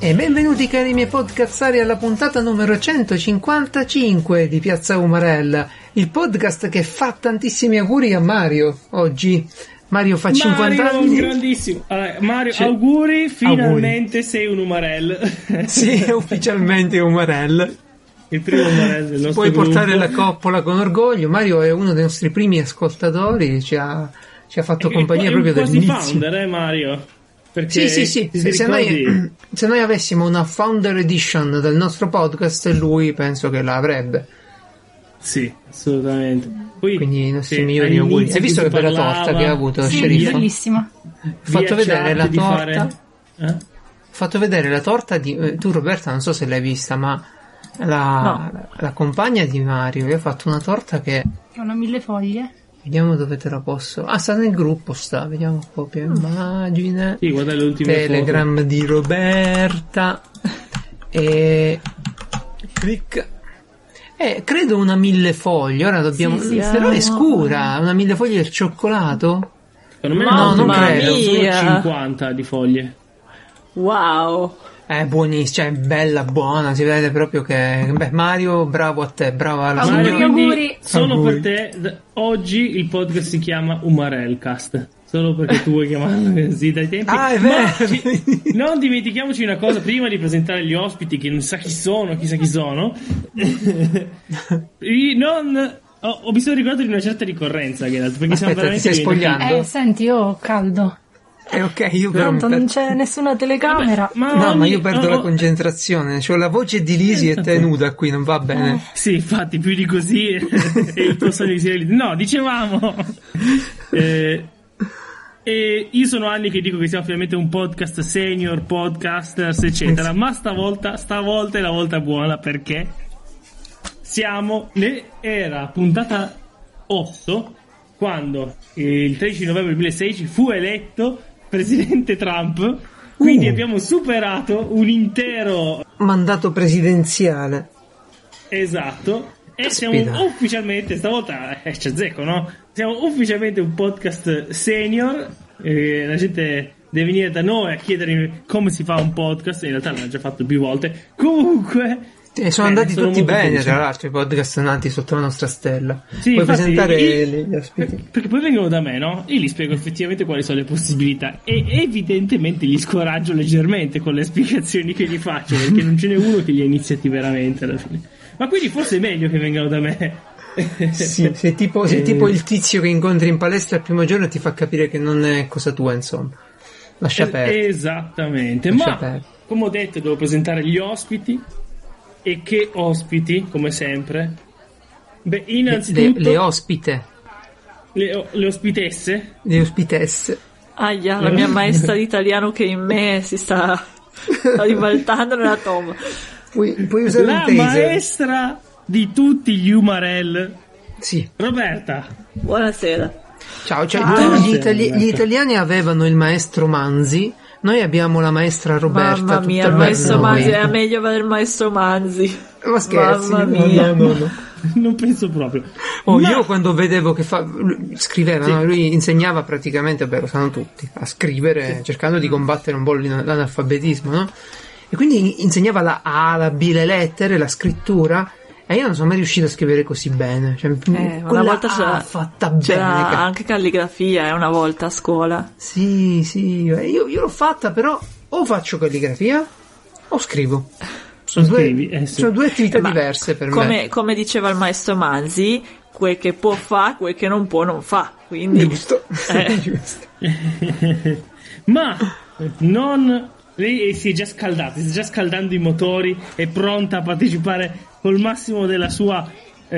E benvenuti cari miei podcazzari alla puntata numero 155 di Piazza Umarella, il podcast che fa tantissimi auguri a Mario oggi. Mario fa 50 anni. Grandissimo. Allora, Mario, auguri, finalmente sei un Umarell. Sì, è ufficialmente Umarell. Il primo Umarell del nostro Puoi gruppo. portare la coppola con orgoglio. Mario è uno dei nostri primi ascoltatori, ci ha fatto compagnia proprio dall'inizio. Quasi founder, Mario? Perché sì. Se noi avessimo una Founder Edition del nostro podcast, lui penso che la avrebbe. Sì, assolutamente. Poi, quindi i nostri migliori auguri. Hai visto che bella torta che ha avuto lo sceriffo? Bellissima. Ho fatto vedere la torta. Ho fatto vedere la torta di tu, Roberta, non so se l'hai vista, ma la compagna di Mario vi ha fatto una torta che È una millefoglie. vediamo dove te la posso. Sta nel gruppo, vediamo un po' più immagine. Sì, guarda le ultime Telegram foto di Roberta e clic. Credo una millefoglie. Ora dobbiamo. Sì, però è scura. Una millefoglie del cioccolato? Secondo me no, non credo. Sono 50 di foglie. Wow. È buonissima, cioè bella, buona. Si vede proprio che. Beh, Mario, bravo a te, brava alla Auguri. Solo Auguri. per te, oggi il podcast si chiama Umarellcast. Solo perché tu vuoi chiamarlo così dai tempi. È vero. Non dimentichiamoci una cosa prima di presentare gli ospiti, che non sa chi sono, chissà chi sono. Ho bisogno di ricordare di una certa ricorrenza, perché siamo Aspetta, veramente ti stai spogliando? Senti, io ho caldo. Ok, io però Tanto non c'è nessuna telecamera. ma io perdo la concentrazione. C'ho la voce di Lisi e te nuda qui, non va bene. Sì, infatti, più di così e il tuo sogno di serie. No, dicevamo. E io sono anni che dico che siamo finalmente un podcast senior, podcasters, eccetera. Ma stavolta è la volta buona, perché era puntata 8 quando il 13 novembre 2016 fu eletto presidente Trump. Quindi abbiamo superato un intero mandato presidenziale. Esatto. E Caspita. siamo ufficialmente, stavolta c'è zecco, no? Siamo ufficialmente un podcast senior. La gente deve venire da noi a chiedermi come si fa un podcast. In realtà l'hanno già fatto più volte. Comunque sono andati tutti bene, felice. tra l'altro, i podcast nati sotto la nostra stella. Sì, puoi infatti, presentare gli ospiti? Perché poi vengono da me, no? Io gli spiego effettivamente quali sono le possibilità e evidentemente li scoraggio leggermente con le spiegazioni che gli faccio, perché non ce n'è uno che li ha iniziati veramente alla fine. Ma quindi forse è meglio che vengano da me. Sì, sei tipo il tizio che incontri in palestra il primo giorno e ti fa capire che non è cosa tua, insomma. Lascia perdere. Esattamente. Lascia Ma perdere. come ho detto, devo presentare gli ospiti. E che ospiti, come sempre. Beh, innanzitutto le ospite. le ospitesse. Le ospitesse. Aia, la mia maestra di italiano che in me si sta ribaltando nella tomba. Puoi usare La un taser. maestra di tutti gli Umarell. Sì. Roberta. Buonasera. Ciao. Ciao. Gli italiani avevano il maestro Manzi. Noi abbiamo la maestra Roberta. Mamma mia, il maestro Manzi, era meglio avere il maestro Manzi. Ma scherzi? Mamma mia. No. Non penso proprio. Io quando vedevo che scriveva, Sì. no? Lui insegnava praticamente, lo sanno tutti, a scrivere, cercando di combattere un po' l'analfabetismo, no? E quindi insegnava la A, la B, le lettere, la scrittura. E io non sono mai riuscito a scrivere così bene. Cioè, Una volta fatta c'era bene. anche calligrafia, una volta a scuola. Sì. Io l'ho fatta, però o faccio calligrafia o scrivo. Sono due attività diverse per me. Come diceva il maestro Manzi, quel che può fa, quel che non può non fa. Quindi Giusto. Giusto. Ma lei si è già scaldata, sta già scaldando i motori, è pronta a partecipare col massimo della sua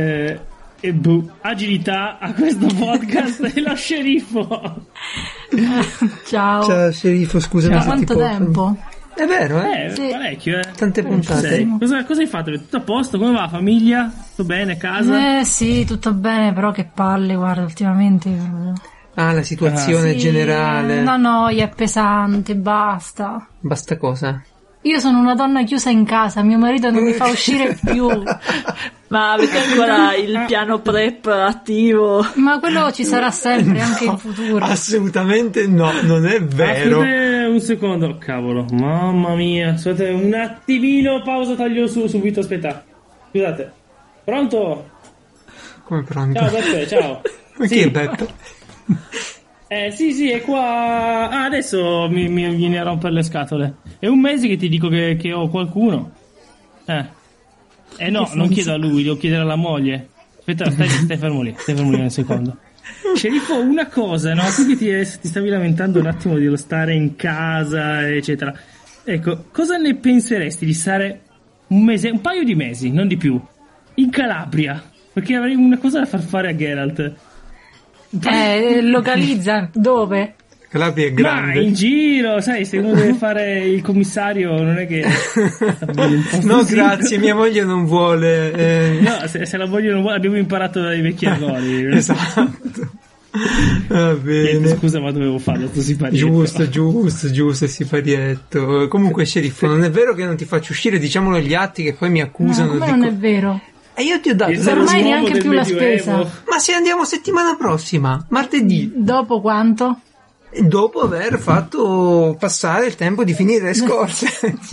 agilità a questo podcast. È lo sceriffo. Ciao. Sceriffo, scusami. Da se quanto ti porto. tempo? È vero, eh? Sì. Parecchio, Tante puntate. Cosa hai fatto? Tutto a posto? Come va? Famiglia? Tutto bene? Casa? Sì, tutto bene, però che palle, guarda, ultimamente. La situazione Sì, generale. una noia, è pesante, basta. Basta cosa? Io sono una donna chiusa in casa, mio marito non mi fa uscire più. Ma avete ancora il piano prep attivo? Ma quello ci sarà sempre, anche in futuro. Assolutamente no, non è vero. Aspetta un secondo, cavolo, mamma mia. Aspetta un attimino, pausa, taglio subito, aspetta. Scusate. Pronto? Come pronto? Ciao Beppe, ciao. Ma chi è Beppe? Sì, è qua. Ah, adesso mi viene a rompere le scatole. È un mese che ti dico che ho qualcuno. No, non chiedo a lui, devo chiedere alla moglie. Aspetta, stai fermo lì un secondo. Sceriffo, una cosa, no? Tu che ti stavi lamentando un attimo dello stare in casa, eccetera. Ecco, cosa ne penseresti di stare un paio di mesi, non di più, in Calabria? Perché avrei una cosa da far fare a Geralt. Localizza dove? Calabria è grande. Ma in giro, sai, se uno deve fare il commissario non è che no grazie, mia moglie non vuole. No, se la moglie non vuole, abbiamo imparato dai vecchi errori. Esatto. Va bene. Scusa, ma dovevo farlo sto siparietto. Giusto, siparietto. Comunque sceriffo, non è vero che non ti faccio uscire, diciamolo agli atti che poi mi accusano. No, come non è vero? E io ti ho dato ormai neanche più la spesa. Ma se andiamo settimana prossima, martedì. Dopo quanto? Dopo aver fatto passare il tempo di finire le scorse.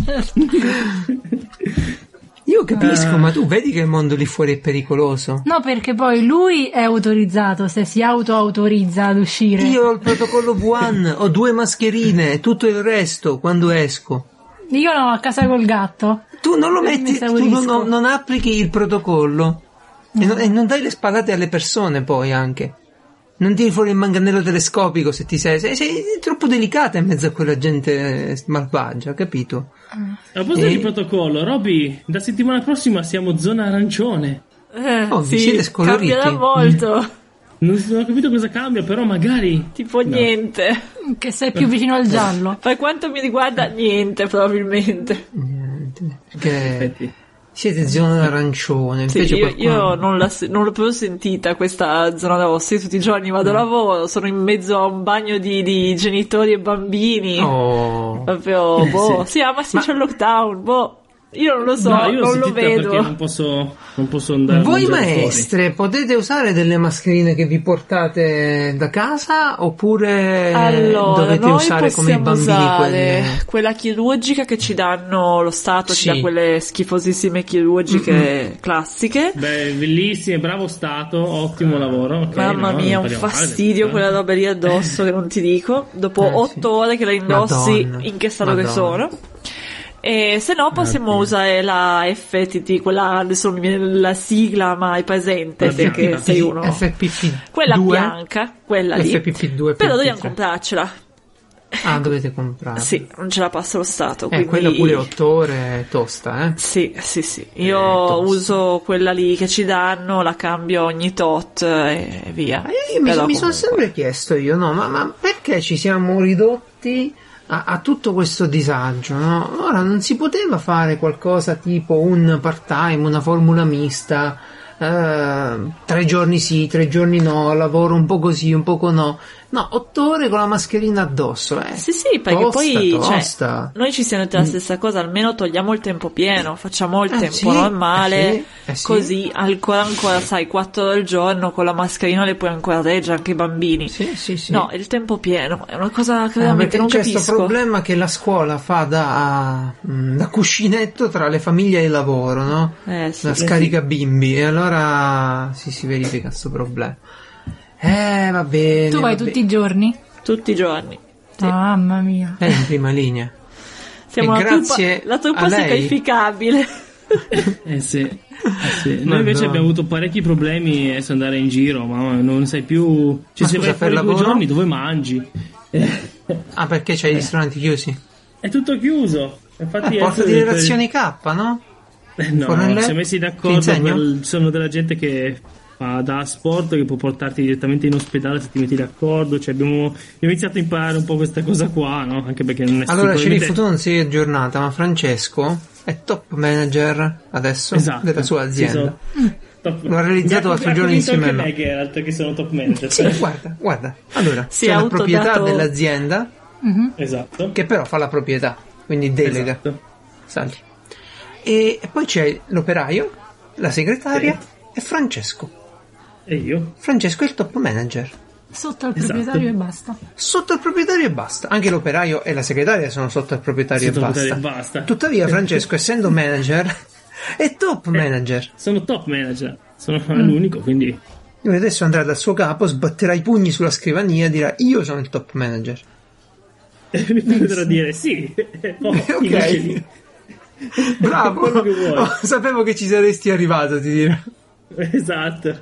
Io capisco, ma tu vedi che il mondo lì fuori è pericoloso. No, perché poi lui è autorizzato, se si autorizza ad uscire. Io ho il protocollo V1, ho 2 mascherine e tutto il resto quando esco. Io no, a casa col gatto. Tu non lo metti, tu non applichi il protocollo. No. E non dai le spallate alle persone poi anche. Non tiri fuori il manganello telescopico se ti sei troppo delicata in mezzo a quella gente malvagia, capito? A proposito di protocollo, Robby, da settimana prossima siamo zona arancione. Vi siete scoloriti. Cambia da molto. Non ho capito cosa cambia, però magari tipo niente. Che sei più vicino al giallo. Per quanto mi riguarda, niente probabilmente. Niente. Perché siete zona arancione. Invece io non l'ho proprio sentita questa zona rossa. Io tutti i giorni vado a lavoro, sono in mezzo a un bagno di genitori e bambini. Proprio, sì, ma c'è il lockdown, io non lo so, no, io non lo vedo. Perché non posso andare. Voi maestre potete usare delle mascherine che vi portate da casa oppure dovete usare come i bambini quella chirurgica che ci danno lo Stato, ci dà quelle schifosissime chirurgiche classiche. Beh, bellissime, bravo Stato, ottimo lavoro. Okay, mamma mia, un fastidio quella roba lì addosso che non ti dico. Dopo 8 ore che la indossi, in che stato che sono. E se no possiamo usare la FTT, quella adesso mi viene la sigla, ma hai presente perché sei uno FPP2, quella bianca, quella lì. FPP2, però dobbiamo comprarcela. Dovete comprare. Sì, non ce la passa lo Stato, quindi quella pure 8 ore è tosta, Sì. Io uso quella lì che ci danno, la cambio ogni tot e via. Io mi sono sempre chiesto ma perché ci siamo ridotti a tutto questo disagio, no? Ora non si poteva fare qualcosa tipo un part-time, una formula mista, 3 giorni sì, 3 giorni no, lavoro un po' così, un poco no. No, 8 ore con la mascherina addosso, Sì, perché tosta. Noi ci siamo detti la stessa cosa, almeno togliamo il tempo pieno, facciamo il tempo normale, così ancora sai, 4 ore al giorno con la mascherina le puoi ancora reggere anche i bambini. Sì. No, il tempo pieno è una cosa che veramente non capisco. C'è questo problema che la scuola fa da cuscinetto tra le famiglie e il lavoro, no? La scarica bimbi, e allora si verifica questo problema. Va bene. Tu vai tutti i giorni? Tutti i giorni. Sì. Mamma mia. È in prima linea. Siamo la truppa sacrificabile. Sì. Noi invece abbiamo avuto parecchi problemi a andare in giro, ma non sai più. Se vai fuori 2 giorni dove mangi? Perché c'hai i ristoranti chiusi? È tutto chiuso. Infatti porta di relazioni K, no? No, si è messi d'accordo. Sono della gente che da sport che può portarti direttamente in ospedale se ti metti d'accordo. Cioè abbiamo iniziato a imparare un po' questa cosa qua, no? Anche perché non è allora Sceriffo, tu non sei aggiornata, ma Francesco è top manager adesso della sua azienda. L'ho realizzato l'altro giorno insieme a me. Geralt, che sono top manager. Sì, guarda. Allora, c'è la proprietà dell'azienda, esatto, che però fa la proprietà, quindi delega. Sali. E poi c'è l'operaio la segretaria e Francesco. E io? Francesco è il top manager. Sotto al proprietario e basta. Sotto al proprietario e basta. Anche l'operaio e la segretaria sono sotto al proprietario e basta. Tuttavia Francesco, essendo manager, è top manager. Sono top manager. Sono l'unico, quindi... Lui adesso andrà dal suo capo, sbatterà i pugni sulla scrivania e dirà: io sono il top manager. E mi potrà dire sì. Ok. Bravo. Quello che vuoi. Sapevo che ci saresti arrivato, ti dirò. Esatto.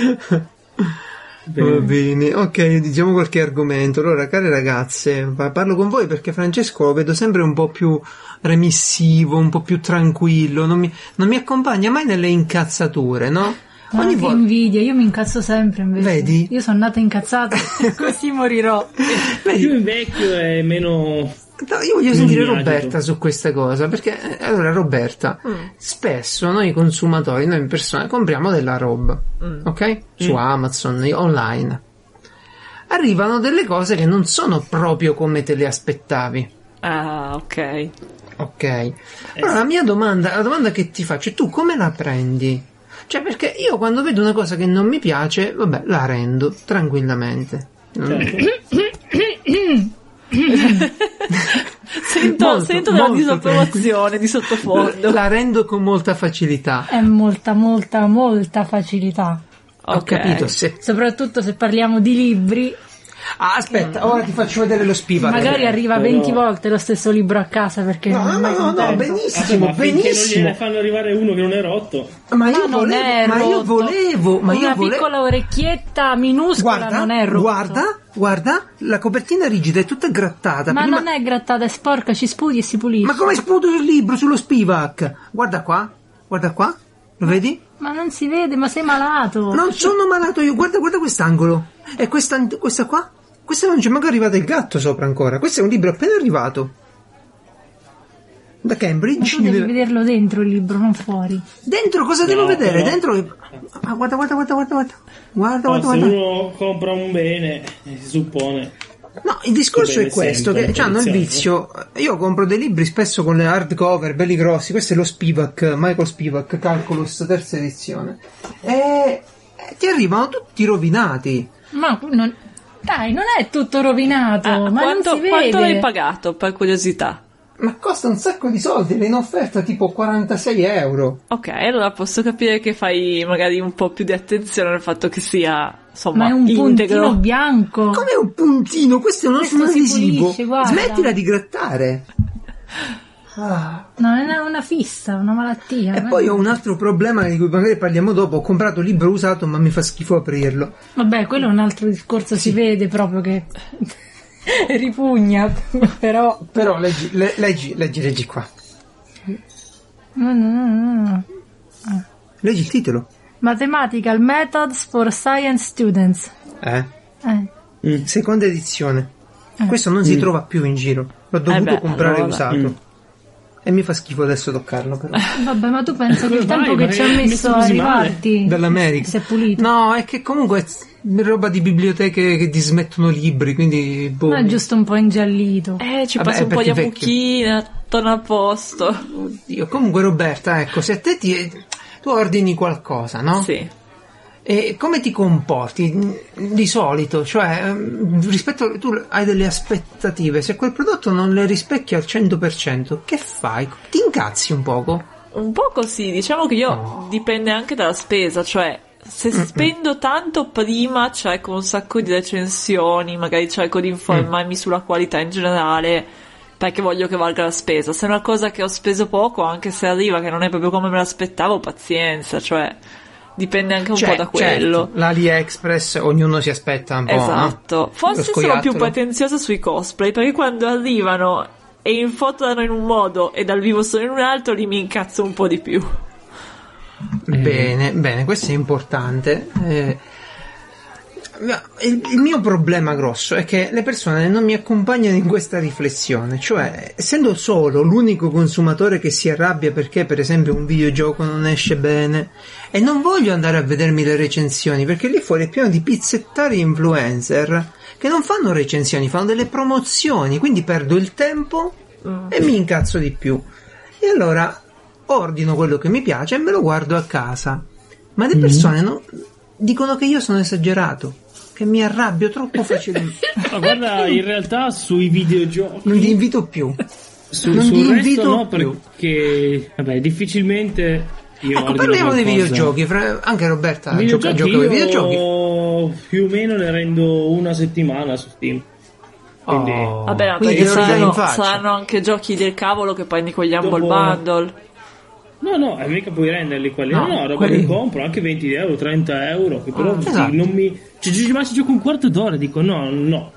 Va bene, ok, diciamo qualche argomento. Allora, care ragazze, parlo con voi perché Francesco lo vedo sempre un po' più remissivo, un po' più tranquillo, non mi accompagna mai nelle incazzature, no? Ogni volta invidia, io mi incazzo sempre invece. Vedi? Io sono nata incazzata, così morirò. Più invecchio e meno... No, io voglio sentire Roberta su questa cosa, perché allora Roberta, spesso noi consumatori, noi in persona compriamo della roba, ok? Su Amazon, online. Arrivano delle cose che non sono proprio come te le aspettavi. Ah, ok. Ok. Allora la domanda che ti faccio è: tu come la prendi? Cioè, perché io quando vedo una cosa che non mi piace, vabbè, la rendo tranquillamente. Sento della disapprovazione di sottofondo. La rendo con molta facilità. È molta facilità. Ho capito, sì. Soprattutto se parliamo di libri. Ah, aspetta, ora ti faccio vedere lo Spivak. Magari arriva 20 volte lo stesso libro a casa perché no, benissimo, ma finché non gliene fanno arrivare uno che non è rotto. Ma io volevo una piccola orecchietta minuscola, non è rotto. Guarda, la copertina rigida è tutta grattata. Ma non è grattata, è sporca, ci spudi e si pulisce. Ma come sputo sul libro, sullo Spivak? Guarda qua, lo vedi? Ma non si vede, ma sei malato. Non sono malato io, guarda quest'angolo. E questa qua? Questa non c'è manco arrivato il gatto sopra ancora. Questo è un libro appena arrivato da Cambridge. Ma tu devi vederlo dentro il libro, non fuori. Dentro cosa devo vedere? Dentro. Ah, guarda. Se uno compra un bene, si suppone. No, il discorso è questo, che hanno il vizio. Io compro dei libri spesso con le hardcover belli grossi. Questo è lo Spivak, Michael Spivak, Calculus, terza edizione. E ti arrivano tutti rovinati. Ma non è tutto rovinato. Ma non si vede. Quanto l'hai pagato, per curiosità? Ma costa un sacco di soldi, è in offerta tipo 46 euro. Ok, allora posso capire che fai magari un po' più di attenzione al fatto che sia, insomma, ma è un integro. Puntino bianco. Come un puntino? Questo non è un adesivo. Smettila di grattare. No, è una fissa, una malattia. E poi ho un altro problema di cui magari parliamo dopo. Ho comprato un libro usato, ma mi fa schifo aprirlo. Vabbè, quello è un altro discorso, si vede proprio che ripugna, però leggi qua. Leggi il titolo. Mathematical Methods for Science Students. Seconda edizione. Questo non si trova più in giro. L'ho dovuto comprare usato. E mi fa schifo adesso toccarlo, però. Vabbè, ma tu pensi che il tempo che ci ha messo a arrivarti dall'America si è pulito? No, è che comunque è roba di biblioteche che dismettono libri, quindi boh. Ma è giusto un po' ingiallito. Ci passa un po' di ammucchina, torna a posto. Oddio, comunque Roberta, ecco, se a te tu ordini qualcosa, no? Sì. E come ti comporti di solito? Cioè, rispetto, tu hai delle aspettative, se quel prodotto non le rispecchia al 100%, che fai? Ti incazzi un poco? Un po' così, diciamo che io dipende anche dalla spesa, cioè se spendo tanto prima cerco un sacco di recensioni, magari cerco di informarmi sulla qualità in generale, perché voglio che valga la spesa. Se è una cosa che ho speso poco, anche se arriva che non è proprio come me l'aspettavo, pazienza, cioè dipende anche un po' da quello. Certo, l'AliExpress ognuno si aspetta un po'. Esatto. No? Forse sono più pretenziosa sui cosplay, perché quando arrivano e infotono in un modo e dal vivo sono in un altro, lì mi incazzo un po' di più. Bene, questo è importante. Il mio problema grosso è che le persone non mi accompagnano in questa riflessione, cioè essendo solo l'unico consumatore che si arrabbia perché per esempio un videogioco non esce bene, e non voglio andare a vedermi le recensioni perché lì fuori è pieno di pizzettari influencer che non fanno recensioni, fanno delle promozioni, quindi perdo il tempo e mi incazzo di più. E allora ordino quello che mi piace e me lo guardo a casa. Ma le persone dicono che io sono esagerato, che mi arrabbio troppo facilmente. Ma guarda, in realtà sui videogiochi non li invito più. Sul resto no, perché vabbè, difficilmente io parliamo dei videogiochi. Anche Roberta gioca ai videogiochi. Più o meno ne rendo una settimana su Steam. Quindi, vabbè, perché saranno anche giochi del cavolo che prendi con gli Humble Bundle. No, mica puoi renderli quelli. No, roba che compro anche 20 euro, 30 euro. Che però non mi. Ma ci gioco un quarto d'ora, dico no. No,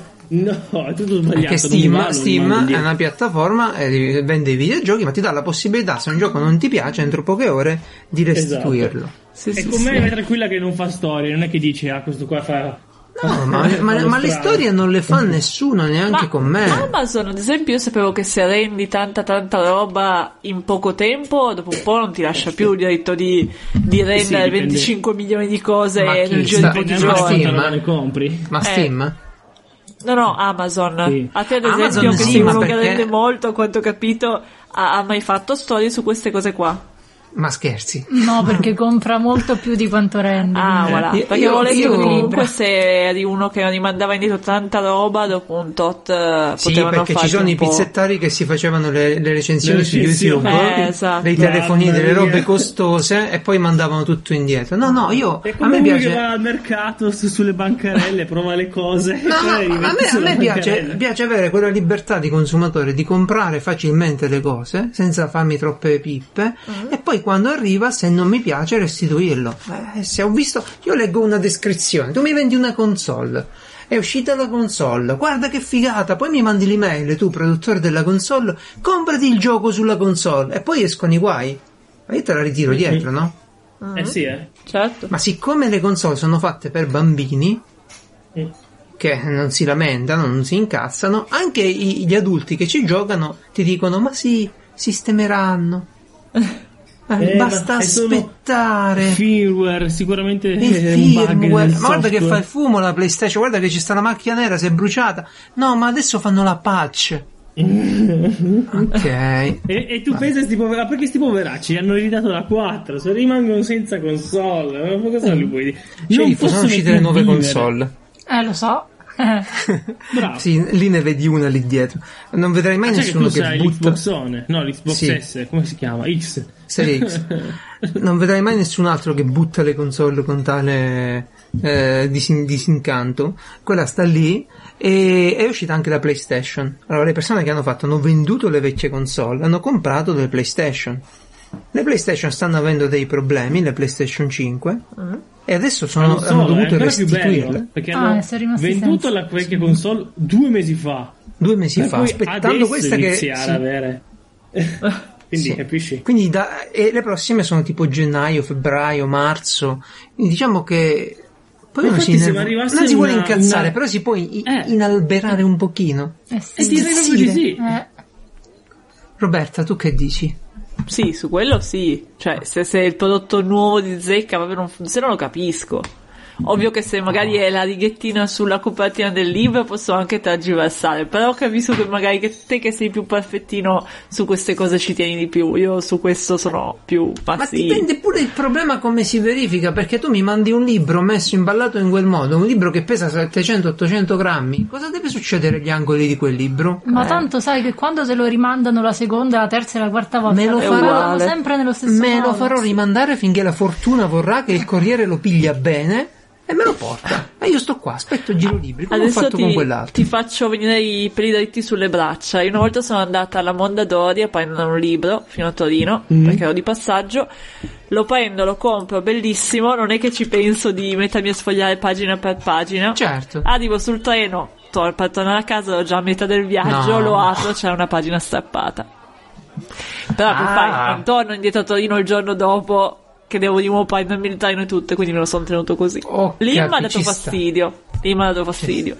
è tutto sbagliato. Perché Steam è una piattaforma e vende i videogiochi, ma ti dà la possibilità, se un gioco non ti piace, entro poche ore di restituirlo. Esatto. E con me vai tranquilla che non fa storia, non è che dici questo qua fa. No, ma le storie non le fa nessuno, neanche con me. Amazon, ad esempio, io sapevo che se rendi tanta roba in poco tempo, dopo un po' non ti lascia più il diritto di rendere 25 milioni di cose nel giro di pochi giorni. Ma Steam? No, Amazon. Sì. A te, ad esempio, che sei uno che rende molto, a quanto ho capito, ha mai fatto storie su queste cose qua? Ma scherzi? No, perché compra molto più di quanto rende. Voilà. Perché volevo comunque se eri uno che rimandava indietro tanta roba, dopo un tot potevano perché ci sono i pizzettari che si facevano le recensioni su YouTube, esatto. dei telefonini, delle robe costose, e poi mandavano tutto indietro. No, a me piace. Che va al mercato sulle bancarelle, prova le cose. A me piace avere quella libertà di consumatore di comprare facilmente le cose senza farmi troppe pippe, e poi quando arriva, se non mi piace, restituirlo. Se ho visto, io leggo una descrizione, tu mi vendi una console, è uscita la console, guarda che figata, poi mi mandi l'email, tu produttore della console, comprati il gioco sulla console, e poi escono i guai, ma io te la ritiro dietro, no? Sì, certo. Ma siccome le console sono fatte per bambini che non si lamentano, non si incazzano, anche gli adulti che ci giocano ti dicono ma sì, sistemeranno. Basta aspettare. Firmware, sicuramente firmware. Ma guarda che fa il fumo la PlayStation, guarda che ci sta la macchia nera, si è bruciata. No, ma adesso fanno la patch. Ok. E tu pensi perché sti poveracci hanno ridato la 4, se rimangono senza console, ma cosa li puoi dire? Non sono uscite le nuove console. Lo so. Bravo. Sì, lì ne vedi una lì dietro. Non vedrai mai nessuno che butta l'Xbox One, no, l'Xbox S, come si chiama? X. Serie X. Non vedrai mai nessun altro che butta le console con tale disincanto. Quella sta lì, e è uscita anche la PlayStation. Allora le persone che hanno venduto le vecchie console, hanno comprato delle PlayStation. Le PlayStation stanno avendo dei problemi, le PlayStation 5, e adesso hanno dovuto restituirle perché hanno venduto la vecchia console 2 mesi fa. 2 mesi fa, aspettando questa che iniziare a avere. Quindi capisci? Quindi e le prossime sono tipo gennaio, febbraio, marzo. Quindi diciamo che poi non si vuole incazzare, però si può inalberare un pochino. E direi proprio di sì. Roberta, tu che dici? Sì, su quello sì. Cioè, se il prodotto nuovo di zecca proprio non funziona, lo capisco. Ovvio che se magari è la righettina sulla copertina del libro posso anche tergiversare, però capisco che magari te che sei più perfettino su queste cose ci tieni di più. Io su questo sono più passivo. Ma dipende pure il problema come si verifica, perché tu mi mandi un libro messo imballato in quel modo, un libro che pesa 700-800 grammi, cosa deve succedere agli angoli di quel libro? Ma tanto sai che quando te lo rimandano la seconda, la terza e la quarta volta me lo faranno sempre nello stesso modo. Lo farò rimandare finché la fortuna vorrà che il corriere lo piglia bene e me lo porta, e io sto qua, aspetto giro libri come adesso ho fatto con quell'altro. Ti faccio venire i peli dritti sulle braccia. Io una volta sono andata alla Mondadori a prendere un libro fino a Torino perché ero di passaggio, lo prendo, lo compro, bellissimo, non è che ci penso di mettermi a sfogliare pagina per pagina. Certo. Arrivo sul treno per tornare a casa, ero già a metà del viaggio, lo apro, c'è una pagina strappata. Però che fai? Non torno indietro a Torino il giorno dopo che devo di nuovo prendermi il treno e tutto, quindi me lo sono tenuto così. Lì mi ha dato fastidio.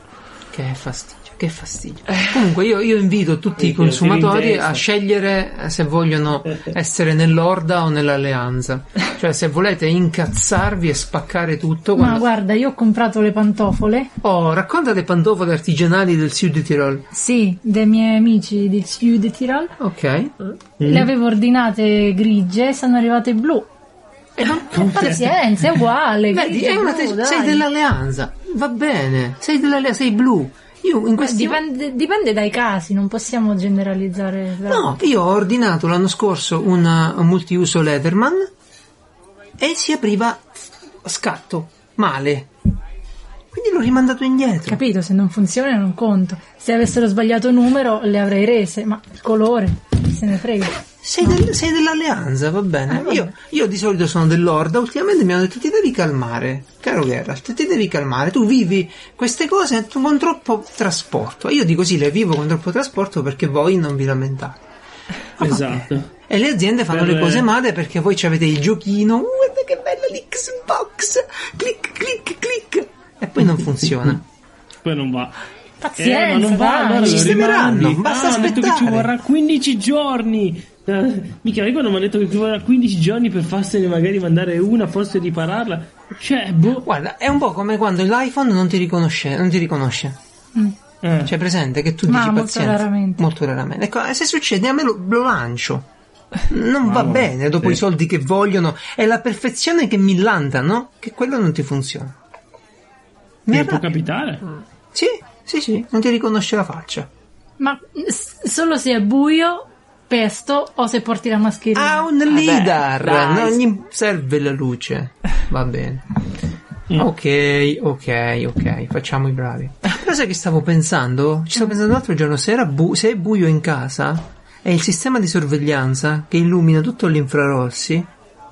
Che fastidio. Comunque io invito tutti i consumatori a scegliere se vogliono essere nell'Orda o nell'Alleanza. Cioè, se volete incazzarvi e spaccare tutto. Ma guarda, io ho comprato le pantofole. Oh, racconta le pantofole artigianali del Sud Tirol. Sì, dei miei amici del Sud Tirol. Ok. Le avevo ordinate grigie, sono arrivate blu. Pazienza, è uguale. Vedi, sei dell'Alleanza. Va bene, sei blu. Io in questi dipende dai casi, non possiamo generalizzare. No, io ho ordinato l'anno scorso un multiuso Leatherman e si apriva scatto, male. Quindi l'ho rimandato indietro. Capito, se non funziona non conto. Se avessero sbagliato numero le avrei rese, ma il colore, se ne frega. Sei dell'Alleanza, va bene. Io di solito sono dell'Orda, ultimamente mi hanno detto ti devi calmare, caro Geralt, ti devi calmare, tu vivi queste cose con troppo trasporto. Io dico sì, le vivo con troppo trasporto perché voi non vi lamentate. Esatto. Okay. E le aziende fanno le cose male perché voi avete il giochino, guarda che bello l'Xbox, clic clic clic, e poi non funziona. Poi non va. Pazienza, ma non va, allora sistemeranno, basta aspettare. aspettare. Detto che ci vorrà 15 giorni. Mica, quando mi hanno detto che ci vorrà 15 giorni per farsene magari mandare una, forse ripararla. Cioè, Guarda, è un po' come quando l'iPhone non ti riconosce. C'è presente che tu dici pazienza. Molto raramente. Ecco, se succede a me lo lancio. Non va bene dopo i soldi che vogliono. È la perfezione che millantano che quello non ti funziona. Può capitare? Sì, non ti riconosce la faccia. Ma solo se è buio, pesto, o se porti la mascherina. Ah, un lidar, non gli serve la luce. Va bene. Ok, facciamo i bravi. Però sai che stavo pensando? Ci stavo pensando l'altro giorno, se è buio in casa, è il sistema di sorveglianza che illumina tutto l'infrarossi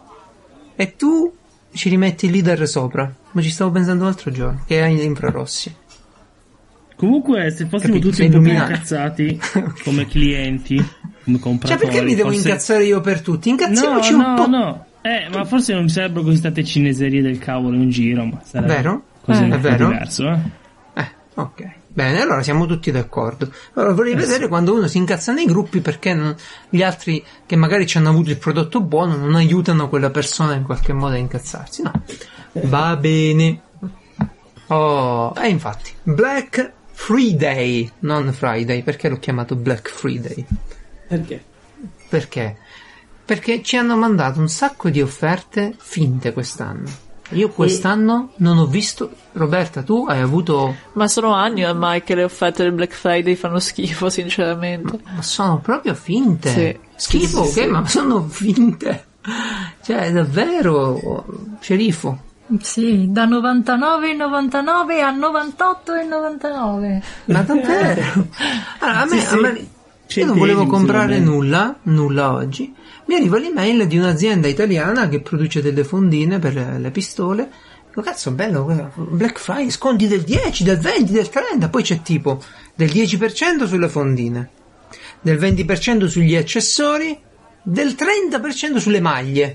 e tu ci rimetti il lidar sopra. Ma ci stavo pensando l'altro giorno, che hai gli infrarossi. Comunque, se fossimo tutti un po' più incazzati come clienti, come compratori... Cioè, perché mi devo incazzare io per tutti? Incazziamoci un po'. No. Ma forse non sarebbero così tante cineserie del cavolo in giro, ma sarebbe... Vero? Così è vero? Diverso, ok. Bene, allora siamo tutti d'accordo. Allora vorrei vedere quando uno si incazza nei gruppi perché gli altri che magari ci hanno avuto il prodotto buono non aiutano quella persona in qualche modo a incazzarsi. No. Va bene. E infatti, Black Friday, non Friday, perché l'ho chiamato Black Friday? Perché? Perché ci hanno mandato un sacco di offerte finte quest'anno. Io quest'anno non ho visto. Roberta, tu hai avuto... Ma sono anni ormai che le offerte del Black Friday fanno schifo, sinceramente. Ma sono proprio finte. Sì. Schifo, sì. Ma sono finte. Cioè, davvero, sceriffo. Sì, da 99,99 a 98,99. Ma davvero? Allora, a me io non volevo comprare nulla oggi. Mi arriva l'email di un'azienda italiana che produce delle fondine per le pistole. Dico, cazzo, bello, Black Friday, sconti del 10, del 20, del 30. Poi c'è tipo del 10% sulle fondine, del 20% sugli accessori, del 30% sulle maglie.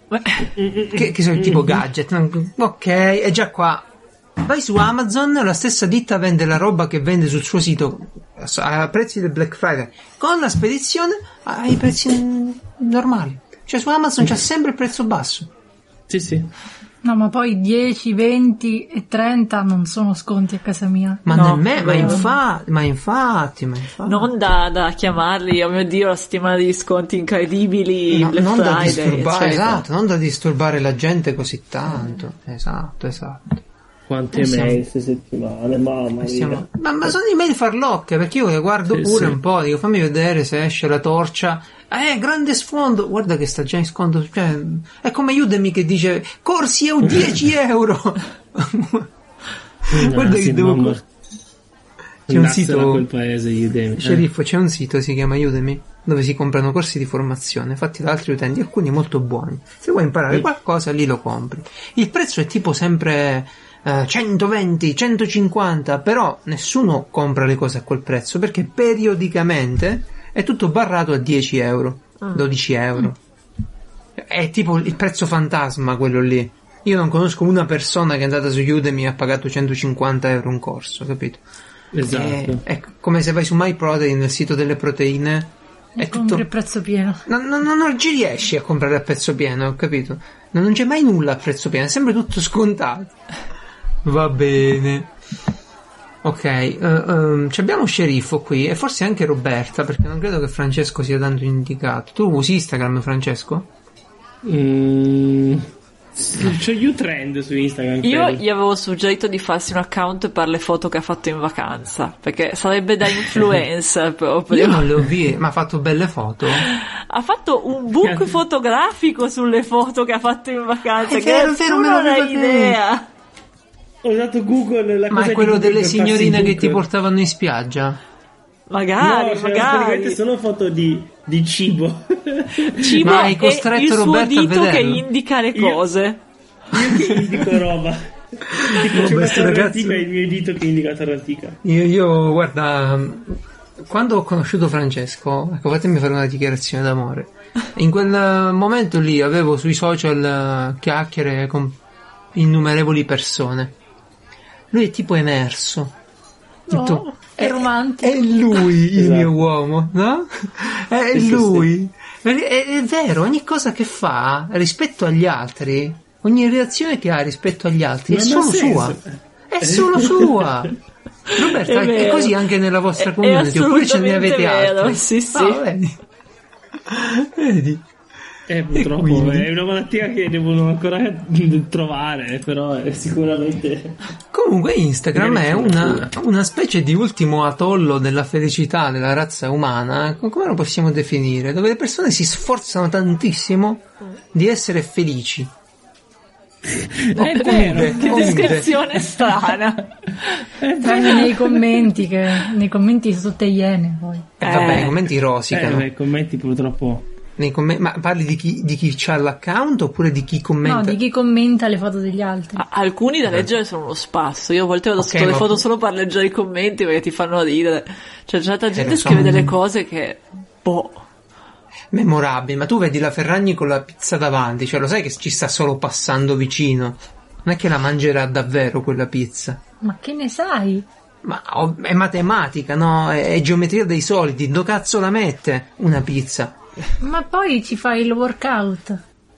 Che sono tipo gadget. Ok, è già qua. Vai su Amazon, la stessa ditta vende la roba che vende sul suo sito a prezzi del Black Friday con la spedizione ai prezzi normali. Cioè su Amazon c'è sempre il prezzo basso. Sì. No, ma poi 10, 20 e 30 non sono sconti a casa mia. Ma no, ma infatti. Non da chiamarli, oh mio Dio, la settimana di sconti incredibili, no, Black non Friday, da disturbare, esatto, non da disturbare la gente così tanto. Esatto. Quante mail queste settimane, mamma mia. Ma sono email farlocche, perché io le guardo pure un po', dico fammi vedere se esce la torcia. Grande sfondo, guarda che sta già in sconto, cioè, è come Udemy che dice corsi a 10 euro. Guarda che devo... C'è un sito, quel paese, Udemy. Sceriffo, c'è un sito, si chiama Udemy, dove si comprano corsi di formazione fatti da altri utenti, alcuni molto buoni. Se vuoi imparare qualcosa lì lo compri. Il prezzo è tipo sempre 120, 150, però nessuno compra le cose a quel prezzo perché periodicamente è tutto barrato a 10 euro, 12 euro. È tipo il prezzo fantasma quello lì. Io non conosco una persona che è andata su Udemy e ha pagato 150 euro un corso, capito? Esatto. È come se vai su MyProtein, nel sito delle proteine, E compri a prezzo pieno. non ci riesci a comprare a prezzo pieno, ho capito? Non c'è mai nulla a prezzo pieno, è sempre tutto scontato. Va bene. Ok, abbiamo Sceriffo qui e forse anche Roberta, perché non credo che Francesco sia tanto indicato. Tu usi Instagram, Francesco? C'è Utrend su Instagram. Io credo. gli avevo suggerito di farsi un account per le foto che ha fatto in vacanza, perché sarebbe da influencer proprio. Io non le ho viste, ma ha fatto belle foto. Ha fatto un book fotografico sulle foto che ha fatto in vacanza, È che vero, nessuno me ha l'avevo idea. Ho usato Google la Ma cosa è quello di Google delle per signorine farsi che book. ti portavano in spiaggia? Magari, No, c'erano praticamente magari. solo foto di cibo. Cibo Ma hai e costretto il suo Roberta a dito che vederlo? indica le cose. Io che indico roba. Tipo c'è una Questo torre ragazzo- antica e il mio dito che indica torre antica. Io, guarda, quando ho conosciuto Francesco, ecco, fatemi fare una dichiarazione d'amore. In quel momento lì avevo sui social chiacchiere con innumerevoli persone. Lui è tipo emerso. Oh, è romantico. È lui il Esatto. mio uomo, no? È Sì, lui. È vero, ogni cosa che fa rispetto agli altri, ogni reazione che ha rispetto agli altri è Non ha solo senso. sua. È solo sua. Roberta, È è vero. così anche nella vostra È community, oppure ce ne avete assolutamente vero, altri? sì, sì. Ah, vedi? Vedi? Purtroppo quindi? è una malattia che devono ancora trovare, però è sicuramente. Comunque Instagram è una specie di ultimo atollo della felicità della razza umana, come lo possiamo definire? Dove le persone si sforzano tantissimo di essere felici. È Umide, vero. Che umide. descrizione strana. Tranne nei commenti, che nei commenti sono tutte iene poi. Vabbè, i commenti rosicano. I commenti purtroppo. Ma parli di chi c'ha l'account oppure di chi commenta? No, di chi commenta le foto degli altri. Alcuni da leggere sono uno spasso. Io a volte vado Ok, sotto le ma- foto solo per leggere i commenti perché ti fanno ridere. C'è certa gente lo so. scrive delle cose che boh. Memorabili, ma tu vedi la Ferragni con la pizza davanti, cioè lo sai che ci sta solo passando vicino, non è che la mangerà davvero quella pizza, Ma che ne sai? ma è matematica, no? È geometria dei solidi, dove cazzo la mette una pizza? Ma poi ci fai il workout.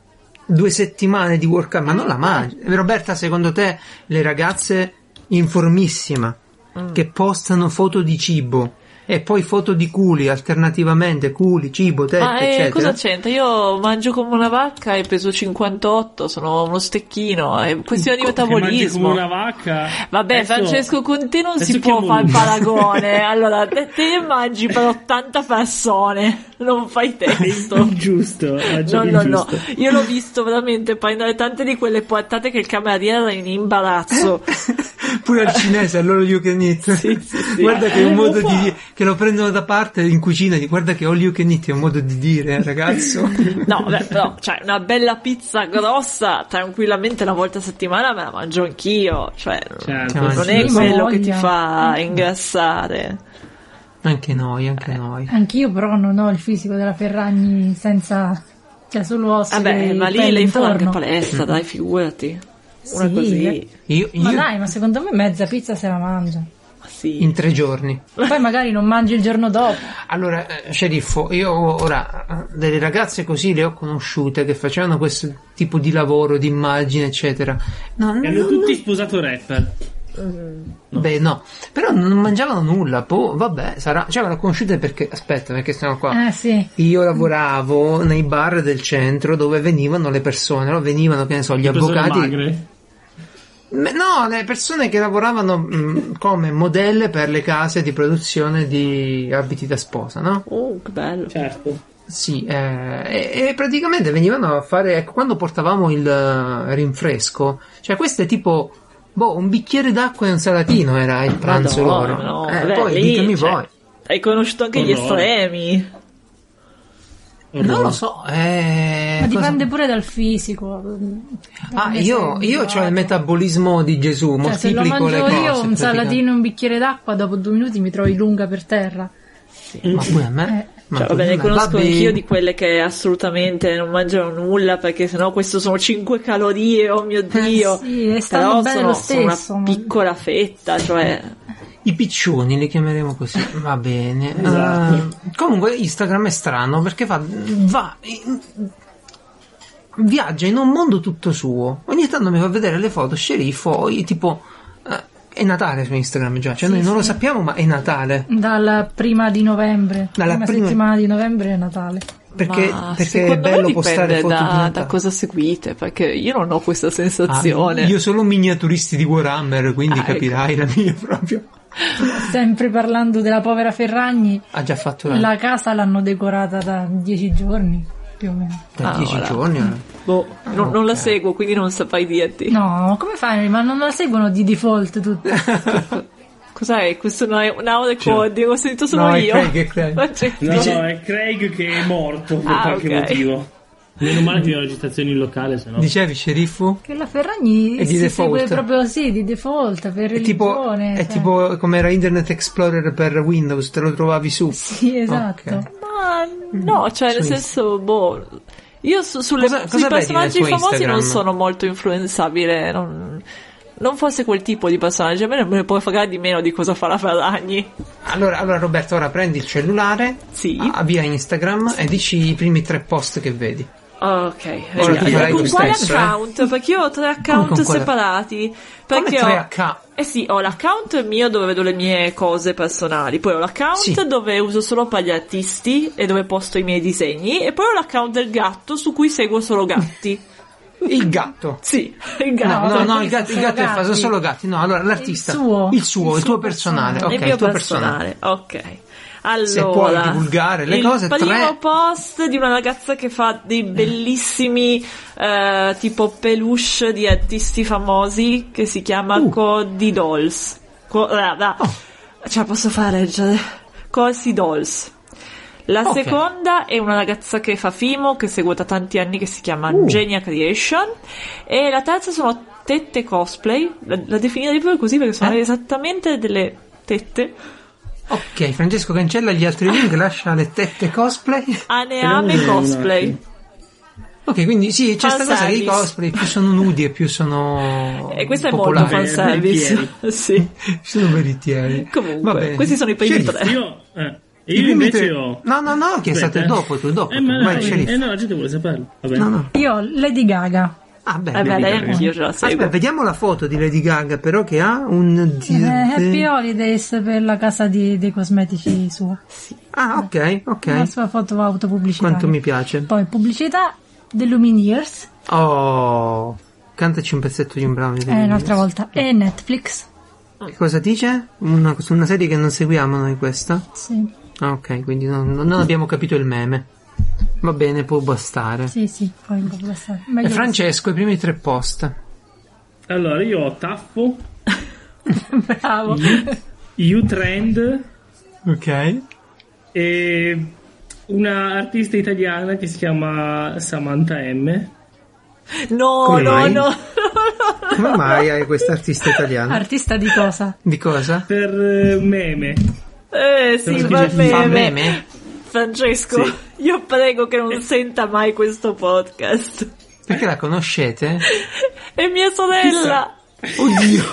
2 settimane di workout, ma non la mangi. Roberta, secondo te le ragazze informissima che postano foto di cibo e poi foto di culi alternativamente, culi, cibo, tette, Ma eccetera, cosa c'entra? Io mangio come una vacca e peso 58, sono uno stecchino, è questione di Che mangi metabolismo. come una vacca. Vabbè, Adesso- Francesco, con te non adesso si può chiamo fare il lui. paragone. Allora, te mangi per 80 persone, non fai testo. Giusto. No. Io l'ho visto veramente prendere tante di quelle portate che il cameriere era in imbarazzo. pure al cinese, allora you can eat. Sì. Guarda che è un lo modo fa. di dire, che lo prendono da parte in cucina, guarda che all you can eat è un modo di dire, ragazzo. No, beh, però, cioè, una bella pizza grossa, tranquillamente una volta a settimana me la mangio anch'io. Cioè, Certo. non è Sì, quello ma che ti voglia. fa ingrassare. Anche noi. Anch'io però non ho il fisico della Ferragni senza... Cioè solo ossa Vabbè, ma lì pelle lei fa anche intorno. palestra, dai, figurati. Una Sì. così. Io Ma dai, ma secondo me mezza pizza se la mangia. Ma sì. in 3 giorni. Poi magari non mangi il giorno dopo. Allora, sceriffo, io ora delle ragazze così le ho conosciute che facevano questo tipo di lavoro, di immagine, eccetera. No, E hanno tutti sposato rapper. Beh, no, però non mangiavano nulla. Poi, vabbè, sarà. Cioè, l'ho conosciute perché. Aspetta, perché stiamo qua. Sì. Io lavoravo nei bar del centro dove venivano le persone, no? Venivano, che ne so, gli Persone avvocati. magre. No, le persone che lavoravano come modelle per le case di produzione di abiti da sposa, no? Oh, che bello. Certo. Sì, e praticamente venivano a fare, ecco, quando portavamo il rinfresco, cioè questo è tipo, un bicchiere d'acqua e un salatino era il pranzo Madonna, loro. no, vabbè, Poi lì, ditemi cioè, voi. Hai conosciuto anche gli estremi. Non lo so, Ma dipende pure dal fisico. io ho il metabolismo di Gesù, Cioè, se lo moltiplico le mangio cose. io un salatino e un bicchiere d'acqua, dopo 2 minuti mi trovi lunga per terra. Ma pure a me. Ma Cioè, pure vabbè, a ne me. conosco Vabbè. anch'io di quelle che assolutamente non mangiano nulla perché sennò questo sono 5 calorie, oh mio Dio. Sì, e stanno Però bene sono lo una stesso. piccola fetta, cioè I piccioni li chiameremo così, va bene. Esatto. Comunque Instagram è strano perché viaggia in un mondo tutto suo. Ogni tanto mi fa vedere le foto sceriffo, tipo è Natale su Instagram già, cioè Sì, noi non lo sì. sappiamo, ma è Natale. Dalla prima di novembre, prima settimana di novembre è Natale. Perché è secondo bello me postare dipende foto di Natale. da cosa seguite, perché io non ho questa sensazione. Io sono miniaturisti di Warhammer, quindi capirai la mia proprio. Sempre parlando della povera Ferragni, Ha già fatto la casa l'hanno decorata da 10 giorni più o meno. da 10 giorni. Boh, non la seguo, quindi non saprei dirti. No, come fai? Ma non la seguono di default tutti. Cos'è? Questo è un recording, ho sentito solo No, è io. Craig. Ma c'è- No, è Craig che è morto per qualche ok. motivo. Meno male che ho la registrazione in locale, se no. Dicevi, sceriffo? Che la Ferragni È di si default. segue proprio di default, per religione. È tipo come era Internet Explorer per Windows, te lo trovavi su. Sì, esatto. Ok. Ma no, cioè nel senso, boh. Io sui Cosa vedi personaggi nel tuo famosi Instagram? non sono molto influenzabile. Non fosse quel tipo di personaggio, a me me ne puoi fregare di meno di cosa fa la Ferragni. Allora Roberto, ora prendi il cellulare, Sì. avvia Instagram e dici i primi 3 post che vedi. Ok, Ora ti farai con tu quale stesso, account? Perché io ho 3 account con quale? separati. Come Perché 3 ho... account? Eh sì, ho l'account mio dove vedo le mie cose personali, poi ho l'account dove uso solo per gli artisti e dove posto i miei disegni, e poi ho l'account del gatto su cui seguo solo gatti. Il gatto. Sì, il gatto. No, il gatto fa solo gatti. No, allora l'artista. Il tuo personale. Ok, il mio tuo personale. Ok. Allora, se puoi divulgare le cose, il primo 3 post di una ragazza che fa dei bellissimi tipo peluche di artisti famosi che si chiama Cody Dolls. Ce la posso fare leggere? Cody Dolls. La seconda è una ragazza che fa Fimo, che seguo da tanti anni, che si chiama Genia Creation, e la terza sono tette cosplay. La definirei proprio così perché sono esattamente delle tette. Ok, Francesco cancella gli altri link, lascia le tette cosplay. Aneame cosplay. Ok, quindi sì, c'è sta cosa che i Fanservice. cosplay più sono nudi e più sono E questo è popolari. molto fanservice. Sì. Sono veritieri. Comunque, Va bene. questi sono i primi Sceriffo. 3. Io invece ho... No, che è stato dopo, tu dopo. ma Vai, no, sceriffo. no, la gente vuole saperlo. Vabbè. No. Io Lady Gaga. Ah, beh, Beh, lei anch'io ce la seguo. aspetta, vediamo la foto di Lady Gaga, però che ha un... Happy Holidays per la casa dei cosmetici sua. Ah, ok. La sua foto autopubblicità. Quanto mi piace. Poi pubblicità The Lumineers. Oh, cantaci un pezzetto di un brano di Un'altra volta. E Netflix. Che cosa dice? Una serie che non seguiamo noi, questa? Sì. Ah, ok, quindi non abbiamo capito il meme. Va bene, può bastare. Sì, poi può bastare. E Meglio Francesco, i primi 3 post. Allora, io ho Taffo, così. Bravo. U-Trend Ok. e una artista italiana che si chiama Samantha M. No. Come mai hai questa artista italiana? Artista di cosa? Di cosa? Per meme. Sì, Fa Fa meme? Francesco, io prego che non senta mai questo podcast. Perché la conoscete? È mia sorella. Oddio!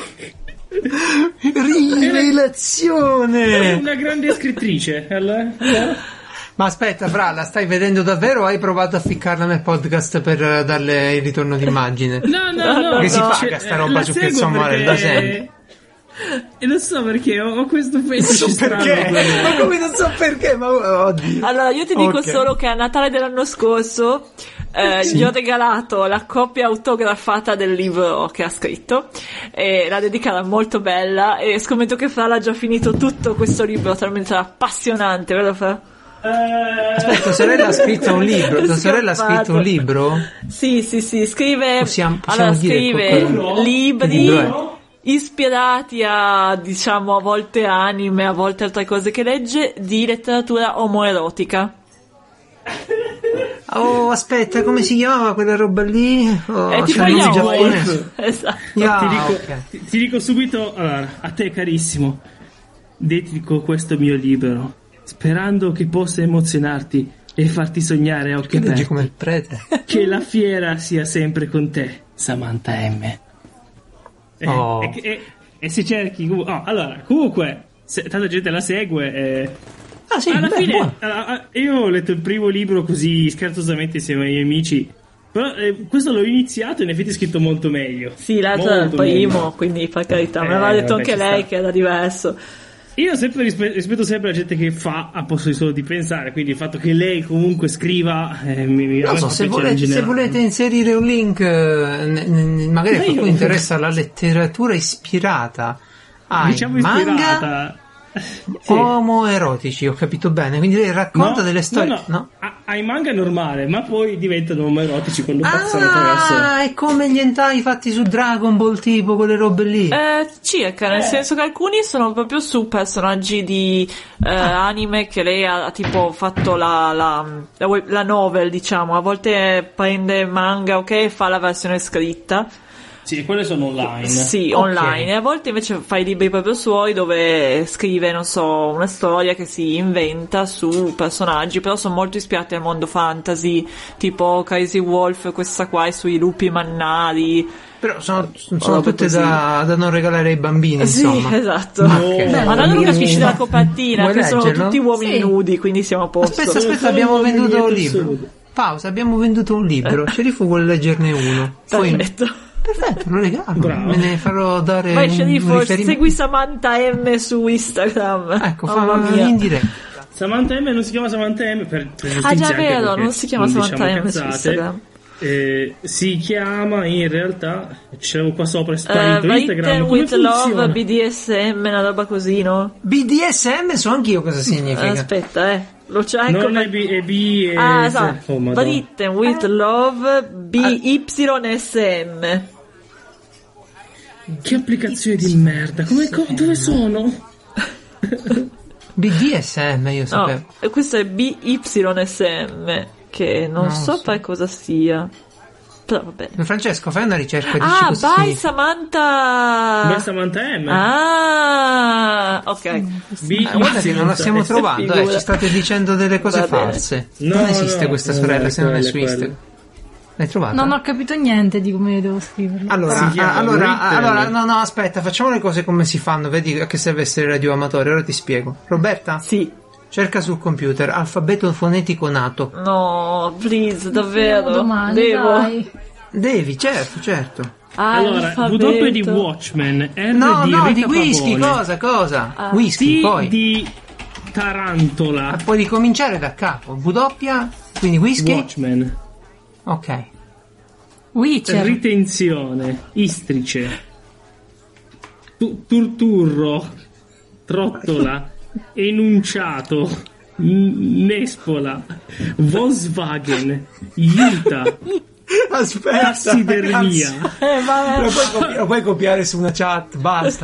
È Rivelazione! una grande scrittrice. Allora? Ma aspetta, Fra, la stai vedendo davvero o hai provato a ficcarla nel podcast per darle il ritorno d'immagine? No. Che si paga sta roba la su seguo Pezzo Amore, da sempre. E non so perché ho questo Non fetish so strano. perché, ma come non so perché, ma oddio. Allora, io ti dico Ok. solo che a Natale dell'anno scorso gli ho regalato la copia autografata del libro che ha scritto, e la dedicata molto bella, e scommetto che Fra l'ha già finito tutto questo libro, talmente appassionante, vero Fra? Aspetta, tua sorella ha scritto un libro? Tua sorella ha scritto un libro? Sì, scrive Possiamo allora dire scrive qualcosa? libri Che libro ispirati a, diciamo, a volte anime, a volte altre cose che legge, di letteratura omoerotica. Oh, aspetta, come si chiamava quella roba lì? Oh, È tipo c'ha il nome yaoi. giapponese. Esatto. Ti dico subito, allora, a te carissimo, dedico questo mio libro, sperando che possa emozionarti e farti sognare a occhi Che leggi aperti. come il prete. Che la fiera sia sempre con te, Samantha M. Oh. E se cerchi... allora, comunque, tanta gente la segue... sì, alla fine, buono. io ho letto il primo libro così scherzosamente insieme ai miei amici. Però questo l'ho iniziato e in effetti è scritto molto meglio. Sì, l'altro era il primo, quindi per carità. Me l'aveva detto anche lei che era diverso. Io sempre rispetto sempre la gente che fa a posto di solo di pensare, quindi il fatto che lei comunque scriva mi non so, se volete inserire un link, magari a qualcuno interessa la letteratura ispirata ai manga omoerotici, ho capito bene, quindi lei racconta delle storie. No. Ai manga è normale, ma poi diventano omoerotici quando passano attraverso. È come gli hentai fatti su Dragon Ball, tipo quelle robe lì. Circa, nel senso che alcuni sono proprio su personaggi di anime che lei ha tipo fatto la novel, diciamo. A volte prende manga, ok, e fa la versione scritta. Sì, quelle sono online. Sì, online. E a volte invece fa i libri proprio suoi dove scrive, non so, una storia che si inventa su personaggi, però sono molto ispirati al mondo fantasy, tipo Crazy Wolf, questa qua è sui lupi mannari. Però sono tutte da non regalare ai bambini, insomma. Sì, esatto. Ma non capisci dalla copertina, che sono tutti uomini nudi, quindi siamo a posto. Aspetta, abbiamo venduto un libro. Pausa, abbiamo venduto un libro. Sceriffo vuole leggerne uno. Perfetto, lo regalo. Bravo. Me ne farò dare vai, Sceriffo, segui Samantha M su Instagram. Ecco, fammi in diretta. Samantha M non si chiama Samantha M per già vero, non si chiama Samantha M su Instagram. Si chiama in realtà, c'avevo qua sopra, è sparito Instagram. With Love, BDSM, una roba così, no? BDSM so anch'io cosa significa. Aspetta, lo cerco. Non è B esatto. Written with Love, BYSM. Che applicazione di merda, dove sono? BDSM io sapevo. No, questo è BYSM, che non so per cosa sia. Però va bene. Francesco, fai una ricerca. By Samantha M. Ok. Guarda che non la stiamo trovando, ci state dicendo delle cose false. Non esiste questa sorella se non è su Instagram. L'hai trovata? Non ho capito niente di come devo scriverlo. Allora, no, aspetta, facciamo le cose come si fanno. Vedi a che serve essere radioamatore. Ora ti spiego. Roberta? Sì. Cerca sul computer alfabeto fonetico nato. No, please, davvero. Domani, dai. Devi, certo. Allora, W di Watchmen, R no, di whisky, cosa? Whisky, T poi di tarantola. Puoi ricominciare da capo. W, quindi whisky. Watchmen. Ok. Witcher. Ritenzione, istrice, turturro, trottola, enunciato, nespola, Volkswagen, Utah, tassidermia. Lo puoi copiare su una chat. Basta.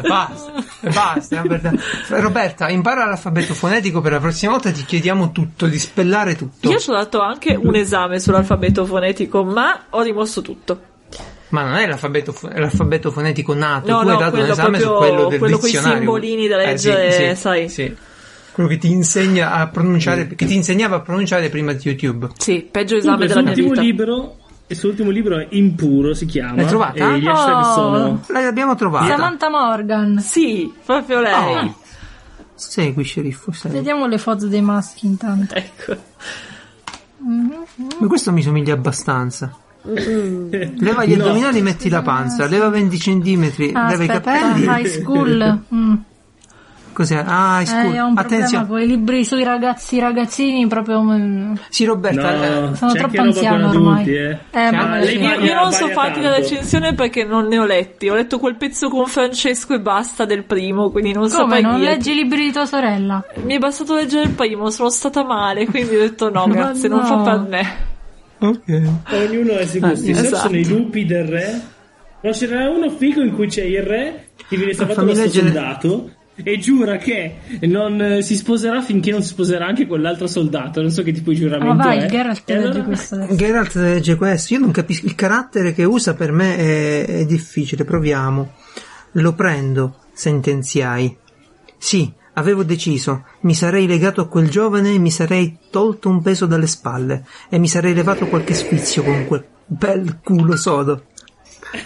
Roberta, impara l'alfabeto fonetico, per la prossima volta ti chiediamo tutto, di spellare tutto. Io ci ho dato anche un esame sull'alfabeto fonetico, ma ho rimosso tutto. Ma non è l'alfabeto fonetico nato, no, tu hai dato un esame su quello del quello dizionario. Con i simbolini da leggere, sai. Sì. Quello che ti insegna a pronunciare, che ti insegnava a pronunciare prima di YouTube. Sì, peggio esame della mia vita. Il suo ultimo libro è Impuro, si chiama. L'hai trovata? E gli hashtag sono... L'abbiamo trovata. Samantha Morgan. Sì, proprio lei. Segui, sceriffo. Vediamo le foto dei maschi intanto. Ecco. Ma questo mi somiglia abbastanza. Leva gli addominali, metti la panza. Leva 20 centimetri, leva i capelli. High school. Cos'è? High school. Ho un problema con i libri sui ragazzini proprio. Sì, Roberta, sono troppo anziano ormai. Io non so farti la recensione perché non ne ho letti. Ho letto quel pezzo con Francesco e basta del primo, quindi non so. Come non leggi i libri di tua sorella? Mi è bastato leggere il primo, sono stata male, quindi ho detto no, grazie, non fa per me. Ok. Ognuno è sicuro. Esatto. Sono i lupi del re. Non ce n'era uno figo in cui c'è il re che viene salvato da questo soldato e giura che non si sposerà finché non si sposerà anche quell'altro soldato. Non so che tipo di giuramento è. Geralt legge questo. Geralt legge questo. Io non capisco il carattere che usa, per me è difficile. Proviamo. Lo prendo, sentenziai. Sì, avevo deciso. Mi sarei legato a quel giovane e mi sarei tolto un peso dalle spalle e mi sarei levato qualche sfizio con quel bel culo sodo.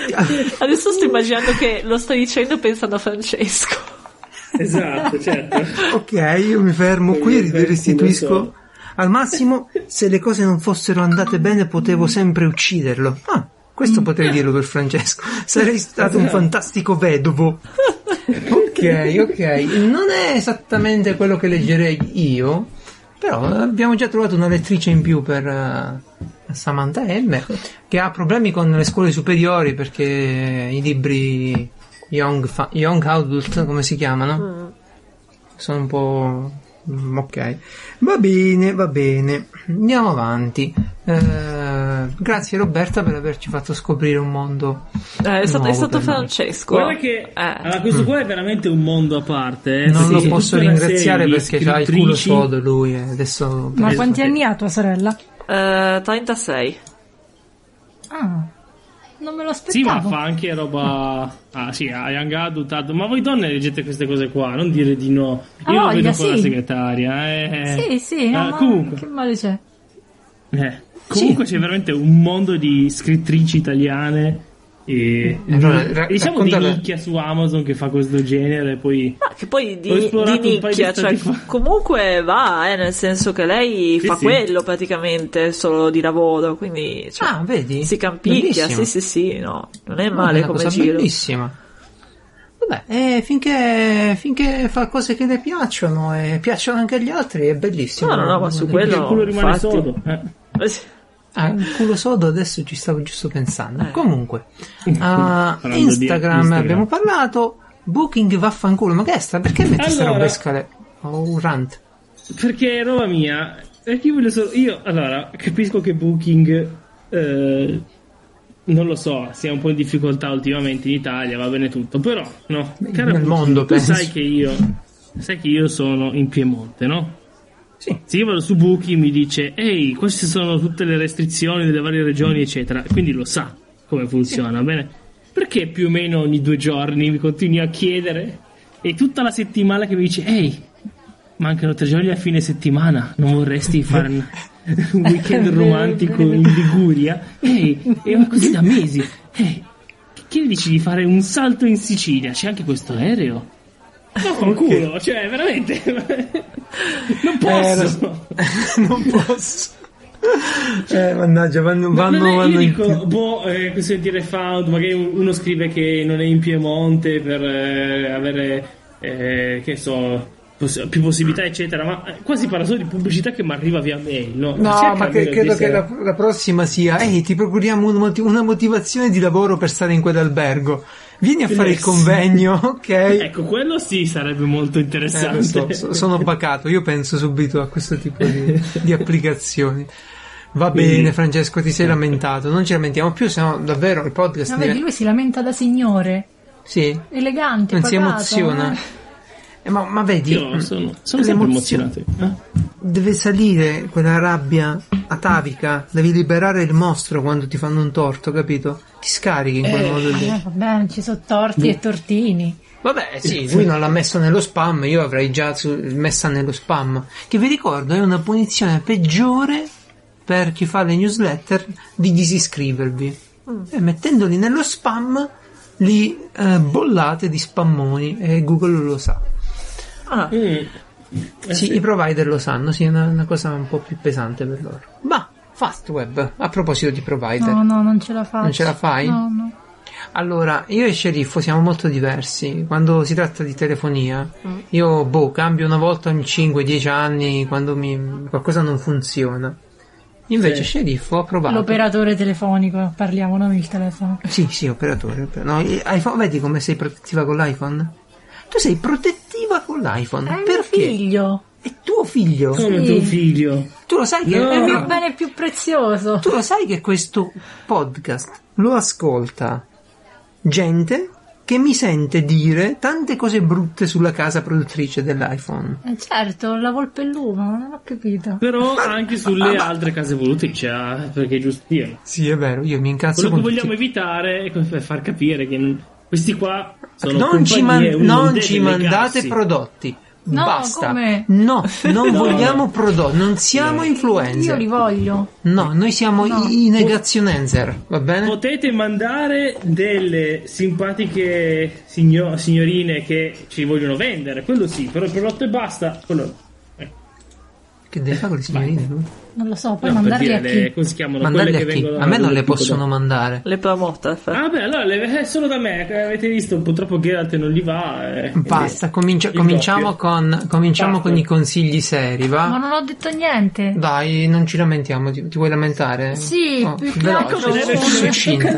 Adesso sto immaginando che lo stai dicendo pensando a Francesco. Esatto, certo. Ok, io mi fermo qui e restituisco. Al massimo, se le cose non fossero andate bene, potevo sempre ucciderlo. Questo potrei dirlo per Francesco. Sarei stato un fantastico vedovo. Ok. Non è esattamente quello che leggerei io, però abbiamo già trovato una lettrice in più per Samantha M, che ha problemi con le scuole superiori perché i libri Young Adult, come si chiamano? Sono un po'... ok, va bene, andiamo avanti. Grazie Roberta per averci fatto scoprire un mondo è stato Francesco. Guarda che questo qua è veramente un mondo a parte, non lo posso ringraziare perché c'ha il culo sodo lui adesso. Ma quanti anni ha tua sorella? 36. Non me lo aspettavo. Sì, ma fa anche roba. A Young Adult. Ma voi donne leggete queste cose qua, non dire di no. Io lo vedo con la segretaria. Sì, no, comunque. Che male c'è? Comunque c'è veramente un mondo di scrittrici italiane e diciamo di nicchia su Amazon che fa questo genere, poi che poi di nicchia, cioè comunque va, nel senso che lei fa quello praticamente solo di lavoro, quindi vedi? Si campicchia, sì, no, non è male come giro. Bellissima. Vabbè, finché fa cose che le piacciono e piacciono anche agli altri è bellissimo. No, ma su quello il culo rimane sodo. Il culo sodo adesso ci stavo giusto pensando. Comunque, Instagram abbiamo parlato. Booking vaffanculo. Ma che è sta? Perché metti questa roba in scale? Un rant. Perché roba mia. Perché io allora capisco che Booking non lo so, sia un po' in difficoltà ultimamente in Italia, va bene tutto, però no, nel mondo tu sai che io sono in Piemonte, no? Sì. Se io vado su Booking mi dice ehi, queste sono tutte le restrizioni delle varie regioni eccetera, quindi lo sa come funziona, bene? Perché più o meno ogni 2 giorni mi continui a chiedere e tutta la settimana che mi dice ehi, mancano 3 giorni a fine settimana, non vorresti fare un weekend romantico in Liguria? Ehi, e così da mesi. Ehi, che dici di fare un salto in Sicilia? C'è anche questo aereo? No, con culo, cioè veramente non posso. Non posso. Mannaggia, vanno io dico, sentire found, magari uno scrive che non è in Piemonte per avere che so, più possibilità eccetera, ma qua si parla solo di pubblicità che mi arriva via mail, no? Ma credo che la prossima sia ti procuriamo una motivazione di lavoro per stare in quell'albergo, vieni a fare il convegno, ok? Ecco, quello sì sarebbe molto interessante. Sono pacato, io penso subito a questo tipo di applicazioni. Va bene, Francesco, ti sei lamentato, non ci lamentiamo più, sennò davvero il podcast vedi, lui si lamenta da signore, sì, elegante, non pagato, si emoziona. Ma vedi, io sono sempre emozionato. Deve salire quella rabbia atavica, devi liberare il mostro quando ti fanno un torto, capito? Ti scarichi in quel modo lì. Vabbè, ci sono torti e tortini. Vabbè, sì, lui non l'ha messo nello spam, io avrei già messa nello spam, che vi ricordo è una punizione peggiore per chi fa le newsletter di disiscrivervi. E mettendoli nello spam li bollate di spammoni e Google lo sa. Sì, i provider lo sanno, sì, è una cosa un po' più pesante per loro. Ma Fastweb, a proposito di provider, no, non ce la faccio. Non ce la fai? No. Allora, io e Sceriffo siamo molto diversi quando si tratta di telefonia. Io cambio una volta ogni 5-10 anni quando qualcosa non funziona. Invece Sceriffo ha provato l'operatore telefonico, parliamo, non il telefono. Sì, operatore. No, iPhone, vedi come sei protettiva con l'iPhone? Tu sei protettiva con l'iPhone. È perché? Mio figlio. È tuo figlio? Come tuo figlio? Tu lo sai che è il mio bene più prezioso. Tu lo sai che questo podcast lo ascolta gente che mi sente dire tante cose brutte sulla casa produttrice dell'iPhone. Certo, la volpe e l'uomo, non ho capito. Però anche sulle altre case produttrici, perché è giusto dire. Sì, è vero, io mi incazzo. Quello che vogliamo evitare è far capire che questi qua sono non ci mandate prodotti. No, basta. come? No, non vogliamo prodotti, non siamo influencer. Io li voglio. No, noi siamo i negazionenser, va bene? Potete mandare delle simpatiche signorine che ci vogliono vendere, quello sì, però il prodotto e basta, quello... Che devi fare con le signorine? Non lo so, poi No, per mandarli dire, a chi? come si chiamano? Mandarli Quelle a che chi? vengono A me non le tipo possono mandare. Le promote. Ah beh, allora solo da me, avete visto, purtroppo Geralt non gli va. Basta, cominciamo con i consigli seri, va? Ma non ho detto niente. Dai, non ci lamentiamo, ti vuoi lamentare? Sì, Oh, più che veloce, altro- succinta.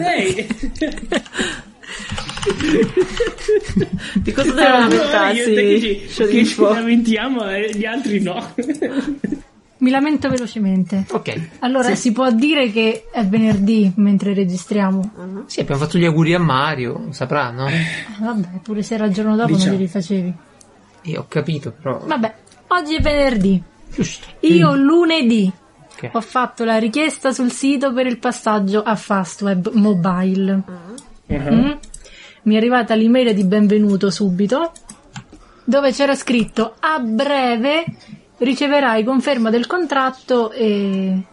Di cosa devono lamentarsi? Che ci Sceriffo? lamentiamo e gli altri no. Mi lamento velocemente. Ok. Allora, si può dire che è venerdì mentre registriamo? Sì, abbiamo fatto gli auguri a Mario, saprà, no? Vabbè, pure se era il giorno dopo Diciamo. non li rifacevi. Io ho capito, però... Vabbè, oggi è venerdì. Giusto. Io lunedì Ok. ho fatto la richiesta sul sito per il passaggio a Fastweb Mobile. Mi è arrivata l'email di benvenuto subito, dove c'era scritto: a breve riceverai conferma del contratto e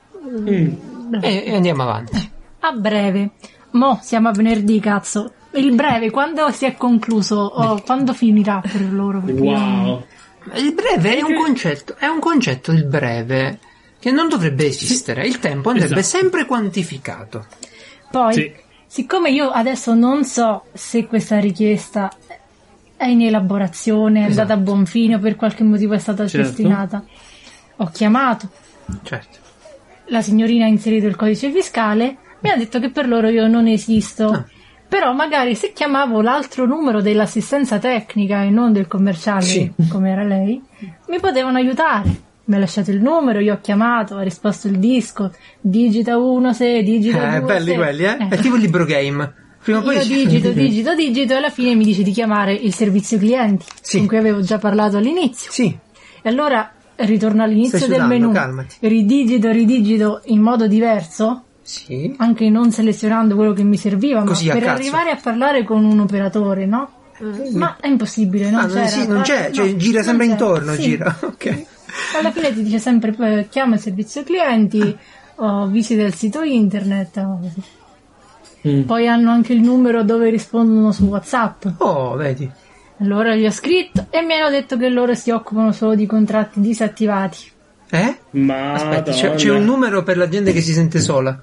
E andiamo avanti. a breve. Mo siamo a venerdì, cazzo. Il breve quando si è concluso o quando finirà per loro? Perché io non- Wow. Il breve è un concetto, il breve, che non dovrebbe esistere. Il tempo andrebbe Esatto. sempre quantificato. Poi, Sì. siccome io adesso non so se questa richiesta è in elaborazione, è andata a buon fine o per qualche motivo è stata Certo. cestinata, ho chiamato, Certo. la signorina ha inserito il codice fiscale, mi ha detto che per loro io non esisto. Ah. Però magari se chiamavo l'altro numero dell'assistenza tecnica e non del commerciale, Sì. come era lei, mi potevano aiutare. Mi ha lasciato il numero, io ho chiamato, ha risposto il disco, digita 1 se, digita 2 Belli se. quelli, eh? È tipo il libro game. Prima o poi Io digito e alla fine mi dice di chiamare il servizio clienti, Sì. con cui avevo già parlato all'inizio. Sì, E allora ritorno all'inizio Stai del sudando, menu, calmati. ridigito in modo diverso, sì. anche non selezionando quello che mi serviva, Così, ma a per cazzo. arrivare a parlare con un operatore, no? Ma è impossibile, non Ah, c'era. sì, non c'è, cioè no, gira non sempre c'è. intorno, Sì. gira. Ok. Alla fine ti dice sempre chiama il servizio clienti o visita il sito internet. Poi hanno anche il numero dove rispondono su WhatsApp. Oh, vedi. Allora gli ho scritto e mi hanno detto che loro si occupano solo di contratti disattivati. Ma Aspetta, c'è un numero per la gente che si sente sola.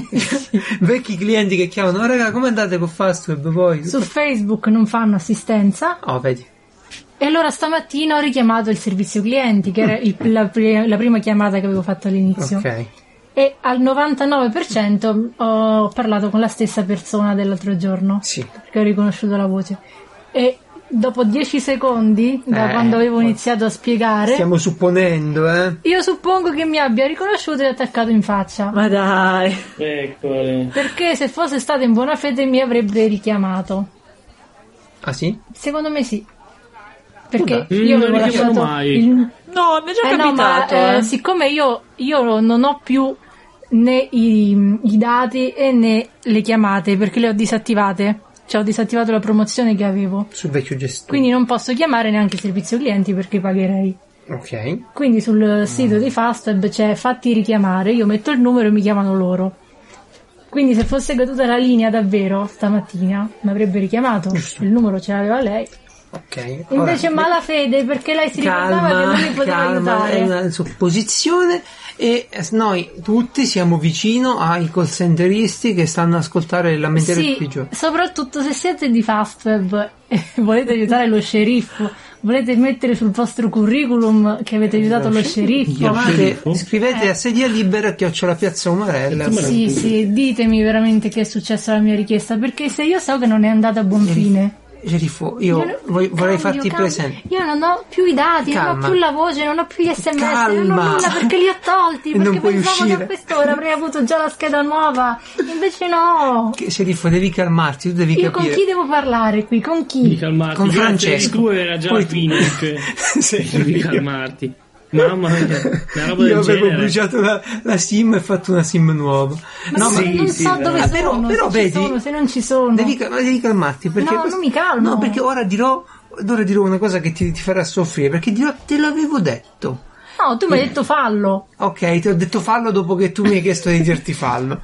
Vecchi clienti che chiamano: "Oh, raga, come andate con Fastweb voi?" Su Facebook non fanno assistenza. Oh, vedi. E allora stamattina ho richiamato il servizio clienti, che era la prima chiamata che avevo fatto all'inizio. Ok. E al 99% ho parlato con la stessa persona dell'altro giorno. Sì. Perché ho riconosciuto la voce. E dopo 10 secondi, da quando avevo iniziato a spiegare, Stiamo supponendo, io suppongo che mi abbia riconosciuto e attaccato in faccia. Ma dai. Eccole. Perché se fosse stato in buona fede mi avrebbe richiamato. Ah, sì? Secondo me sì. Perché Vabbè. io avevo Non li chiamano lasciato mai. il... No, mi è già no, ma capitato. siccome io non ho più né i dati e né le chiamate, perché le ho disattivate. Cioè ho disattivato la promozione che avevo. Sul vecchio gestore. Quindi non posso chiamare neanche il servizio clienti perché pagherei. Ok. Quindi sul sito di Fastweb c'è fatti richiamare, io metto il numero e mi chiamano loro. Quindi se fosse caduta la linea davvero stamattina mi avrebbe richiamato, il numero ce l'aveva lei. Ok. Invece Ora, malafede perché lei si ricordava che non mi poteva calma, è aiutare. una supposizione e noi tutti siamo vicino ai call centeristi che stanno a ascoltare le lamentele tutti i Sì, giorni. soprattutto se siete di Fastweb e volete aiutare lo sceriffo, volete mettere sul vostro curriculum che avete aiutato lo sceriffo. Chiamate, scrivete a sedia libera @Piazza Umarella. Sì, ditemi veramente che è successo alla mia richiesta, perché se io so che non è andata a buon fine. Sceriffo, io vorrei farti presente. Io non ho più i dati, non Calma. ho più la voce, non ho più gli sms, non Calma. ho nulla perché li ho tolti, E perché non puoi pensavo che uscire. a quest'ora avrei avuto già la scheda nuova, invece no. Sceriffo, devi calmarti, tu devi Io con capire. chi devo parlare qui? Con Devi chi? calmarti. Con Grazie, Francesco. Tu era già Poi la fine. Cioè, Sì. devi calmarti. Mamma mia, una roba Io del avevo genere. bruciato la SIM e fatto una SIM nuova. Ma No, non ma so dove sono, però se vedi, ci sono, se non ci sono. devi calmarti, perché No, non mi calmo. No, perché ora dirò una cosa che ti farà soffrire, perché dirò te l'avevo detto. No, tu mi hai detto fallo. Ok, ti ho detto fallo dopo che tu mi hai chiesto di dirti fallo.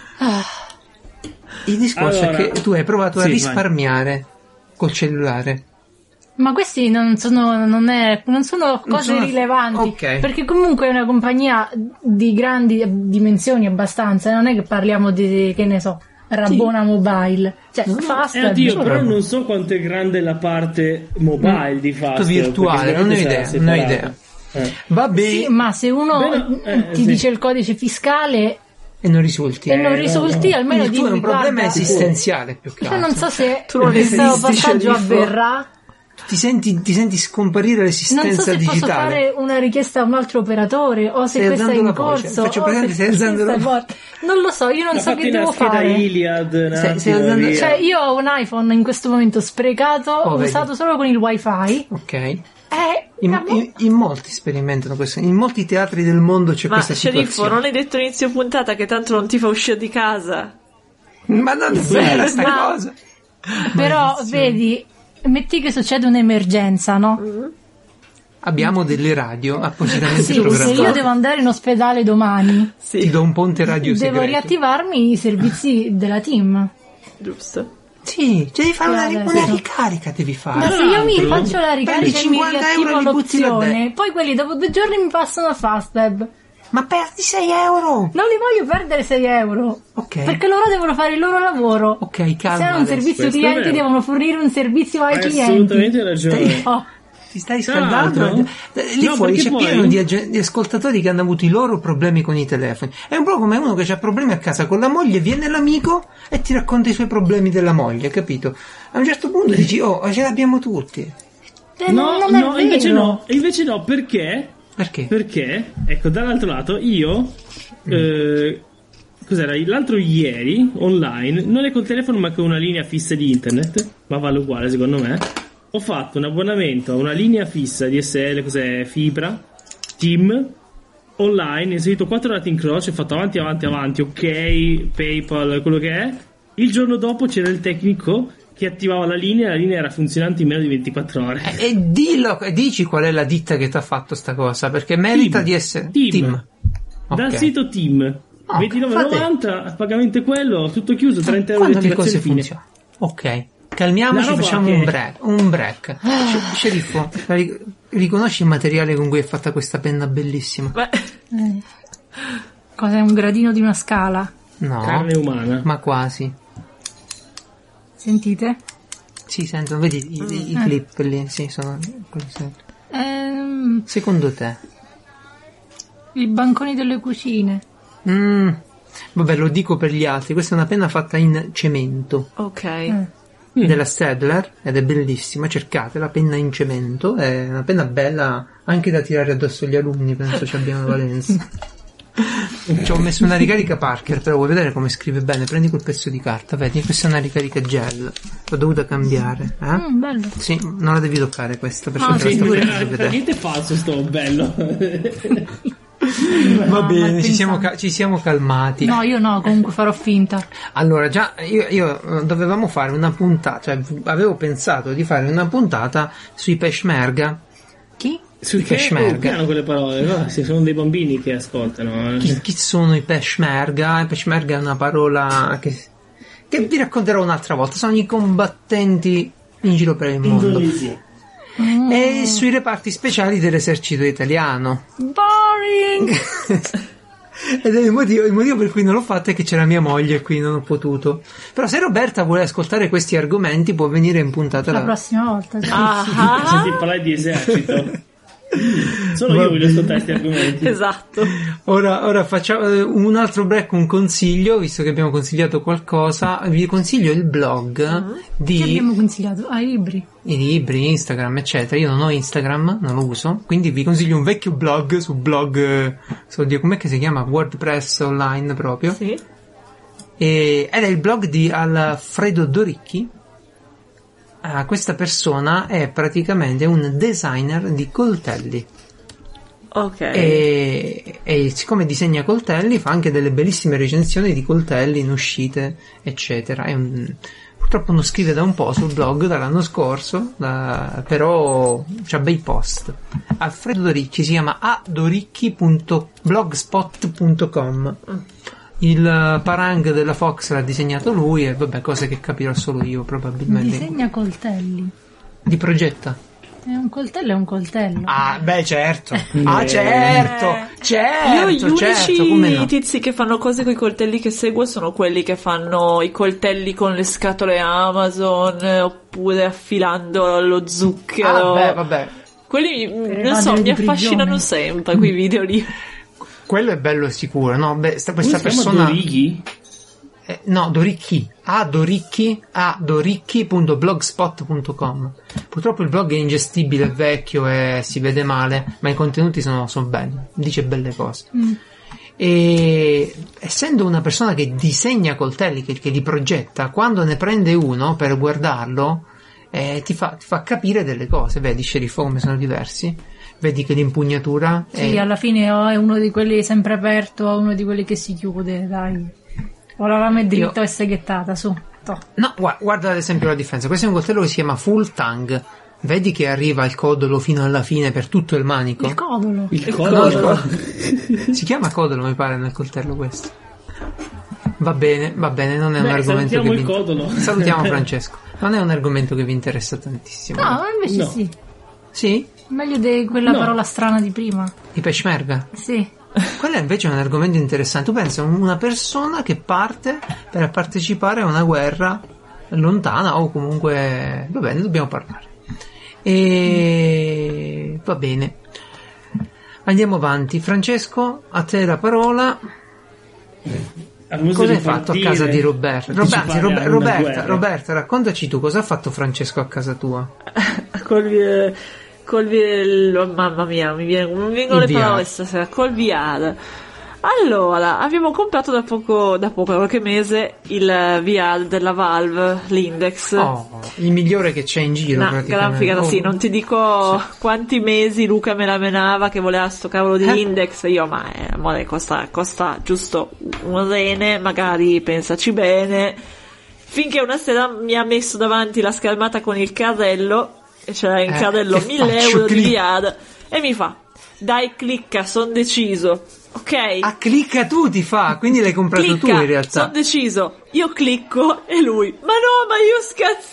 Il discorso Allora, è che tu hai provato a sì, risparmiare col cellulare. Ma questi non sono cose sono- rilevanti. ok. Perché comunque è una compagnia di grandi dimensioni abbastanza. Non è che parliamo di, che ne so, Rabona Mobile. Cioè, Fastweb. Oddio, però non so quanto è grande la parte mobile di Fastweb. Virtuale, perché non ho sicuramente idea, sarà non ho separata. idea. Va bene. Sì, ma se uno ti sì. dice il codice fiscale E non risulti. e non risulti, almeno Quindi tu dimmi, hai un problema guarda, esistenziale più che io altro. non so se Tu non questo esisti, passaggio sceriffo. avverrà. Ti senti scomparire Non l'esistenza so se posso digitale. fare una richiesta a un altro operatore o se Stai questa è alzando in la voce. corso. Faccio o presente, se stai alzando questa la è morta. Non lo so, io non Ma so fatti che una devo scheda fare. Iliad un Stai attimo, andando- via. Cioè, io ho un iPhone in questo momento sprecato, Oh, vedi. usato solo con il wifi. Ok. Vabbè. In molti sperimentano questo. In molti teatri del mondo c'è Ma questa sceriffo, situazione. non hai detto inizio puntata che tanto non ti fa uscire di casa? Ma non è vera sta ma- cosa. Però, vedi, metti che succede un'emergenza, no? Abbiamo delle radio appositamente Sì, se programmate. io devo andare in ospedale domani, Sì, Ti do un ponte radio devo segreto. riattivarmi i servizi della team. giusto. Sì, devi fare una Adesso. ricarica, devi Ma fare. se io mi l'altro, faccio la ricarica e mi 50 riattivo euro li butti là l'opzione, poi quelli dopo 2 giorni mi passano a Fastweb. Ma perdi 6 euro. Non li voglio perdere 6 euro. Ok. Perché loro devono fare il loro lavoro. Ok, calma Se hanno un adesso. servizio Questo è clienti, vero. devono fornire un servizio ai Hai clienti. assolutamente ragione. Oh, Ti stai Tra scaldando? l'altro- Lì no, fuori perché c'è poi- pieno di ascoltatori che hanno avuto i loro problemi con i telefoni. È un po' come uno che ha problemi a casa con la moglie, viene l'amico e ti racconta i suoi problemi della moglie, capito? A un certo punto dici, oh, ce l'abbiamo tutti. non è vero. Invece no, perché? Perché? Perché, ecco, dall'altro lato, io, cos'era, l'altro ieri, online, non è col telefono ma con una linea fissa di internet, ma vale uguale secondo me, ho fatto un abbonamento a una linea fissa DSL, cos'è, fibra, TIM, online, ho inserito 4 dati in croce, ho fatto avanti, ok, PayPal, quello che è. Il giorno dopo c'era il tecnico che attivava la linea era funzionante in meno di 24 ore. E dici qual è la ditta che ti ha fatto sta cosa, perché merita di essere Team. Ok. Dal sito Team. Ok, 29,90, pagamento è quello, tutto chiuso, 30 euro di Quando le attivazione cose fine. funzionano. Ok. Calmiamoci, La roba facciamo che- un break. Sceriffo, riconosci il materiale con cui è fatta questa penna bellissima? Beh, Cos'è un gradino di una scala? No, Carne umana. ma quasi. Sentite? Sì, sento, vedi i clip lì, sì, sono quelli sento. Secondo te? I banconi delle cucine. Vabbè, lo dico per gli altri, questa è una penna fatta in cemento ok. della Stedler ed è bellissima, cercatela, penna in cemento, è una penna bella anche da tirare addosso agli alunni, penso ci abbiano valenza. Ci ho messo una ricarica Parker, però vuoi vedere come scrive bene? Prendi quel pezzo di carta, vedi, questa è una ricarica gel, l'ho dovuta cambiare, Bello. Sì, non la devi toccare questa, perché Ah, te la sì, sto sì. facendo vedere. Niente falso sto bello. Va ma bene, pensavo- ci siamo calmati. No, io no, comunque farò finta. Allora, già io dovevamo fare una puntata, cioè avevo pensato di fare una puntata sui Peshmerga. Chi? Sul che Peshmerga. piano quelle parole, no? Se sono dei bambini che ascoltano. Chi sono i Peshmerga? I Peshmerga è una parola che vi racconterò un'altra volta. Sono i combattenti in giro per il mondo. E sui reparti speciali dell'esercito italiano. Boring! Ed è il motivo per cui non l'ho fatto è che c'era mia moglie e quindi non ho potuto. Però se Roberta vuole ascoltare questi argomenti può venire in puntata La prossima volta. Sì. Senti parlare di esercito. Solo io voglio ascoltare questi argomenti. Esatto. Ora facciamo un altro break, un consiglio, visto che abbiamo consigliato qualcosa. Vi consiglio il blog Che abbiamo consigliato? Ah, i libri. i libri, Instagram, eccetera. Io non ho Instagram, non lo uso, quindi vi consiglio un vecchio blog su oddio, com'è che si chiama? WordPress online proprio. Sì. Ed è il blog di Alfredo Doricchi. Questa persona è praticamente un designer di coltelli. Ok. E siccome disegna coltelli, fa anche delle bellissime recensioni di coltelli in uscite, eccetera. Purtroppo non scrive da un po' sul blog dall'anno scorso, però c'ha bei post. Alfredo Doricchi, si chiama adoricchi.blogspot.com. Il parang della Fox l'ha disegnato lui, e vabbè, cose che capirò solo io probabilmente. Disegna coltelli. Li progetta. Un coltello è un coltello. Ah, beh, certo. Certo. Io gli unici come no? tizi che fanno cose con i coltelli che seguo sono quelli che fanno i coltelli con le scatole Amazon, oppure affilando lo zucchero. Vabbè. Quelli, non so, mi affascinano sempre quei video lì. Quello è bello sicuro, no? Beh, questa persona... Doricchi? No, Doricchi. Doricchi.blogspot.com. Purtroppo il blog è ingestibile, è vecchio e si vede male, ma i contenuti sono belli, dice belle cose. E essendo una persona che disegna coltelli, che li progetta, quando ne prende uno per guardarlo, ti fa capire delle cose. Vedi, sceriffo, come sono diversi. Vedi che l'impugnatura sì, alla fine è uno di quelli sempre aperto, o uno di quelli che si chiude, dai. O la lama è dritta o è seghettata, su. No, guarda ad esempio la differenza. Questo è un coltello che si chiama Full Tang. Vedi che arriva il codolo fino alla fine per tutto il manico? Il codolo. Si chiama codolo, mi pare, nel coltello questo. Va bene, non è un argomento che salutiamo Francesco. Non è un argomento che vi interessa tantissimo. No, invece no. sì. Sì? Meglio di quella parola strana di prima. I peshmerga? Sì. Quello invece è un argomento interessante. Tu pensa a una persona che parte per partecipare a una guerra lontana, o comunque va bene, dobbiamo parlare. E va bene, andiamo avanti. Francesco, a te la parola. Cosa hai fatto a casa di Roberta? Roberta, raccontaci tu cosa ha fatto Francesco a casa tua. Mamma mia, mi vengono le parole stasera. Col VR. Allora, abbiamo comprato da poco, qualche mese, il VR della Valve, l'Index. Oh, il migliore che c'è in giro, praticamente. Gran figata, sì, non ti dico quanti mesi Luca me la menava che voleva sto cavolo di Index. Io, amore, costa giusto un rene, magari pensaci bene. Finché una sera mi ha messo davanti la schermata con il carrello, e c'era in carrello 1.000 euro di VR, e mi fa: dai, clicca, son deciso. Ok? Clicca tu, ti fa, quindi l'hai comprato tu in realtà. Sono deciso. Io clicco e lui: ma no, ma io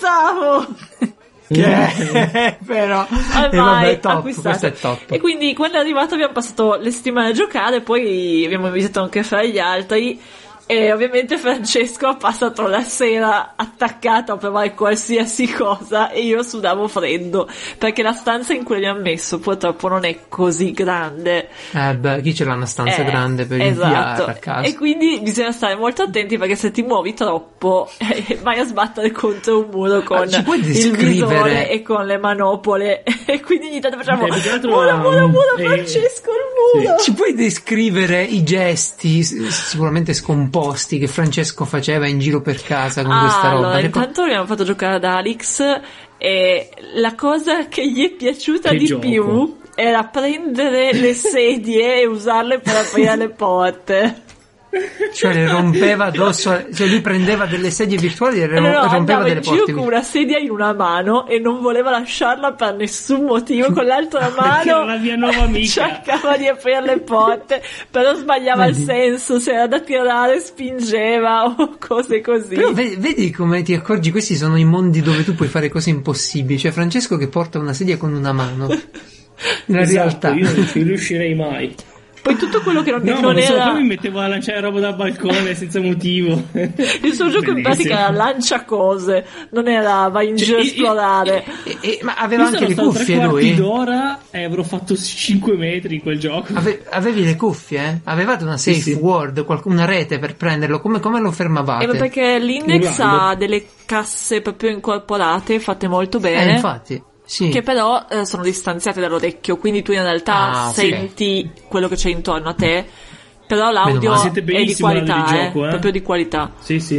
scazzavo. Però vabbè, top, questo è top. E quindi quando è arrivato abbiamo passato le settimane a giocare, poi abbiamo invitato anche fra gli altri. E ovviamente Francesco ha passato la sera attaccato a provare qualsiasi cosa, e io sudavo freddo perché la stanza in cui li ha messo purtroppo non è così grande. Chi ce l'ha una stanza grande per il VR a casa? E quindi bisogna stare molto attenti, perché se ti muovi troppo vai a sbattere contro un muro con il visore e con le manopole, e quindi ogni tanto facciamo muro, Francesco, il muro. Ci puoi descrivere i gesti sicuramente scomposti che Francesco faceva in giro per casa con questa roba? Allora, intanto abbiamo fatto giocare ad Alex, e la cosa che gli è piaciuta di più era prendere le sedie e usarle per aprire le porte. Cioè le rompeva addosso, cioè lui prendeva delle sedie virtuali e rompeva delle porte. Io con una sedia in una mano e non voleva lasciarla per nessun motivo, con l'altra mano la mia nuova amica cercava di aprire le porte, però sbagliava il senso, se era da tirare spingeva o cose così. Però vedi come ti accorgi, questi sono i mondi dove tu puoi fare cose impossibili. Cioè Francesco che porta una sedia con una mano, nella realtà io non ci riuscirei mai. Poi tutto quello che non era... poi mi mettevo a lanciare roba dal balcone senza motivo. Il suo gioco in pratica era lancia cose, non era vai in giro a esplorare. Ma aveva anche le cuffie lui? D'ora e avrò fatto 5 metri in quel gioco. Avevi le cuffie? Avevate una safe word, una rete per prenderlo? Come lo fermavate? Perché l'Index ha delle casse proprio incorporate, fatte molto bene. Infatti. Sì. Che però sono distanziate dall'orecchio, quindi tu in realtà senti quello che c'è intorno a te, però l'audio è di qualità, proprio di qualità. Sì.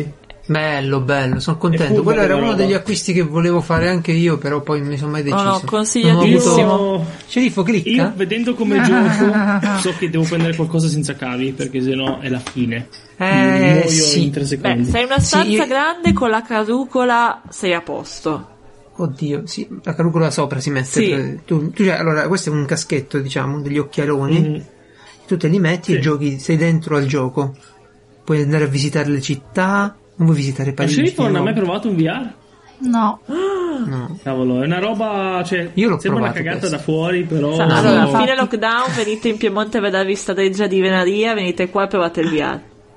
Bello, sono contento. Quello era uno degli acquisti che volevo fare anche io, però poi non mi sono mai deciso. No, consigliatissimo. Sceriffo, clicca. Io vedendo come gioco so che devo prendere qualcosa senza cavi, perché sennò è la fine. Muoio in 3 secondi. Sei in una stanza grande con la carucola, sei a posto. Oddio, sì, la carucola sopra si mette. Sì. Tu allora, questo è un caschetto, diciamo, degli occhialoni. Tu te li metti e giochi, sei dentro al gioco. Puoi andare a visitare le città. Non vuoi visitare Parigi? Ma Sceriffo non ha mai provato un VR? No. Cavolo, è una roba, cioè, io l'ho sembra provato una cagata questo. da fuori, però... Allora, a fine lockdown venite in Piemonte a vedere la vista reggia di Venaria, venite qua e provate il VR.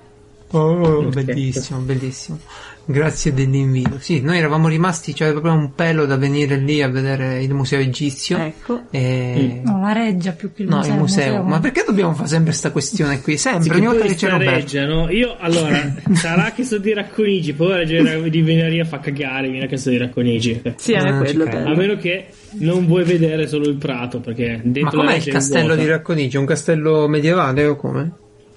Oh, bellissimo, bellissimo. Grazie dell'invito. Sì, noi eravamo rimasti, cioè proprio un pelo da venire lì a vedere il museo egizio. Ecco. No, la reggia più che il museo. No, il museo. Ma perché dobbiamo fare sempre questa questione qui? Sempre, ogni volta che c'è Roberto. Reggia, no? Io, allora, sarà che so di Racconigi, poi la reggia di Venaria fa cagare, viene che so di Racconigi. Sì, è quello bello. A meno che non vuoi vedere solo il prato, perché dentro ma com'è il castello di Racconigi? Un castello medievale o come?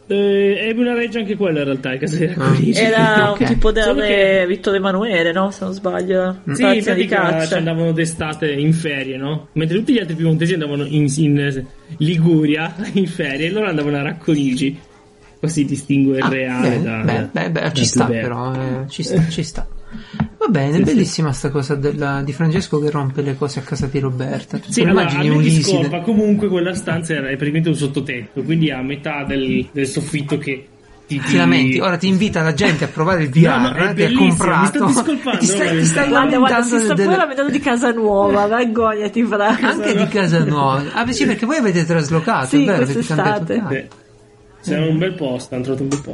È una reggia anche quella in realtà, il castello di Racconigi. Era un tipo del re Vittorio Emanuele, no? Se non sbaglio. Sì, in pratica ci andavano d'estate in ferie, no? Mentre tutti gli altri piemontesi andavano in Liguria in ferie e loro andavano a Racconigi. Così distingue il reale ci sta però, ci sta. Va bene, bellissima sta cosa di Francesco che rompe le cose a casa di Roberta. Sì, allora, a me discolpa, comunque quella stanza è praticamente un sottotetto, quindi a metà del soffitto che ti lamenti. Ora ti invita la gente a provare il VR che ha comprato. Mi sto discolpando. Ti stai guarda, si sta pure lamentando di casa nuova, vergognati, Franco. Anche di casa nuova. Ah, sì, perché voi avete traslocato, sì, è vero? quest'estate. C'era un bel posto, hanno trovato un bel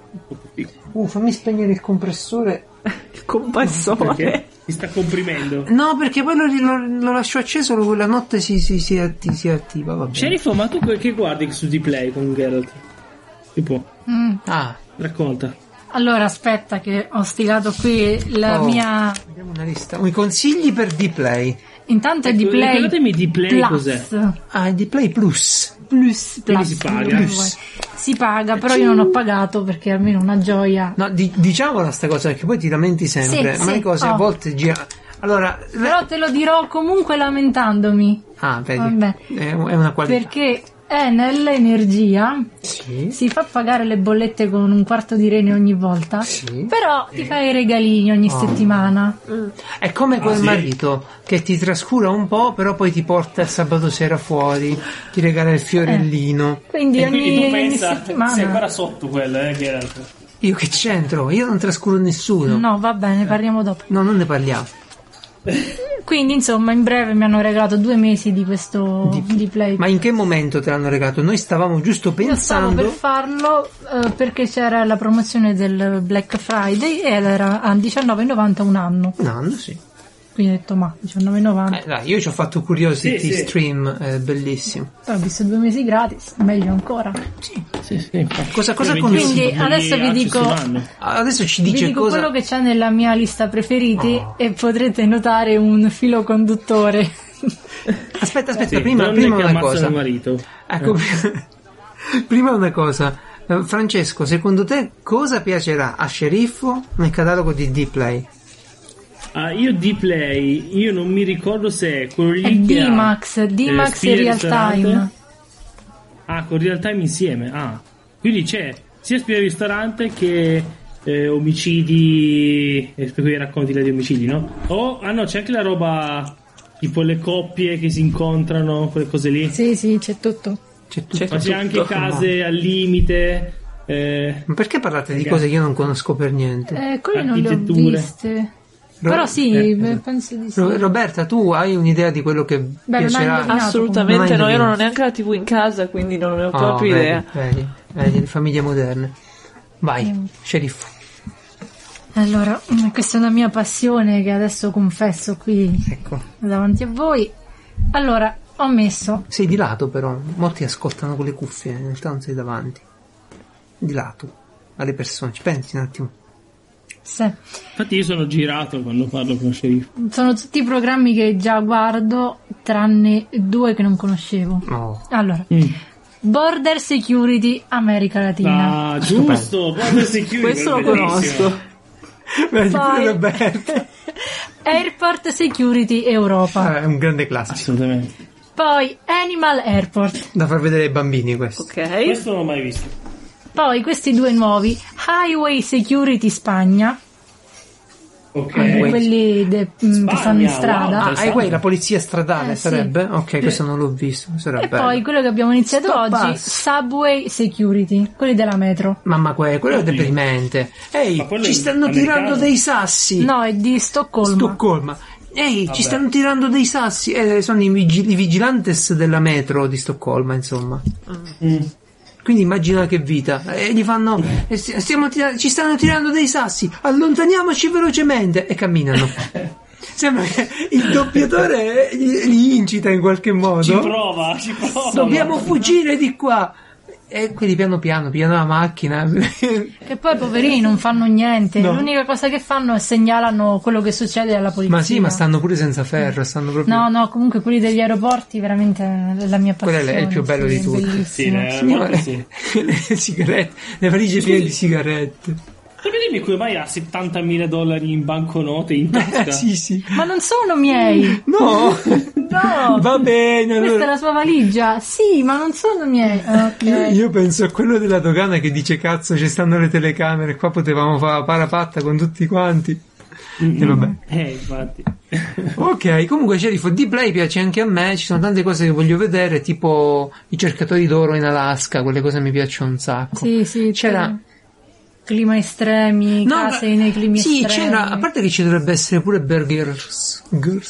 posto. Fammi spegnere il compressore. Il compressore? Perché? Si sta comprimendo. No, perché poi lo lascio acceso, quella notte si attiva. Va bene. Sceriffo, ma tu che guardi su Dplay con Geralt? Tipo. Racconta. Allora, aspetta che ho stilato qui la mia... Vediamo una lista. I consigli per Dplay. Intanto è Dplay. Ricordatemi Dplay Plus. Cos'è? Ah, Dplay Plus. Quindi si paga. Si paga, però io non ho pagato perché almeno una gioia. No, diciamola sta cosa perché poi ti lamenti sempre. Sì, ma le cose a volte girano. Allora, però te lo dirò comunque lamentandomi. Ah, vedi. Vabbè. È una qualità. Perché Enel Energia si fa pagare le bollette con un quarto di rene ogni volta, però ti fa i regalini ogni settimana. È come quel marito che ti trascura un po', però poi ti porta il sabato sera fuori, ti regala il fiorellino. Quindi ogni tu settimana. sei ancora sotto quello, Geralt. Io che c'entro? Io non trascuro nessuno. No, va bene, parliamo dopo. No, non ne parliamo. Quindi insomma in breve mi hanno regalato 2 mesi di questo Dplay. Ma in che momento te l'hanno regalato? Noi stavamo giusto pensando. Io stavo per farlo perché c'era la promozione del Black Friday ed era a $19,90 un anno. Un anno, sì. Quindi ho detto ma $19,90. Dai, io ci ho fatto Curiosity Stream, è bellissimo. Ho visto 2 mesi gratis, meglio ancora. Sì. Cosa Quindi adesso vi dico. Adesso ci dice vi dico cosa. Quello che c'è nella mia lista preferiti e potrete notare un filo conduttore. Aspetta, prima una cosa. Marito. Ecco, prima una cosa. Francesco, secondo te cosa piacerà a Sceriffo nel catalogo di Dplay? Io Dplay, io non mi ricordo se è quello lì è D-Max e Real Time. Con Real Time insieme. Quindi c'è sia Spia Ristorante che omicidi, quei racconti di omicidi, no? No, c'è anche la roba tipo le coppie che si incontrano, quelle cose lì. Sì, c'è tutto. Ma c'è anche case al limite. Ma perché parlate di cose che io non conosco per niente? Quelle non le ho viste. Però sì, penso di sì. Roberta, tu hai un'idea di quello che piacerà? Assolutamente no, io non ho neanche la TV in casa, quindi non ne ho proprio idea. Vedi, le famiglie moderne. Vai, Sceriffo. Allora, questa è una mia passione che adesso confesso qui davanti a voi. Allora, ho messo... Sei di lato però, molti ascoltano con le cuffie, in realtà non sei davanti. Di lato, alle persone, ci pensi un attimo. Sì. Infatti io sono girato quando parlo con Sceriffo. Sono tutti programmi che già guardo, tranne 2 che non conoscevo. Allora, Border Security America Latina. Giusto, Border Security. Questo lo conosco. Airport Security Europa. È un grande classico. Assolutamente. Poi Animal Airport. Da far vedere ai bambini questo. Ok. Questo non l'ho mai visto. Poi questi due nuovi, Highway Security Spagna. Ok. Quelli che fanno in strada. Wow, Highway, la polizia stradale sì. sarebbe? Ok, questo non l'ho visto. Sarebbe E poi quello che abbiamo iniziato Stop oggi, bus. Subway Security, quelli della metro. Mamma quello è deprimente. Ehi, Ma quello ci è stanno americano? tirando dei sassi. No, è di Stoccolma. Ehi, Vabbè. ci stanno tirando dei sassi. Sono i vigilantes della metro di Stoccolma, insomma. Quindi immagina che vita. E gli fanno ci stanno tirando dei sassi, allontaniamoci velocemente, e camminano. Sembra che il doppiatore li incita in qualche modo. Ci prova. Dobbiamo fuggire di qua. E quelli piano la macchina. Che poi poverini non fanno niente. No. L'unica cosa che fanno è segnalano quello che succede alla polizia. Ma sì, ma stanno pure senza ferro, stanno proprio. No, comunque quelli degli aeroporti veramente è la mia passione. Quello è il più bello di tutti. Sì, Bellissimo. sì. Le sigarette, le valigie piene di sigarette. Perché dimmi come mai ha $70.000 in banconote in tasca? Sì. Ma non sono miei. No, No. va bene. Questa è Allora. la sua valigia. Sì, ma non sono miei. Ok. Io penso a quello della dogana che dice cazzo ci stanno le telecamere, qua potevamo fare la parapatta con tutti quanti. E vabbè. Infatti. Ok, comunque Sheriff, D-Play piace anche a me, ci sono tante cose che voglio vedere, tipo i cercatori d'oro in Alaska, quelle cose mi piacciono un sacco. Sì, C'era clima estremi, No, case nei climi sì, estremi. c'era, a parte che ci dovrebbe essere pure Bear Grylls.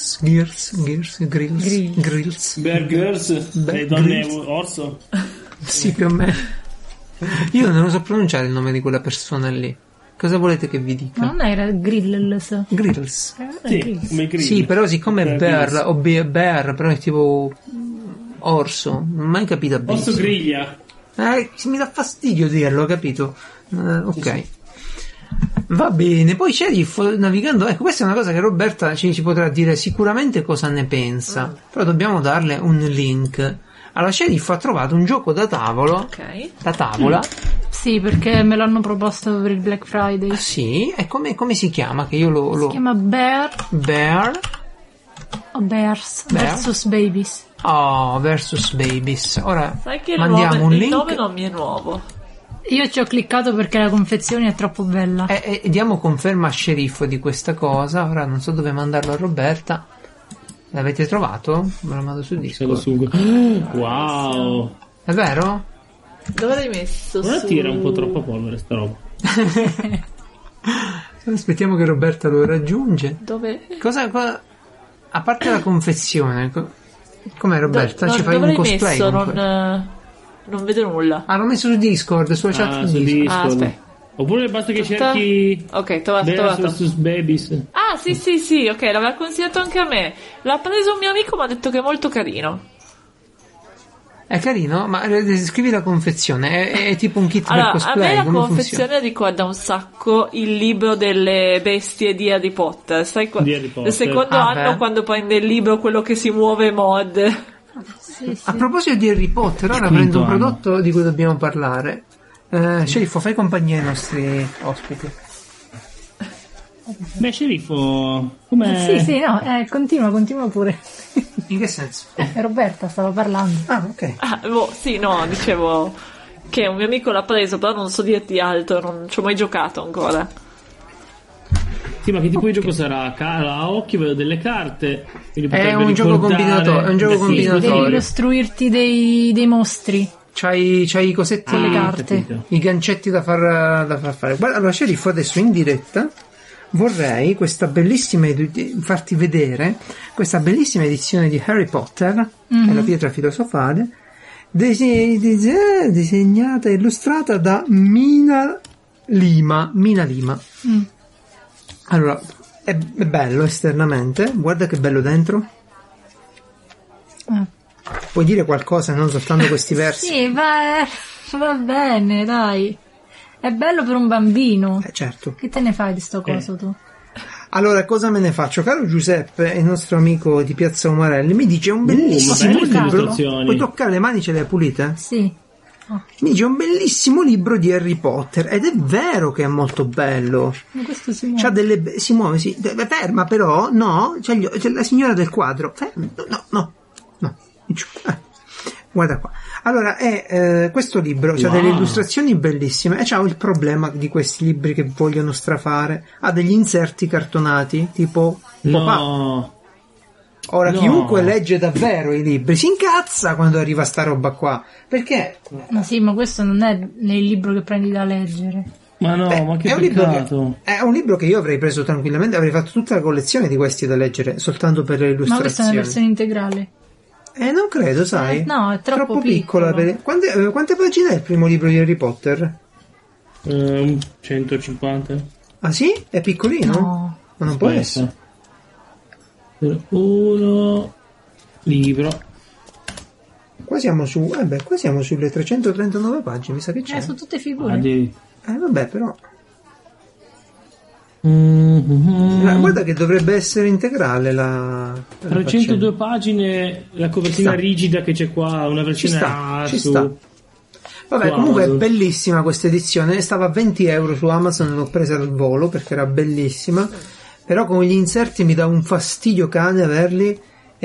Burgers, le donne orso. Sì, più o meno. Io non lo so pronunciare il nome di quella persona lì. Cosa volete che vi dica? Ma non era Grills. Grills. Sì, come grill. Sì, però siccome è Bear Bear o Bear, però è tipo orso, non ho mai capito bene. Orso griglia. Mi dà fastidio dirlo, capito? Ok. Va bene, poi Sheriff navigando, ecco, questa è una cosa che Roberta ci potrà dire sicuramente cosa ne pensa, però dobbiamo darle un link. Allora, Sheriff ha trovato un gioco da tavolo, Ok. da tavola. Sì, perché me l'hanno proposto per il Black Friday. Sì, e come si chiama? Che io lo Si chiama Bear Bear. o Bears Bear? versus Babies. Oh, versus Babies. Ora Sai che mandiamo un il link nome non mi è nuovo. Io ci ho cliccato perché la confezione è troppo bella. e diamo conferma a Sheriff di questa cosa. Ora non so dove mandarlo a Roberta. L'avete trovato? Me lo mando su Discord. Wow. È vero? Dove l'hai messo? Non Su... tira un po' troppa polvere sta roba. Aspettiamo che Roberta lo raggiunge. Dove? Cosa a parte la confezione, com'è Roberta? Ci fai dove un l'hai cosplay? messo? Comunque? Non vedo nulla. Ah, l'ho messo su Discord, sulla chat Su di Discord. Discord. aspetta. Oppure basta che cerchi Ok, trovato. versus babies. Ah, sì, ok, l'aveva consigliato anche a me. L'ha preso un mio amico, mi ha detto che è molto carino. È carino, ma scrivi la confezione, è tipo un kit Allora, per a cosplay, me la come confezione funziona? ricorda un sacco il libro delle bestie di Harry Potter. Sai Di Harry Potter. il secondo Ah, anno beh. quando prende il libro quello che si muove mod. Sì. A proposito di Harry Potter, ora Quinto prendo un anno. prodotto di cui dobbiamo parlare. Sceriffo, fai compagnia ai nostri ospiti. Beh, sceriffo, com'è? Sì, no, continua pure. In che senso? Roberta stava parlando. Ah, ok. Ah, sì, no, dicevo che un mio amico l'ha preso, però non so dirti altro, non ci ho mai giocato ancora. Sì, ma che tipo di gioco sarà? A occhio vedo delle carte. È un gioco combinatorio, è un gioco Sì, combinatorio. Devi costruirti dei mostri. C'hai i cosetti, Con le carte. capito. i gancetti da far fare. Guarda, allora Sceriffo, adesso in diretta vorrei farti vedere questa bellissima edizione di Harry Potter e la pietra filosofale disegnata e illustrata da Mina Lima. Allora, è bello esternamente, guarda che bello dentro. Puoi dire qualcosa, non soltanto questi versi? Sì, va bene, dai. È bello per un bambino. Certo. Che te ne fai di sto coso tu? Allora, cosa me ne faccio? Caro Giuseppe, il nostro amico di Piazza Umarelli, mi dice un ma bellissimo belle libro. illustrazioni. Puoi toccare le mani, ce le hai pulite? Sì. Mi dice: è un bellissimo libro di Harry Potter, ed è vero che è molto bello. Ma questo si muove. C'ha si muove, ferma però, no, c'è la signora del quadro, ferma, no. Guarda qua. Allora, questo libro c'ha delle illustrazioni bellissime, e c'ha il problema di questi libri che vogliono strafare. Ha degli inserti cartonati, tipo pop-up. Ora, chiunque legge davvero i libri si incazza quando arriva sta roba qua, perché? Ma sì, ma questo non è il libro che prendi da leggere. Ma no, ma che peccato. È un libro che io avrei preso tranquillamente, avrei fatto tutta la collezione di questi da leggere soltanto per le illustrazioni. Ma questa è una versione integrale? Non credo, sai. No, è troppo piccola. Quante pagine è il primo libro di Harry Potter? 150. Ah sì? È piccolino? No. Ma non può essere. Uno libro. Qua siamo sulle 339 pagine, mi sa che c'è. Sono tutte figure. Vabbè, però. Guarda che dovrebbe essere integrale la 302 pagine, la copertina rigida che c'è qua, una versione ci sta. Vabbè, comunque è bellissima questa edizione, stava a 20 euro su Amazon, l'ho presa al volo perché era bellissima, però con gli inserti mi dà un fastidio cane averli,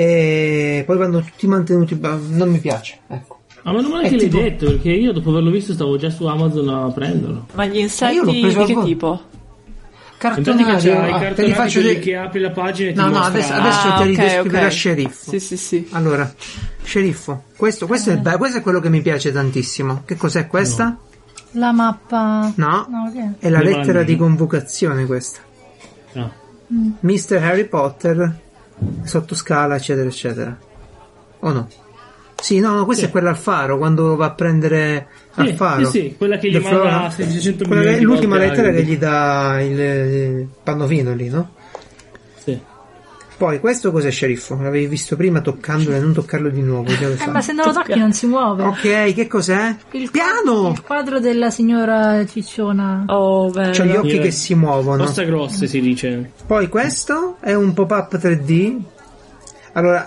e poi vanno tutti mantenuti, non mi piace, ecco. Ma non male che l'hai detto, perché io dopo averlo visto stavo già su Amazon a prenderlo. Ma gli inserti di che tipo? Cartonati, te li faccio che apri la pagina e ti mostra. Adesso te li descriverà Sceriffo. Sì. Allora, Sceriffo, questo è quello che mi piace tantissimo. Che cos'è questa? No. La mappa. No, è la lettera di convocazione questa. No. Mr. Harry Potter, sottoscala, eccetera, eccetera. O no? Sì, no, questa è quella al faro, quando va a prendere al faro. Sì, quella che gli manda 600 milioni. Quella è l'ultima lettera che gli dà il pannofino lì, no? Sì. Poi questo cos'è, Sceriffo? L'avevi visto prima toccandolo e non toccarlo di nuovo. Ma se non lo tocchi non si muove. Ok, che cos'è? Piano! Il quadro della signora Cicciona. Oh, bello. C'ha gli occhi che si muovono. Costa grosse si dice. Poi questo è un pop-up 3D. Allora,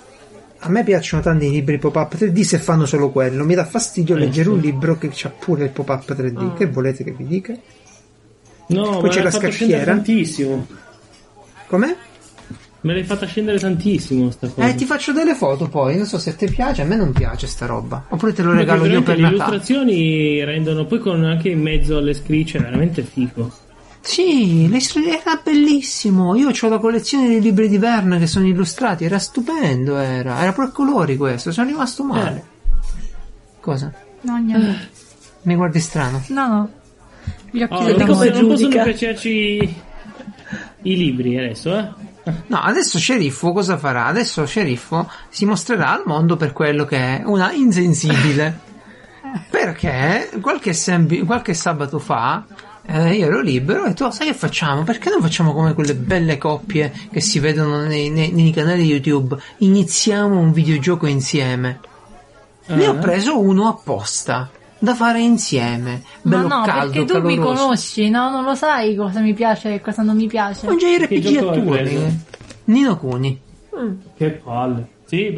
a me piacciono tanto i libri pop-up 3D se fanno solo quello. Mi dà fastidio leggere un libro che c'ha pure il pop-up 3D. Che volete che vi dica? No, poi c'è la scacchiera. Tantissimo. Com'è? Me l'hai fatta scendere tantissimo sta cosa. Ti faccio delle foto poi, non so se ti piace, a me non piace sta roba. Oppure te lo regalo io per le Natale. Le illustrazioni rendono, poi con anche in mezzo alle scricce, veramente figo. Sì, era bellissimo. Io ho la collezione dei libri di Verne che sono illustrati, era stupendo, era pure a colori questo, sono rimasto male. Cosa? No, niente. Mi guardi strano? No. Gli occhi non possono piacerci i libri adesso, No, adesso Sceriffo cosa farà? Adesso Sceriffo si mostrerà al mondo per quello che è, una insensibile. Perché qualche sabato fa io ero libero e tu sai che facciamo? Perché non facciamo come quelle belle coppie che si vedono nei canali YouTube? Iniziamo un videogioco insieme. Ne ho preso uno apposta da fare insieme, bello caldo, perché tu caloroso. Mi conosci, no? Non lo sai cosa mi piace e cosa non mi piace. Un JRPG a turni. Nino Kuni. Che palle. Sì,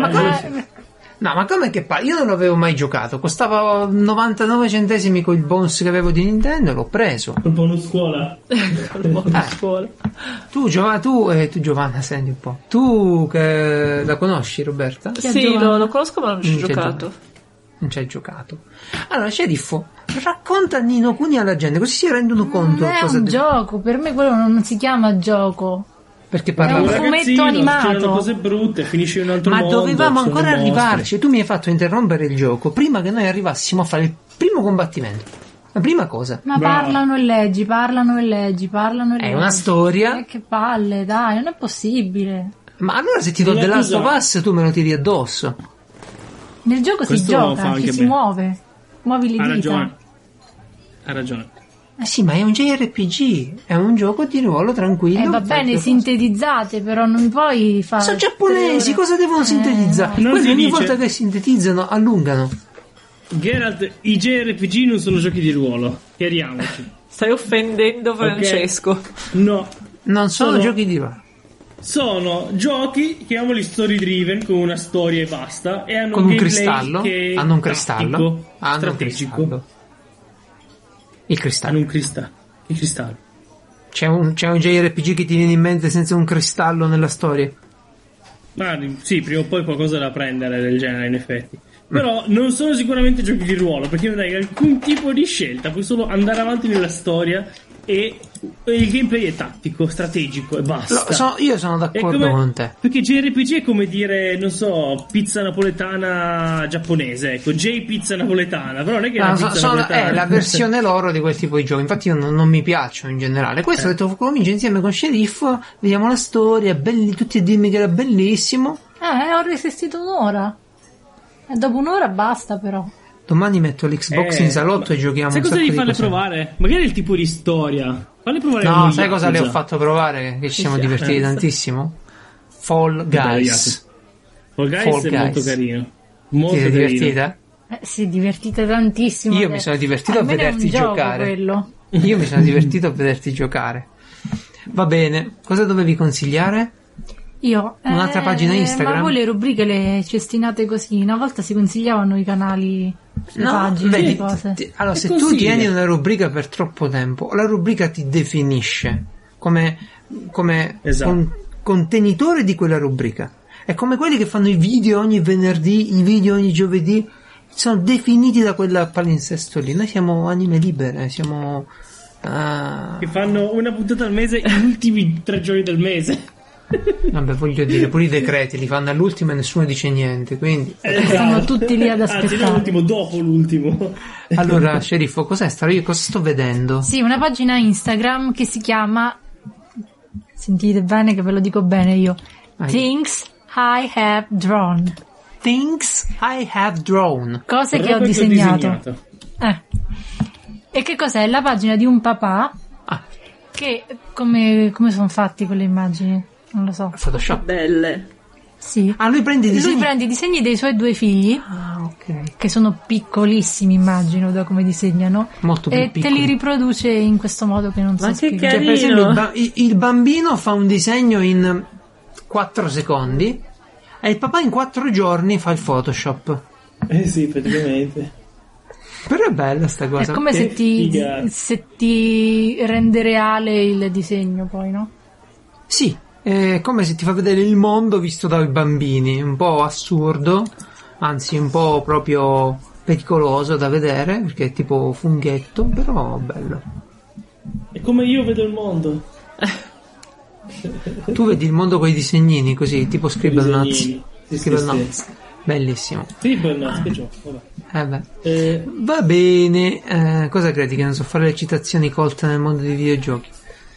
No, ma come che palle? Io non l'avevo mai giocato, costava 99 centesimi con il bonus che avevo di Nintendo, l'ho preso. Col bonus scuola. Scuola. Tu Giovanna, senti un po'. Tu che la conosci, Roberta? Sì, lo conosco ma non ci ho giocato. Non ci hai giocato. Allora, Sceriffo, racconta Nino Kuni alla gente, così si rendono conto. Non è un gioco, per me quello non si chiama gioco. Perché parla è un fumetto animato. C'erano cose brutte, finisce in un altro mondo. Ma dovevamo ancora arrivarci. Tu mi hai fatto interrompere il gioco prima che noi arrivassimo a fare il primo combattimento. La prima cosa. Ma parlano e leggi. È una storia. Che palle, dai, non è possibile. Ma allora se ti do The Last of Us tu me lo tiri addosso. Nel gioco si gioca, si muove. Muovi le dita. Ha ragione. Sì, ma è un JRPG, è un gioco di ruolo tranquillo. Va bene, sintetizzate, però non puoi fare. Sono giapponesi, cosa devono sintetizzare? Quelli ogni volta che sintetizzano allungano. Geralt, i JRPG non sono giochi di ruolo, chiariamoci. Stai offendendo Francesco. No. Non sono giochi di ruolo. sono giochi, chiamiamoli story driven, con una storia e basta, e hanno con un un gameplay cristallo, che hanno un cristallo, strategico. Il cristallo. Hanno un cristallo. Il cristallo. C'è un JRPG che ti viene in mente senza un cristallo nella storia? Ma sì, prima o poi qualcosa da prendere del genere, in effetti. Però non sono sicuramente giochi di ruolo, perché non hai alcun tipo di scelta, puoi solo andare avanti nella storia e il gameplay è tattico, strategico e basta. Io sono d'accordo con te. Perché JRPG è come dire, non so, pizza napoletana giapponese, ecco, J-pizza napoletana, però non è che è la versione loro di quel tipo di giochi, infatti io non mi piacciono in generale. Questo ho detto, comincio insieme con Sceriffo, vediamo la storia, tutti a dirmi che era bellissimo. Ho resistito un'ora. E dopo un'ora basta, però. Domani metto l'Xbox in salotto e giochiamo un sacco di cose. Sai cosa devi farle provare? Magari il tipo di storia. Falle provare. No, sai cosa le ho fatto provare? Che ci siamo divertiti tantissimo? Fall Guys. Fall Guys è molto carino. Molto Ti sei divertita? Si è divertita tantissimo. Io mi sono divertito a vederti giocare. Quello. Io mi sono divertito a vederti giocare. Va bene, cosa dovevi consigliare? Io un'altra pagina Instagram? Ma voi le rubriche le cestinate così? Una volta si consigliavano i canali, le pagine, vedi, le cose. Allora, se tu tieni una rubrica per troppo tempo, la rubrica ti definisce come esatto. Contenitore di quella rubrica. È come quelli che fanno i video ogni venerdì, i video ogni giovedì, sono definiti da quella palinsesto lì. Noi siamo anime libere, siamo che fanno una puntata al mese gli ultimi 3 giorni del mese. Vabbè, voglio dire, pure i decreti li fanno all'ultimo e nessuno dice niente, quindi stanno tutti lì ad aspettare. Anzi, l'ultimo, dopo l'ultimo. Allora, Sceriffo, cosa sto vedendo? Sì, una pagina Instagram che si chiama, sentite bene che ve lo dico bene io, Things I Have Drawn. Things I Have Drawn. Cose che ho disegnato. E che cos'è? La pagina di un papà che come sono fatti quelle immagini? Non lo so. Photoshop. Belle. Sì. Lui prende i disegni? Lui prende i disegni dei suoi 2 figli, che sono piccolissimi, immagino, da come disegnano. Molto più piccoli. Te li riproduce in questo modo che non so spiegare. Cioè, per esempio, il bambino fa un disegno in 4 secondi e il papà in 4 giorni fa il Photoshop. Sì, praticamente. Però è bella sta cosa. È come se ti rende reale il disegno, poi, no? Sì, è come se ti fa vedere il mondo visto dai bambini. Un po' assurdo, anzi un po' proprio pericoloso da vedere, perché è tipo funghetto, però bello. È come io vedo il mondo. Tu vedi il mondo con i disegnini così, tipo Scribblenauts. Sì. Bellissimo. Scribblenauts, che gioco, vabbè. Va bene. Cosa credi, che non so fare le citazioni colte nel mondo dei videogiochi?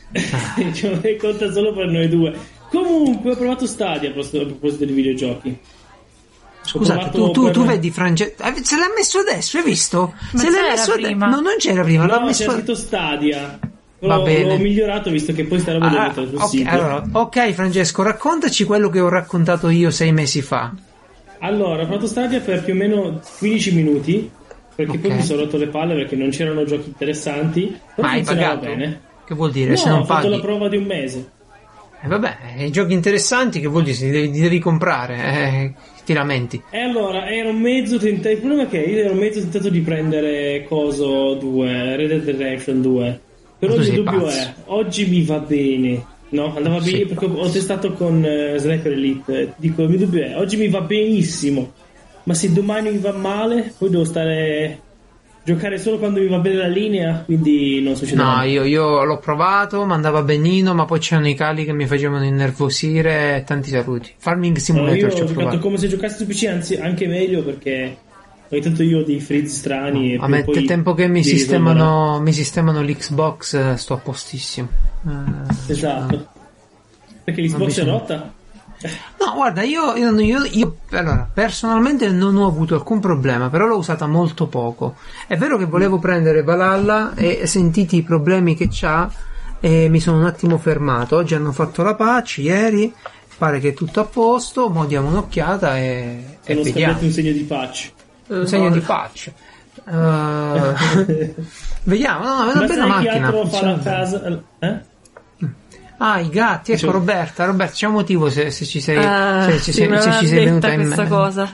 Cioè, conta solo per noi due. Comunque ho provato Stadia a proposito di videogiochi. Scusate, tu vedi Francesco, se l'ha messo adesso, hai visto? Ma se l'ha messo prima. No, non c'era prima, no, l'ha messo. C'era scritto Stadia. Va bene. L'ho migliorato visto che poi sta roba devo mettere sul sito. Allora, ok Francesco, raccontaci quello che ho raccontato io 6 mesi fa. Allora, ho provato Stadia per più o meno 15 minuti, perché poi mi sono rotto le palle perché non c'erano giochi interessanti, però ma hai funzionava pagato? bene. Che vuol dire? No, se non ho fatto paghi? la prova di un mese. Vabbè, i giochi interessanti che vuol dire? Li devi comprare, ti lamenti. E allora, ero un mezzo tentato, il problema è che io ero mezzo tentato di prendere Coso 2, Red Dead Redemption 2, però il mio dubbio è, oggi mi va bene, no? Andava bene perché ho testato con Sniper Elite, dico, il mio dubbio è, oggi mi va benissimo, ma se domani mi va male, poi devo giocare solo quando mi va bene la linea, quindi non succede No, io l'ho provato, mi andava benino, ma poi c'erano i cali che mi facevano innervosire. Tanti saluti. Farming Simulator io ho ci ho giocato provato come se giocassi su PC, anzi anche meglio, perché ogni tanto io ho dei freeze strani. A me il tempo che mi sistemano l'Xbox sto a postissimo. Esatto. Perché l'Xbox è rotta? No, guarda, io allora, personalmente non ho avuto alcun problema, però l'ho usata molto poco. È vero che volevo prendere Valhalla e sentiti i problemi che c'ha e mi sono un attimo fermato. Oggi hanno fatto la patch, ieri, pare che è tutto a posto, mo diamo un'occhiata e non vediamo. Un segno di patch. Un segno di patch. Vediamo, no, è una bella macchina. Fa la casa, Ah, i gatti, ecco. Roberta, c'è un motivo se ci sei, se ci sei venuta in questa mente. cosa.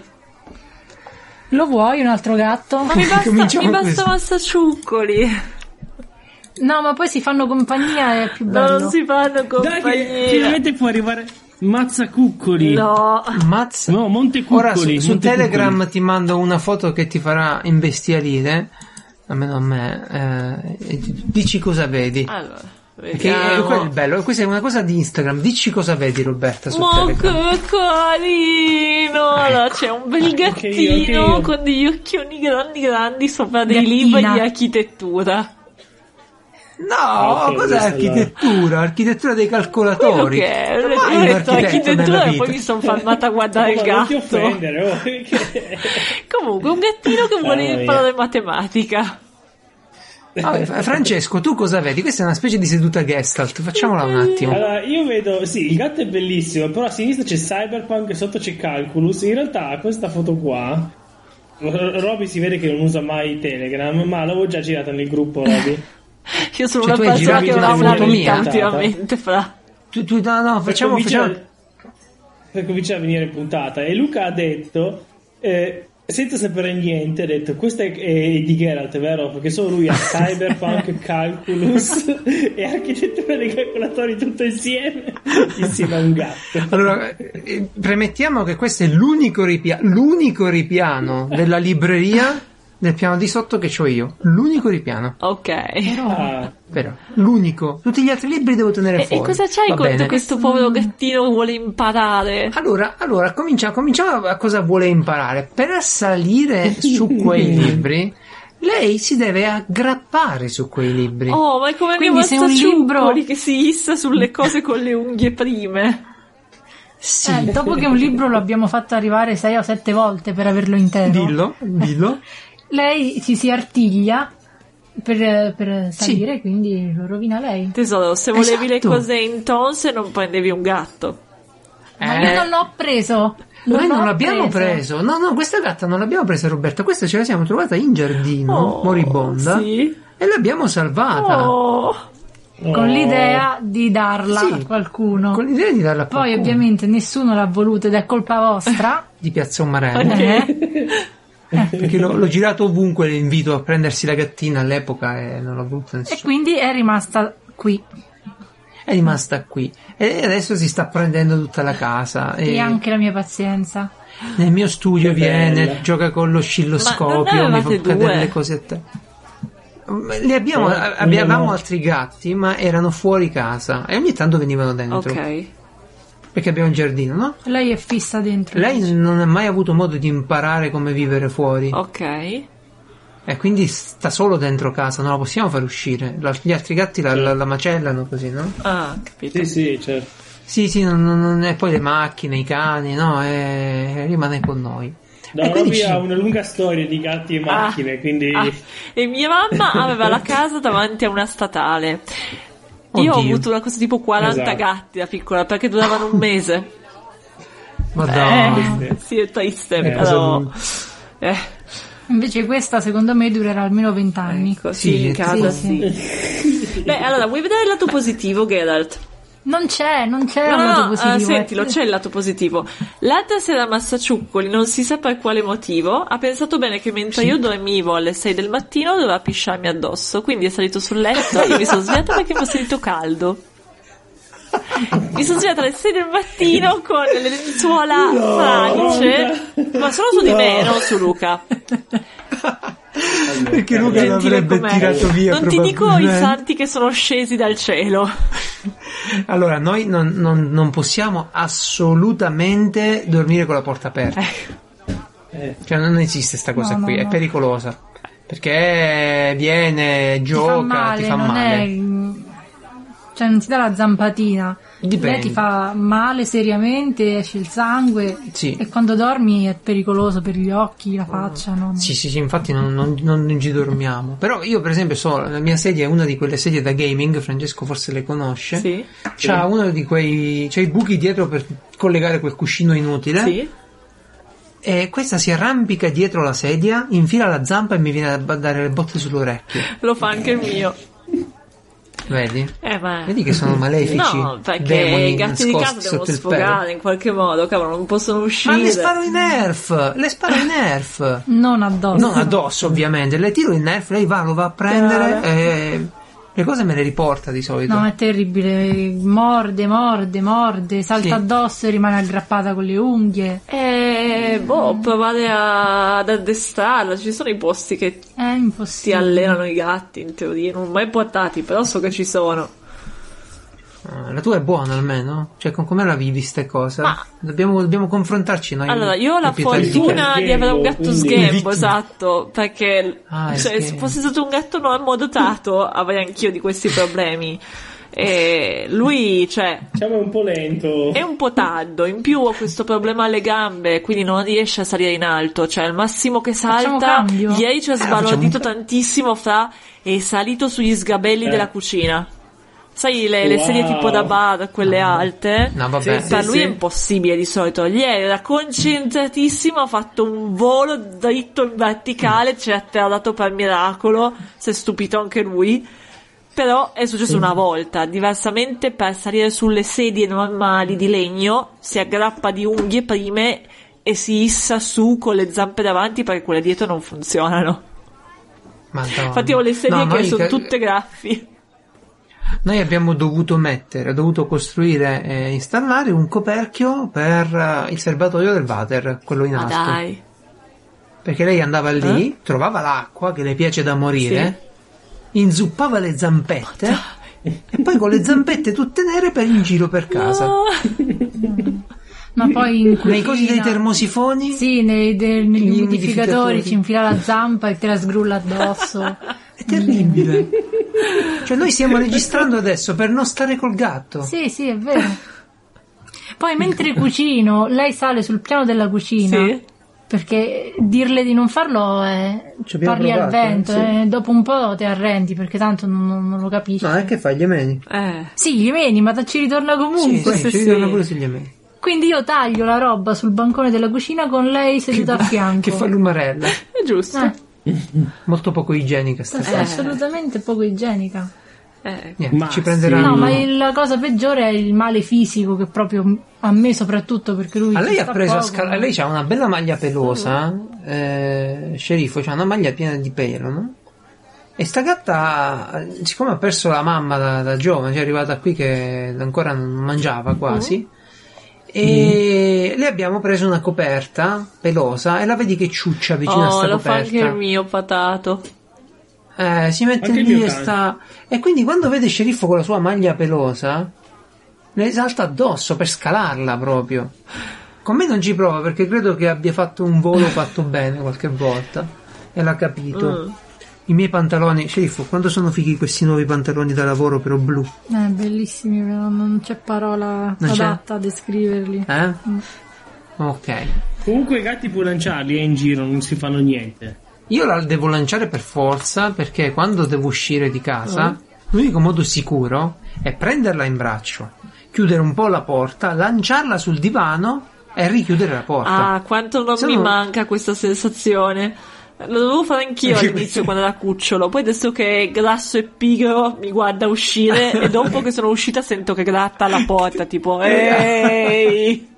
Lo vuoi un altro gatto? Ma mi basta Massaciuccoli. No, ma poi si fanno compagnia, è più bello. Non si fanno compagnia. Dai, che finalmente può arrivare Mazzacuccoli. No, Montecuccoli. Ora su Telegram ti mando una foto che ti farà imbestialire, almeno a me. Dici cosa vedi. allora. Perché quello è il bello, questa è una cosa di Instagram. Dici cosa vedi, Roberta, su Ma Telegram. che carino! Allora c'è un bel gattino io. con degli occhioni grandi sopra dei Gattina. libri di architettura. No, Ok, cos'è questa architettura? Architettura dei calcolatori. Quello che è, Mai io ho un detto architetto architettura nella e vita. poi mi sono fermata a guardare il Non ti gatto. offendere, Comunque, un gattino che vuole mia. imparare matematica. Vabbè, Francesco, tu cosa vedi? Questa è una specie di seduta Gestalt, facciamola un attimo. Allora, io vedo, sì, il gatto è bellissimo, però a sinistra c'è Cyberpunk e sotto c'è Calculus. In realtà questa foto qua, Roby si vede che non usa mai Telegram, ma l'avevo già girata nel gruppo, Roby. Io sono Cioè, tu una hai persona girato che non una ha una foto vita mia? ultimamente, fra. No, facciamo. Per cominciare a venire in puntata. E Luca ha detto, senza sapere niente, ha detto, questa è di Geralt, vero? Perché solo lui ha Cyberpunk, Calculus e architettura dei calcolatori tutto insieme a un gatto. Allora, premettiamo che questo è l'unico ripiano della libreria del piano di sotto che c'ho io. L'unico ripiano. Ok. Ah, Però, l'unico. Tutti gli altri libri devo tenere fuori. E cosa c'hai Va contro bene. questo povero gattino che vuole imparare? Allora cominciamo a cosa vuole imparare. Per salire su quei libri, lei si deve aggrappare su quei libri. Oh, ma è come Quindi se un libro- che si issa sulle cose con le unghie prime. Sì. Dopo che un libro lo abbiamo fatto arrivare 6 o 7 volte per averlo intero, Dillo. lei si artiglia per salire, quindi lo rovina lei. Tesoro, se volevi le Esatto. cose in tonse non prendevi un gatto. Ma io non l'ho preso. Noi non l'ho l'abbiamo preso. No, questa gatta non l'abbiamo presa, Roberta. Questa ce la siamo trovata in giardino, moribonda, Sì. e l'abbiamo salvata. Oh. Con l'idea di darla Sì, a qualcuno. con l'idea di darla a Poi qualcuno. ovviamente nessuno l'ha voluta ed è colpa vostra. Di Piazza Umarello. Perché l'ho girato ovunque l'invito a prendersi la gattina all'epoca e non l'ho voluta E nessuno. quindi è rimasta qui. È rimasta qui e adesso si sta prendendo tutta la casa. E anche la mia pazienza. Nel mio studio Che viene, bella. gioca con l'oscilloscopio, Ma non mi fa avevate cadere due? le cose a te. Avevamo altri gatti, ma erano fuori casa e ogni tanto venivano dentro. Ok. Perché abbiamo un giardino, no? Lei è fissa dentro. Lei non ha mai avuto modo di imparare come vivere fuori. Ok. E quindi sta solo dentro casa, non la possiamo far uscire. Gli altri gatti la macellano così, no? Ah, capito. sì, certo. Sì, e poi le macchine, i cani, no? E rimane con noi. Da quindi Roby ha una lunga storia di gatti e macchine, quindi... E mia mamma aveva la casa davanti a una statale. Io ho Oddio. avuto una cosa tipo 40 Esatto. gatti da piccola perché duravano un mese. Madonna. Sì, è triste. cosa Però... Invece questa secondo me durerà almeno 20 anni. Ecco, Sì, sì, in casa sì, sì. Beh, allora, vuoi vedere il lato positivo, Geralt? Non c'è No, un lato positivo. sentilo, c'è il lato positivo. L'altra sera a Massaciuccoli, non si sa per quale motivo, ha pensato bene che mentre io dormivo alle 6 del mattino doveva pisciarmi addosso, quindi è salito sul letto e io mi sono svegliata perché mi ho sentito caldo. Mi sono svegliata alle 6 del mattino con le lenzuola fradice, ma solo su di me, non su Luca. Perché Luca Gentile l'avrebbe com'è. tirato via. Non ti dico i probabilmente. santi che sono scesi dal cielo. Allora, noi non possiamo assolutamente dormire con la porta aperta. Cioè, non esiste sta cosa No, qui, no, è no. pericolosa. Perché viene, gioca, ti fa non male. Cioè non ti dà la zampatina. Dipende. Lei ti fa male seriamente, esce il sangue. Sì. E quando dormi è pericoloso per gli occhi, la faccia. No? Sì, infatti non ci dormiamo. Però io, per esempio, la mia sedia è una di quelle sedie da gaming, Francesco forse le conosce. Sì. C'ha uno di quei. C'ha i buchi dietro per collegare quel cuscino inutile. Sì. E questa si arrampica dietro la sedia, infila la zampa e mi viene a dare le botte sull'orecchio. Lo fa anche il mio. Vedi che sono malefici. No, perché i gatti di casa devono sfogare in qualche modo, cavolo, non possono uscire. Ma le sparo i nerf. Non addosso, ovviamente. Le tiro il nerf, lei lo va a prendere e le cose me le riporta di solito. No, è terribile. Morde, salta addosso e rimane aggrappata con le unghie. Provare ad addestrarla. Ci sono i posti che si allenano i gatti, in teoria. Non ho mai portati, però so che ci sono. La tua è buona almeno? Cioè, come la vivi ste cose? Dobbiamo confrontarci noi. Allora, io ho la fortuna di avere un gatto sghembo, esatto, perché se fosse stato un gatto non dotato avrei anch'io di questi problemi. E lui, diciamo, è un po' lento, è un po' tardo, in più ho questo problema alle gambe, quindi non riesce a salire in alto, cioè al massimo che salta, ieri ci ha sbalordito tantissimo è salito sugli sgabelli della cucina. Sai, le sedie tipo da bar, quelle alte? No, vabbè. Per lui è impossibile di solito. Ieri era concentratissimo, ha fatto un volo dritto in verticale, ci ha atterrato per miracolo, si è stupito anche lui. Però è successo una volta. Diversamente, per salire sulle sedie normali di legno, si aggrappa di unghie prime e si issa su con le zampe davanti perché quelle dietro non funzionano. Madonna. Infatti ho le sedie che sono tutte graffi. Noi abbiamo dovuto costruire e installare un coperchio per il serbatoio del water, quello in alto. Dai. Perché lei andava lì, trovava l'acqua che le piace da morire, inzuppava le zampette e poi con le zampette tutte nere in giro per casa. No. Ma poi nei cosi dei termosifoni? Sì, negli umidificatori ci infila la zampa e te la sgrulla addosso. È terribile. Cioè noi stiamo registrando adesso per non stare col gatto. Sì, è vero. Poi mentre cucino, lei sale sul piano della cucina. Sì. Perché dirle di non farlo parli al vento, dopo un po' ti arrendi perché tanto non lo capisci. No, è che fai gli ameni. Sì, gli ameni, ma ci ritorna comunque. Sì, ci ritorna pure sugli ameni. Quindi io taglio la roba sul bancone della cucina con lei seduta a fianco. Che fa l'umarella. È giusto. Molto poco igienica assolutamente poco igienica. Ci prenderanno. No, ma la cosa peggiore è il male fisico che proprio a me soprattutto perché lui lei ha preso lei c'ha una bella maglia pelosa, sceriffo, c'ha una maglia piena di pelo, no? E sta gatta, siccome ha perso la mamma da giovane, cioè è arrivata qui che ancora non mangiava quasi, e le abbiamo preso una coperta pelosa e la vedi che ciuccia vicino a sta coperta. Lo fa anche il mio patato. Si mette anche lì e quindi quando vede Sceriffo con la sua maglia pelosa le salta addosso per scalarla proprio. Con me non ci prova perché credo che abbia fatto un volo fatto bene qualche volta e l'ha capito. I miei pantaloni, Sceriffo, quanto sono fighi questi nuovi pantaloni da lavoro però blu. Bellissimi, però non c'è parola adatta a descriverli. Ok. Comunque i gatti puoi lanciarli in giro, non si fanno niente. Io la devo lanciare per forza perché quando devo uscire di casa l'unico modo sicuro è prenderla in braccio, chiudere un po' la porta, lanciarla sul divano e richiudere la porta. Quanto non mi manca questa sensazione. Lo dovevo fare anch'io all'inizio quando era cucciolo, poi adesso che è grasso e pigro mi guarda uscire e dopo che sono uscita sento che gratta alla porta tipo ehi.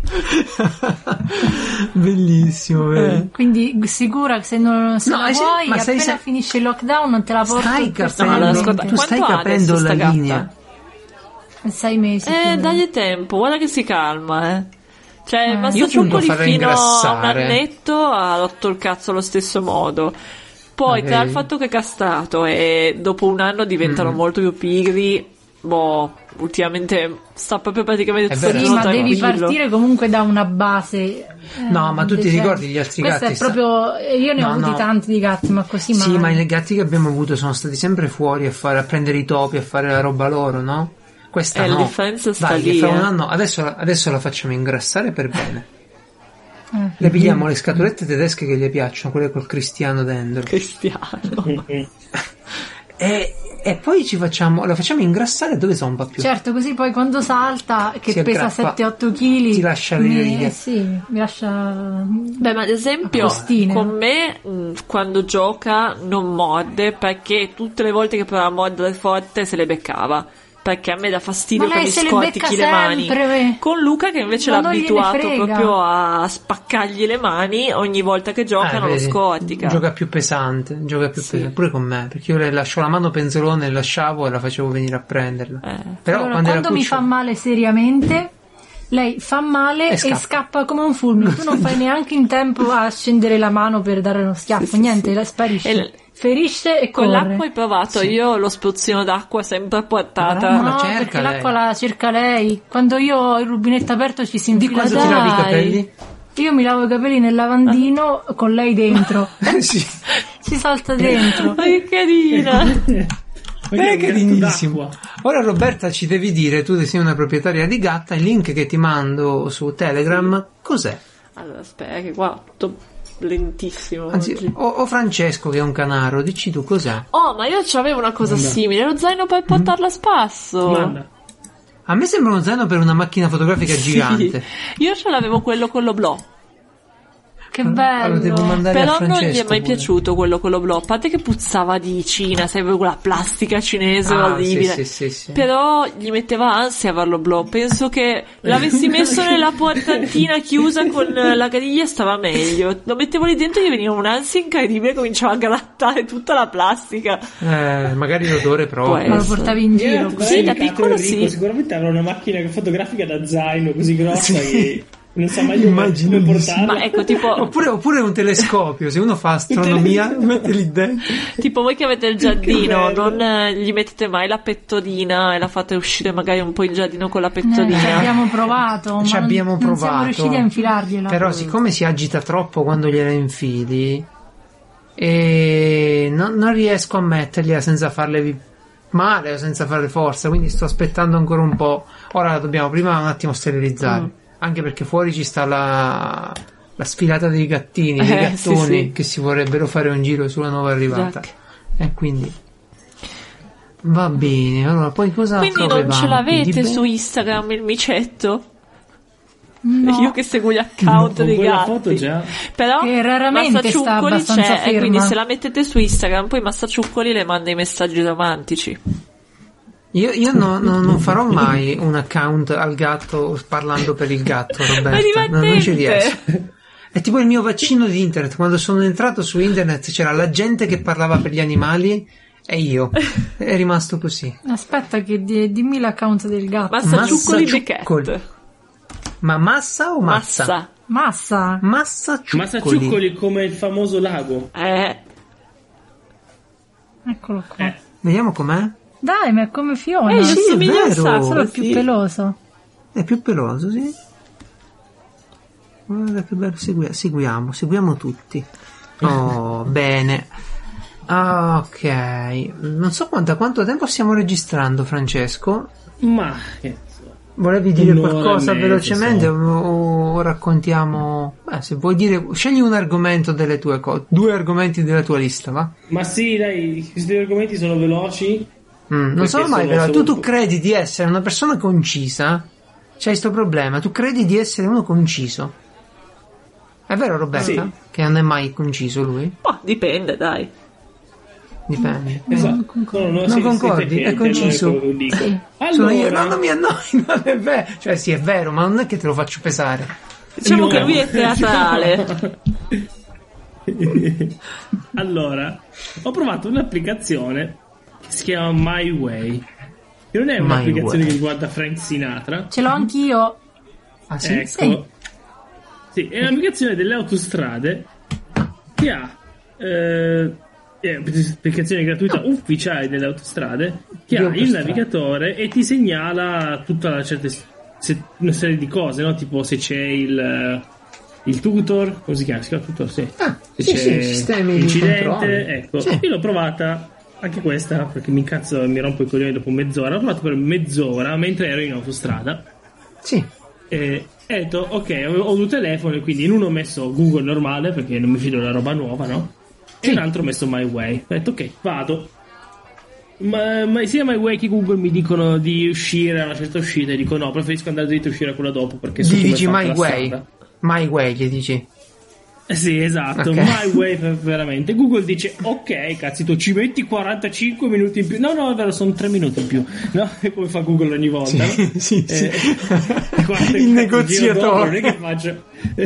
Bellissimo, vero? Quindi sicura che se la vuoi appena finisce il lockdown non te la porti. Tu stai capendo la linea. 6 mesi dagli tempo, guarda che si calma cioè basta ciuccoli fino a un annetto ha rotto il cazzo allo stesso modo. Poi tra il fatto che è castrato e dopo un anno diventano molto più pigri, ultimamente sta proprio praticamente tutto il giorno tranquillo. Devi partire comunque da una base. No, ma tu ti ricordi gli altri gatti? Questo è proprio. Io ne ho avuti tanti di gatti, ma così mai. Sì, ma i gatti che abbiamo avuto sono stati sempre fuori a prendere i topi, a fare la roba loro, no? Questa no. La differenza sta Dai, lì. Che fra un anno, adesso la facciamo ingrassare per bene. Le pigliamo le scatolette tedesche che gli piacciono, quelle col Cristiano dentro. Cristiano. e e poi la facciamo ingrassare dove sompa più. Certo, così poi quando salta, che Si pesa aggrappa, 7-8 kg, ti lascia le righe. sì, mi lascia. Beh, ma ad esempio Costine. con me quando gioca non morde, perché tutte le volte che provava a mordere forte se le beccava, perché a me dà fastidio Ma che lei mi se le scortichi becca le mani. sempre. Con Luca che invece Ma l'ha non gliene abituato frega. proprio a spaccargli le mani ogni volta che gioca, non lo Vedi, scortica. Gioca più pesante, pure con me, perché io le lascio la mano penzolone, le lasciavo e la facevo venire a prenderla. Però Allora, quando quando mi fa male seriamente, lei fa male E e scappa come un fulmine. Tu non fai neanche in tempo a scendere la mano per dare uno schiaffo, niente, la sparisce. Ferisce e Con corre. l'acqua hai provato? Io lo spruzzino d'acqua sempre a portata. Ma la No, cerca perché lei. l'acqua la cerca lei. Quando io ho il rubinetto aperto ci si Di infila. quando ti lavi i dai. capelli? Io mi lavo i capelli nel lavandino con lei dentro. Sì. Si salta dentro. Ma che carina! Carinissimo. Ora Roberta ci devi dire, tu sei una proprietaria di gatta, il link che ti mando su Telegram, cos'è? Allora, aspetta, che qua tutto lentissimo. Anzi, oggi. o Francesco che è un canaro, dici tu cos'è? Oh, ma io c'avevo una cosa simile, lo zaino per portarla a spasso. Manda. A me sembra uno zaino per una macchina fotografica gigante. Io ce l'avevo quello con l'oblò. Che Allora devo bello. mandare a Però Francesco non gli è mai pure. piaciuto quello con l'oblò. A parte che puzzava di Cina, sai, quella plastica cinese orribile. Sì. Però gli metteva ansia averlo blò. Penso che l'avessi messo nella portantina chiusa con la griglia stava meglio. Lo mettevo lì dentro e gli veniva un'ansia incredibile, cominciava a grattare tutta la plastica. Magari l'odore proprio. Ma lo portavi in giro. Sì, da piccolo sì. Sicuramente avrà una macchina fotografica da zaino così grossa che non sa mai Immagino come di sì. portarla. Ma ecco, tipo Oppure un telescopio, se uno fa astronomia, mette lì dentro. Tipo voi che avete il giardino, non gli mettete mai la pettorina e la fate uscire magari un po' in giardino con la Ci pettorina. abbiamo provato. Ci ma abbiamo non provato. siamo riusciti a infilargliela. Però siccome si agita troppo quando gliela infili, e non riesco a mettergliela senza farle male o senza fare forza, quindi sto aspettando ancora un po'. Ora la dobbiamo prima un attimo sterilizzare. Anche perché fuori ci sta la sfilata dei gattini, dei gattoni sì. che si vorrebbero fare un giro sulla nuova arrivata. Jack. E quindi va bene. Allora, poi cosa Quindi non ce l'avete su Instagram il micetto? No. Io che seguo gli account Con dei quella gatti. foto già. Però Che raramente sta Massaciuccoli abbastanza c'è, e ferma. quindi se la mettete su Instagram poi Massaciuccoli le manda i messaggi romantici. Io non farò mai un account al gatto parlando per il gatto, Roberta. Ma è divertente. Non ci riesco. È tipo il mio vaccino di internet. Quando sono entrato su internet c'era la gente che parlava per gli animali e io. È rimasto così. Aspetta che dimmi l'account del gatto. Massaciuccoli the Massaciuccoli. cat. Ma massa o mazza? Massa. Massa. Massaciuccoli come il famoso lago. Eccolo qua. Vediamo com'è. Dai, ma è come Fiona. Gli sì, assomiglia è un vero. sacco. Solo più peloso. È più peloso, sì. Guarda che bello, seguiamo tutti. Oh, bene. Ok. Non so quanto tempo stiamo registrando, Francesco. Ma Volevi dire Un'ora qualcosa e mezza, velocemente sì. o raccontiamo? Se vuoi dire, scegli un argomento delle tue cose, 2 argomenti della tua lista, va? Ma sì, dai, questi argomenti sono veloci. Non sono mai sono vero. solo- Tu credi di essere una persona concisa? C'hai sto problema. Tu credi di essere uno conciso? È vero, Roberta? Sì. Che non è mai conciso lui? Oh, dipende, dai. Dipende. Esatto. Non concordi? È conciso? Sono io, no, non mi annoi, non è vero. Cioè, sì, è vero, ma non è che te lo faccio pesare. Diciamo No. che lui è teatrale. Allora, ho provato un'applicazione che si chiama My Way. Che non è un'applicazione Way. che riguarda Frank Sinatra. Ce l'ho anch'io. Ah, sì? Ecco. Sì, è un'applicazione delle autostrade che ha è un'applicazione gratuita ufficiale delle autostrade che Di ha il autostrade. navigatore e ti segnala tutta una serie di cose, no? Tipo se c'è il tutor, come si chiama? Si chiama tutor, sì. Se sì, c'è sì, sistemi di incidente, controllo. ecco. Sì. Io l'ho provata anche questa perché mi rompo i coglioni dopo mezz'ora. L'ho provata per mezz'ora mentre ero in autostrada. Sì. E ho detto, ok, ho 2 telefoni, quindi in uno ho messo Google normale perché non mi fido della roba nuova, no? E in un altro ho messo My Way. Ho detto, ok, vado. ma sia MyWay che Google mi dicono di uscire a una certa uscita e dico no, preferisco andare dritto e uscire a quella dopo perché so come dici è fatta la strada. MyWay gli dici? Sì, esatto, Okay. MyWay veramente. Google dice ok, cazzo, tu ci metti 45 minuti in più. No, è vero, sono 3 minuti in più. No, e come fa Google ogni volta, no? Sì. Guarda, Il negoziatore. Non è che faccio.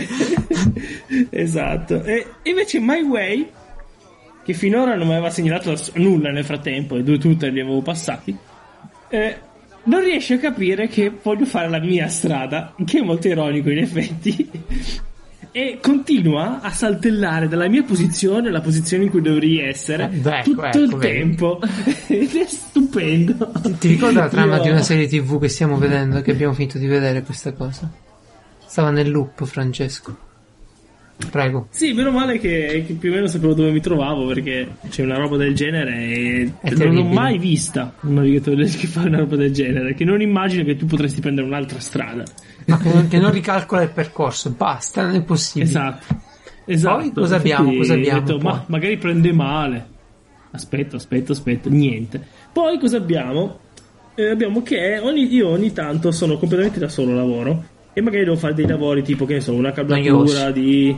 Esatto. E invece MyWay, che finora non mi aveva segnalato nulla nel frattempo, e 2 Twitter li avevo passati, non riesce a capire che voglio fare la mia strada, che è molto ironico in effetti. E continua a saltellare dalla mia posizione alla posizione in cui dovrei essere tutto il tempo. Ed è stupendo. Ti ricordi la trama di una serie TV che stiamo vedendo, che abbiamo finito di vedere questa cosa? Stava nel loop, Francesco. Prego. Sì, meno male che più o meno sapevo dove mi trovavo, perché c'è una roba del genere e non l'ho mai vista un navigatore che fa una roba del genere, che non immagino che tu potresti prendere un'altra strada. Ma che non ricalcola il percorso, basta, non è possibile. Esatto. Poi cosa abbiamo? Ho detto, ma magari prende male. Aspetta, niente. Poi cosa abbiamo? Abbiamo che io ogni tanto sono completamente da solo, lavoro, e magari devo fare dei lavori tipo, che ne so, una cablatura di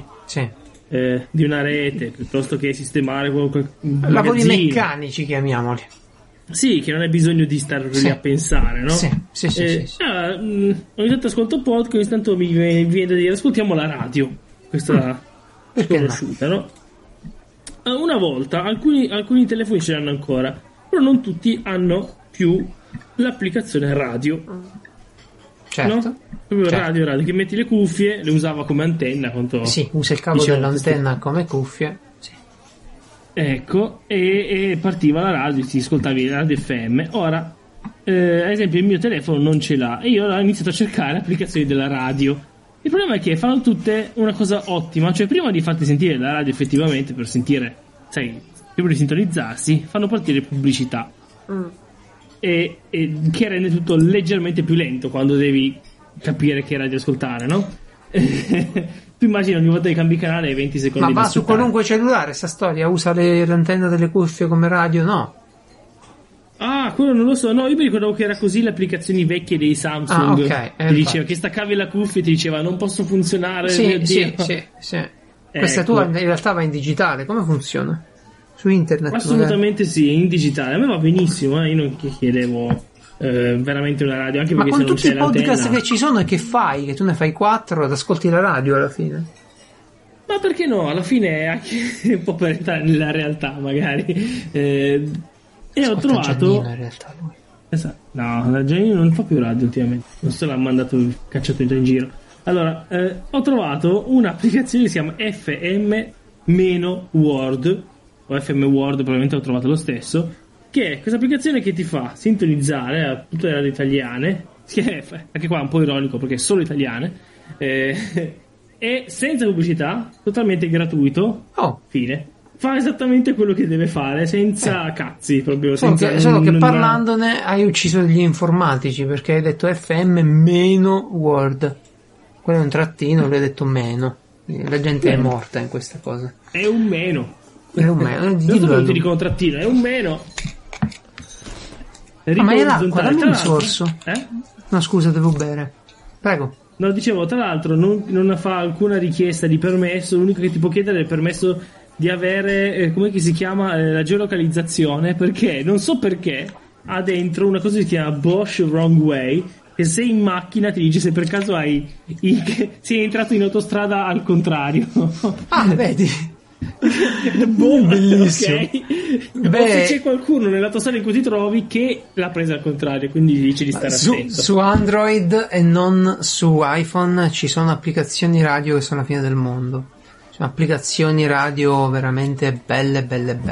una rete, piuttosto che sistemare lavori meccanici, chiamiamoli. Sì, che non hai bisogno di stare lì a pensare, no? Sì. Ogni tanto ascolto podcast, ogni tanto mi viene da dire ascoltiamo la radio, questa sconosciuta, no? Una volta alcuni telefoni ce l'hanno ancora, però non tutti hanno più l'applicazione radio. Certo. No? Proprio radio, che metti le cuffie, le usava come antenna. Sì, usa il cavo dell'antenna come cuffie. Sì. Ecco, e partiva la radio, ti ascoltavi la radio FM. Ora, ad esempio, il mio telefono non ce l'ha e io ho iniziato a cercare applicazioni della radio. Il problema è che fanno tutte una cosa ottima, cioè prima di farti sentire la radio effettivamente, per sentire, sai, prima di sintonizzarsi, fanno partire pubblicità. E che rende tutto leggermente più lento quando devi capire che radio ascoltare, no? Tu immagini ogni volta che cambi canale e 20 secondi. Ma va su qualunque cellulare sta storia? Usa l'antenna delle cuffie come radio? No. Ah, quello non lo so. No, io mi ricordavo che era così le applicazioni vecchie dei Samsung. Ti diceva che staccavi la cuffia e ti diceva non posso funzionare. Sì. Questa tua in realtà va in digitale. Come funziona? Su internet? Assolutamente sì, in digitale. A me va benissimo, io non chiedevo veramente una radio, anche perché ma con tutti i podcast l'antenna... che ci sono, e che fai? Che tu ne fai 4 ed ascolti la radio alla fine? Ma perché no? Alla fine è anche un po' per entrare nella realtà, magari. E ho trovato Giannino, in realtà lui. Esatto. No, la Giannino non fa più radio ultimamente, non se l'ha mandato cacciato in giro. Allora, ho trovato un'applicazione che si chiama FM-Word o FM Word, probabilmente l'ho trovato lo stesso, che è questa applicazione che ti fa sintonizzare a tutte le radio italiane, che è anche qua un po' ironico perché è solo italiane, e senza pubblicità, totalmente gratuito. Fine. Fa esattamente quello che deve fare, senza cazzi, proprio. Solo che parlandone hai ucciso gli informatici, perché hai detto FM-Word. Quello è un trattino, lui ha detto meno. La gente è morta in questa cosa. È un meno. È un meno. Non so come ti dico un trattino, è un meno. Ma è l'acqua, dammi un sorso. No, scusa, devo bere. Prego. No, dicevo, tra l'altro non fa alcuna richiesta di permesso, l'unico che ti può chiedere è il permesso di avere, come che si chiama, la geolocalizzazione, perché, non so perché, ha dentro una cosa che si chiama Bosch Wrong Way, che se in macchina ti dice se per caso sei entrato in autostrada al contrario. Vedi? Bellissimo. Okay. Se c'è qualcuno nell'autostrada in cui ti trovi che l'ha presa al contrario, quindi dice di stare attento. Su Android e non su iPhone ci sono applicazioni radio che sono la fine del mondo. Sono applicazioni radio veramente belle.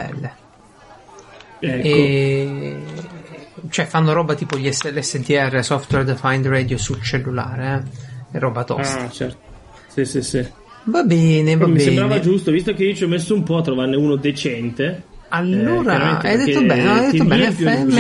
Ecco. Cioè fanno roba tipo l'SDR, Software Defined Radio sul cellulare, è roba tosta. Certo. Sì. Va bene. Mi sembrava giusto, visto che io ci ho messo un po' a trovarne uno decente. Allora, hai detto bene,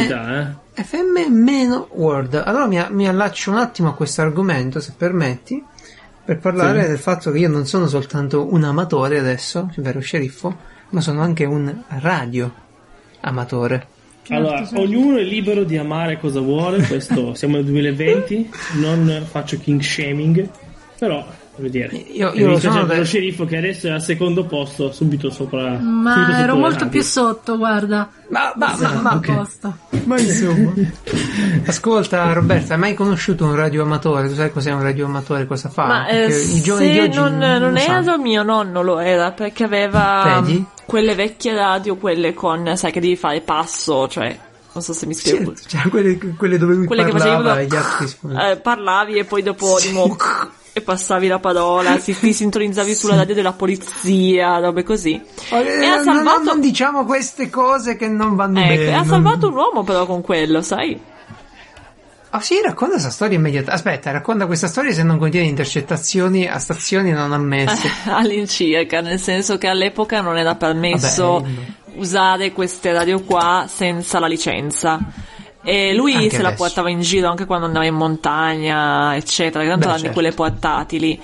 FM-Word. Allora mi allaccio un attimo a questo argomento, se permetti, per parlare del fatto che io non sono soltanto un amatore adesso, vero sceriffo, ma sono anche un radio amatore. Allora, ognuno è libero di amare cosa vuole, questo siamo nel 2020, non faccio king shaming, però voglio dire, io lo sono lo sceriffo che adesso è al secondo posto, subito sopra. Ma subito ero sotto molto più sotto, guarda. Ma okay. Apposta. Ma insomma. Ascolta Roberta, hai mai conosciuto un radioamatore? Tu sai cos'è un radioamatore, cosa fa? Ma i giovani di oggi non era mio nonno, lo era, perché aveva Vedi? quelle vecchie radio, quelle con, sai che devi fare passo, cioè non so se mi spiego. Sì, cioè quelle dove lui quelle parlava che e gli altri rispondevano. parlavi e poi dopo di nuovo e passavi la parola, ti sintonizzavi sulla radio della polizia, robe così. E ha salvato... non diciamo queste cose che non vanno bene. Ha salvato un uomo però con quello, sai? Ah sì, racconta questa storia immediata. Aspetta, racconta questa storia se non contiene intercettazioni a stazioni non ammesse. All'incirca, nel senso che all'epoca non era permesso usare queste radio qua senza la licenza. E lui anche se adesso la portava in giro anche quando andava in montagna, eccetera, che tanto erano certo. quelle portatili.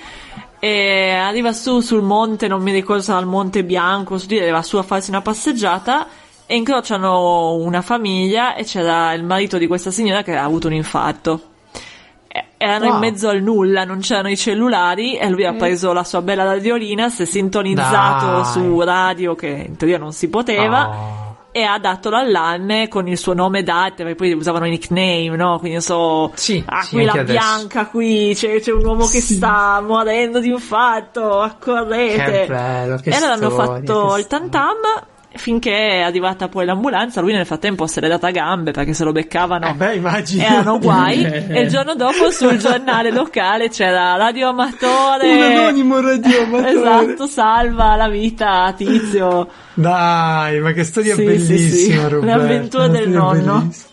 E arriva sul monte, non mi ricordo se era il Monte Bianco, arriva su a farsi una passeggiata e incrociano una famiglia e c'era il marito di questa signora che ha avuto un infarto. Erano in mezzo al nulla, non c'erano i cellulari e lui ha preso la sua bella radiolina, si è sintonizzato su radio che in teoria non si poteva e ha dato l'allarme con il suo nome d'arte, perché poi usavano i nickname, no? Quindi qui la bianca, qui c'è un uomo che sta morendo di infarto, accorrete. Che bello, che e allora hanno fatto il storia. tantam finché è arrivata poi l'ambulanza. Lui nel frattempo se l'è data a gambe perché se lo beccavano immagino. erano guai. E il giorno dopo sul giornale locale c'era radioamatore, un anonimo radioamatore, esatto, salva la vita a Tizio. Dai, ma che storia bellissima, Roberta, l'avventura del nonno bellissima.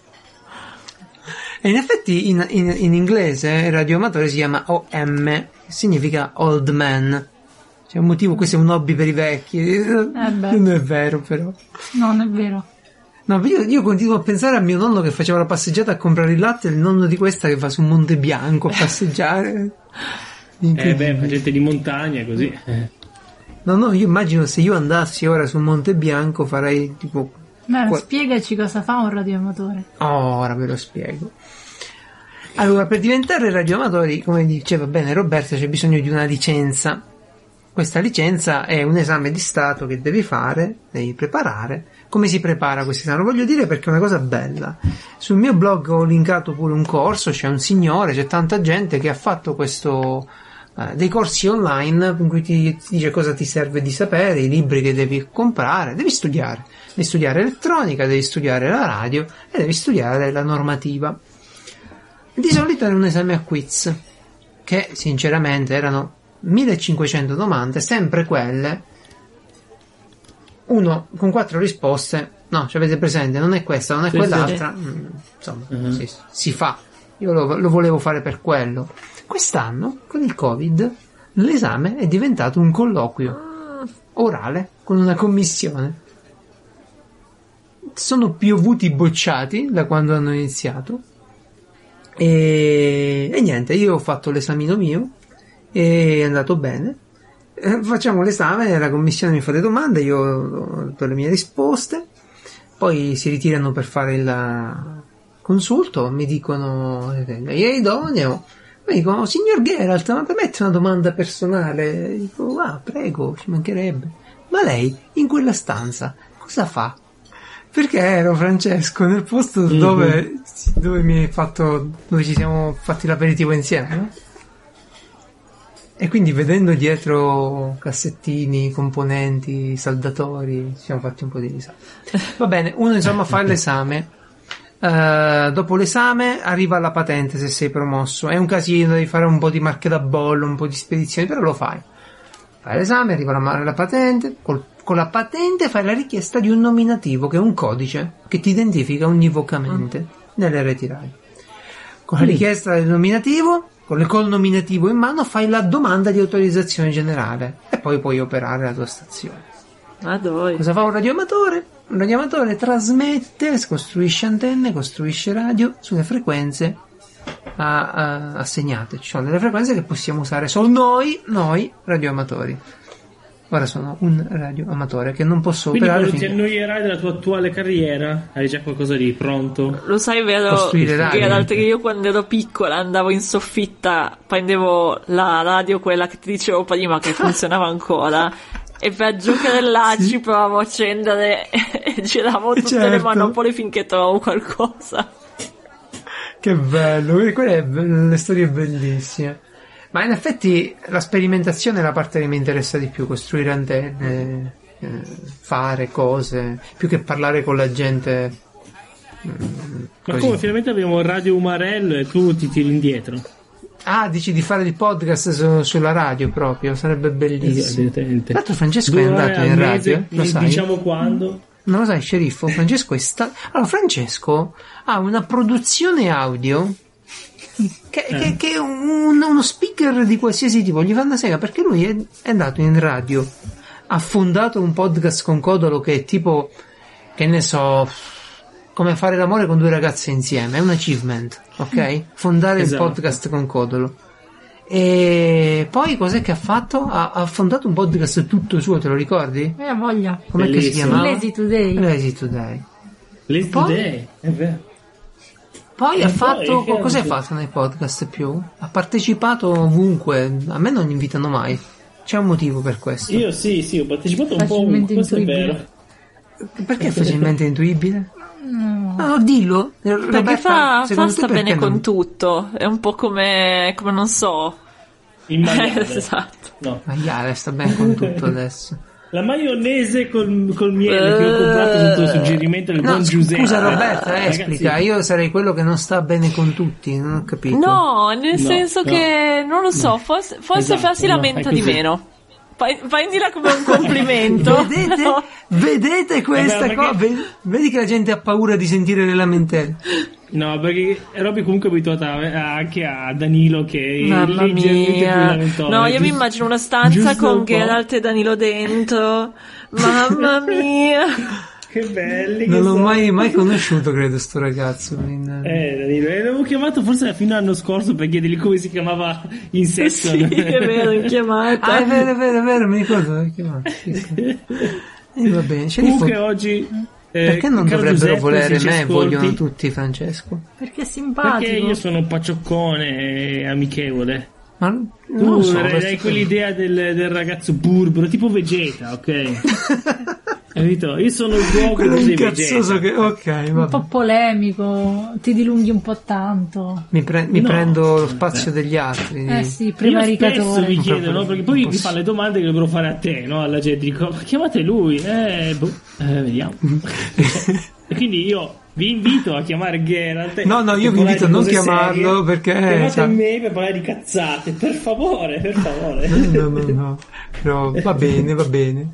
E in effetti in inglese il radioamatore si chiama OM, che significa old man. C'è un motivo, questo è un hobby per i vecchi. Non è vero, però. Non è vero. No, io continuo a pensare a mio nonno che faceva la passeggiata a comprare il latte e il nonno di questa che va su Monte Bianco a passeggiare. Fa gente di montagna, così. No, io immagino se io andassi ora su Monte Bianco farei tipo... spiegaci cosa fa un radioamatore. Ora ve lo spiego. Allora, per diventare radioamatori, come diceva bene Roberta, c'è bisogno di una licenza. Questa licenza è un esame di Stato che devi preparare. Come si prepara questo esame? Lo voglio dire perché è una cosa bella. Sul mio blog ho linkato pure un corso, c'è un signore, c'è tanta gente che ha fatto dei corsi online in cui ti dice cosa ti serve di sapere, i libri che devi comprare, devi studiare elettronica, devi studiare la radio e devi studiare la normativa. Di solito era un esame a quiz che sinceramente erano 1500 domande, sempre quelle, uno con 4 risposte. No, ci avete presente, non è questa, non è quell'altra. Insomma, si fa. Io lo volevo fare per quello. Quest'anno, con il Covid, l'esame è diventato un colloquio orale con una commissione. Sono piovuti bocciati da quando hanno iniziato. E niente, io ho fatto l'esamino mio. È andato bene. Facciamo l'esame, la commissione mi fa le domande, io do le mie risposte, poi si ritirano per fare il consulto, mi dicono lei è idoneo, mi dicono signor Geralt, ma permette una domanda personale? Dico prego, ci mancherebbe, ma lei in quella stanza cosa fa? Perché ero Francesco nel posto dove ci siamo fatti l'aperitivo insieme, no? E quindi vedendo dietro cassettini, componenti, saldatori, ci siamo fatti un po' di risate. Va bene, uno insomma fa l'esame, dopo l'esame arriva la patente se sei promosso, è un casino, devi fare un po' di marche da bollo, un po' di spedizioni, però lo fai l'esame, arriva la patente, con la patente fai la richiesta di un nominativo, che è un codice che ti identifica univocamente nelle reti radio. Con la richiesta del nominativo, col nominativo in mano fai la domanda di autorizzazione generale e poi puoi operare la tua stazione. Cosa fa un radioamatore? Un radioamatore trasmette, costruisce antenne, costruisce radio sulle frequenze assegnate. Ci sono delle frequenze che possiamo usare solo noi radioamatori. Ora sono un radioamatore che non posso Quindi operare. Quindi quando ti annoierai della tua attuale carriera, hai già qualcosa di pronto? Lo sai, vero, Geralt, che io quando ero piccola andavo in soffitta, prendevo la radio, quella che ti dicevo prima, che funzionava ancora, e per giocare là ci provavo a accendere e giravo tutte le manopole finché trovavo qualcosa. Che bello, quelle le storie bellissime. Ma in effetti la sperimentazione è la parte che mi interessa di più, costruire antenne, fare cose, più che parlare con la gente. Ma come finalmente abbiamo Radio Umarello e tu ti tiri indietro? Ah, dici di fare il podcast sulla radio proprio, sarebbe bellissimo. Tra l'altro Francesco è andato in radio, lo sai? Diciamo quando? Non lo sai, sceriffo? Francesco Allora, Francesco ha una produzione audio che è uno speaker di qualsiasi tipo, gli fa una sega, perché lui è andato in radio, ha fondato un podcast con Codolo che è tipo, che ne so, come fare l'amore con due ragazze insieme, è un achievement, ok? Fondare il podcast con Codolo. E poi cos'è che ha fatto? Ha fondato un podcast tutto suo, te lo ricordi? Voglia. Com'è che si chiama? Lazy Today. Lazy Today. Lazy Today, è vero. Poi ha fatto, cosa hai fatto nei podcast più? Ha partecipato ovunque, a me non invitano mai. C'è un motivo per questo. Io sì, ho partecipato un po' ovunque, questo è vero. Perché è facilmente intuibile? No, dillo. Perché fa sta bene con tutto, è un po' come non so. Il maiale. Esatto. No. Maiale sta bene con tutto adesso. La maionese col miele che ho comprato sotto il suggerimento del buon Giuseppe. Scusa Roberta, esplica. Ragazzi, io sarei quello che non sta bene con tutti, non ho capito. No, nel senso che non lo so, forse esatto, si lamenta di meno. Prendila come un complimento. Vedete questa cosa? Vedi che la gente ha paura di sentire le lamentele. No, perché Robby comunque è abituata anche a Danilo che mamma mia. No, io mi immagino una stanza con Geralt e Danilo dentro. Mamma mia. Che belli. Non l'ho mai conosciuto, credo, sto ragazzo. Danilo. L'avevo chiamato forse fino all'anno scorso per chiedergli come si chiamava in session. Sì, è vero, in chiamata. Ah, è vero, mi ricordo l'hai chiamato. Sì. Va bene. Comunque oggi... perché non dovrebbero volere me, vogliono tutti Francesco? Perché è simpatico. Perché io sono paccioccone e amichevole. Ma non so, hai quell'idea del ragazzo burbero, tipo Vegeta, ok? Capito? Io sono il luogo di Vegeta. Un po' polemico, ti dilunghi un po' tanto. Mi prendo lo spazio degli altri. Sì, prevaricatore. Io spesso mi chiedo, no? Perché poi mi fa le domande che dovrebbero fare a te, no? Alla gente dico, ma chiamate lui, vediamo. E quindi io vi invito a chiamare Geralt. No, io vi invito a non chiamarlo perché chiamate me per parlare di cazzate, per favore. No. Però va bene.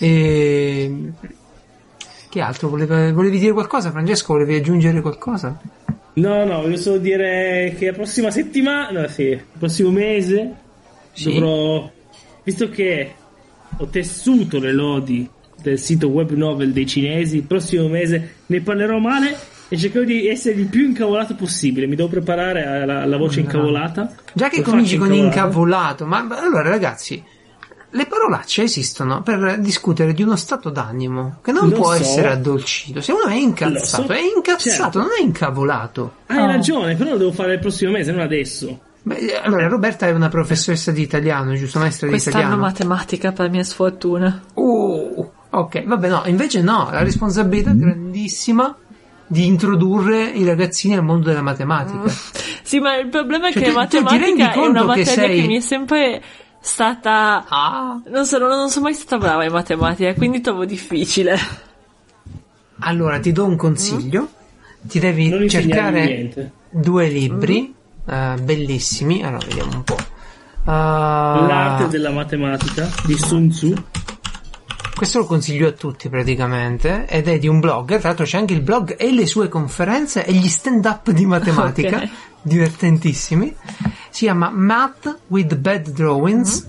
E che altro volevi dire qualcosa, Francesco? Volevi aggiungere qualcosa? No, voglio solo dire che la prossima settimana, il prossimo mese dovrò, visto che ho tessuto le lodi del sito web novel dei cinesi, il prossimo mese ne parlerò male e cercherò di essere il più incavolato possibile. Mi devo preparare alla voce incavolata. Già che cominci con incavolato, ma allora ragazzi, le parolacce esistono per discutere di uno stato d'animo che non può essere addolcito. Se uno è incazzato, è incazzato, certo. Non è incavolato. Hai ragione, però lo devo fare il prossimo mese, non adesso. Beh, allora Roberta è una professoressa di italiano, giusto? Maestra di italiano. Quest'anno matematica per mia sfortuna. Ok, vabbè, no, invece no, la responsabilità grandissima di introdurre i ragazzini al mondo della matematica. Sì, ma il problema è che matematica è una materia che mi è sempre stata non sono mai stata brava in matematica, quindi trovo difficile. Allora ti do un consiglio, ti devi cercare 2 libri bellissimi. Allora vediamo un po'. L'arte della matematica di Sun Tzu. Questo lo consiglio a tutti praticamente, ed è di un blogger, tra l'altro c'è anche il blog e le sue conferenze e gli stand up di matematica, okay. Divertentissimi. Si chiama Math with Bad Drawings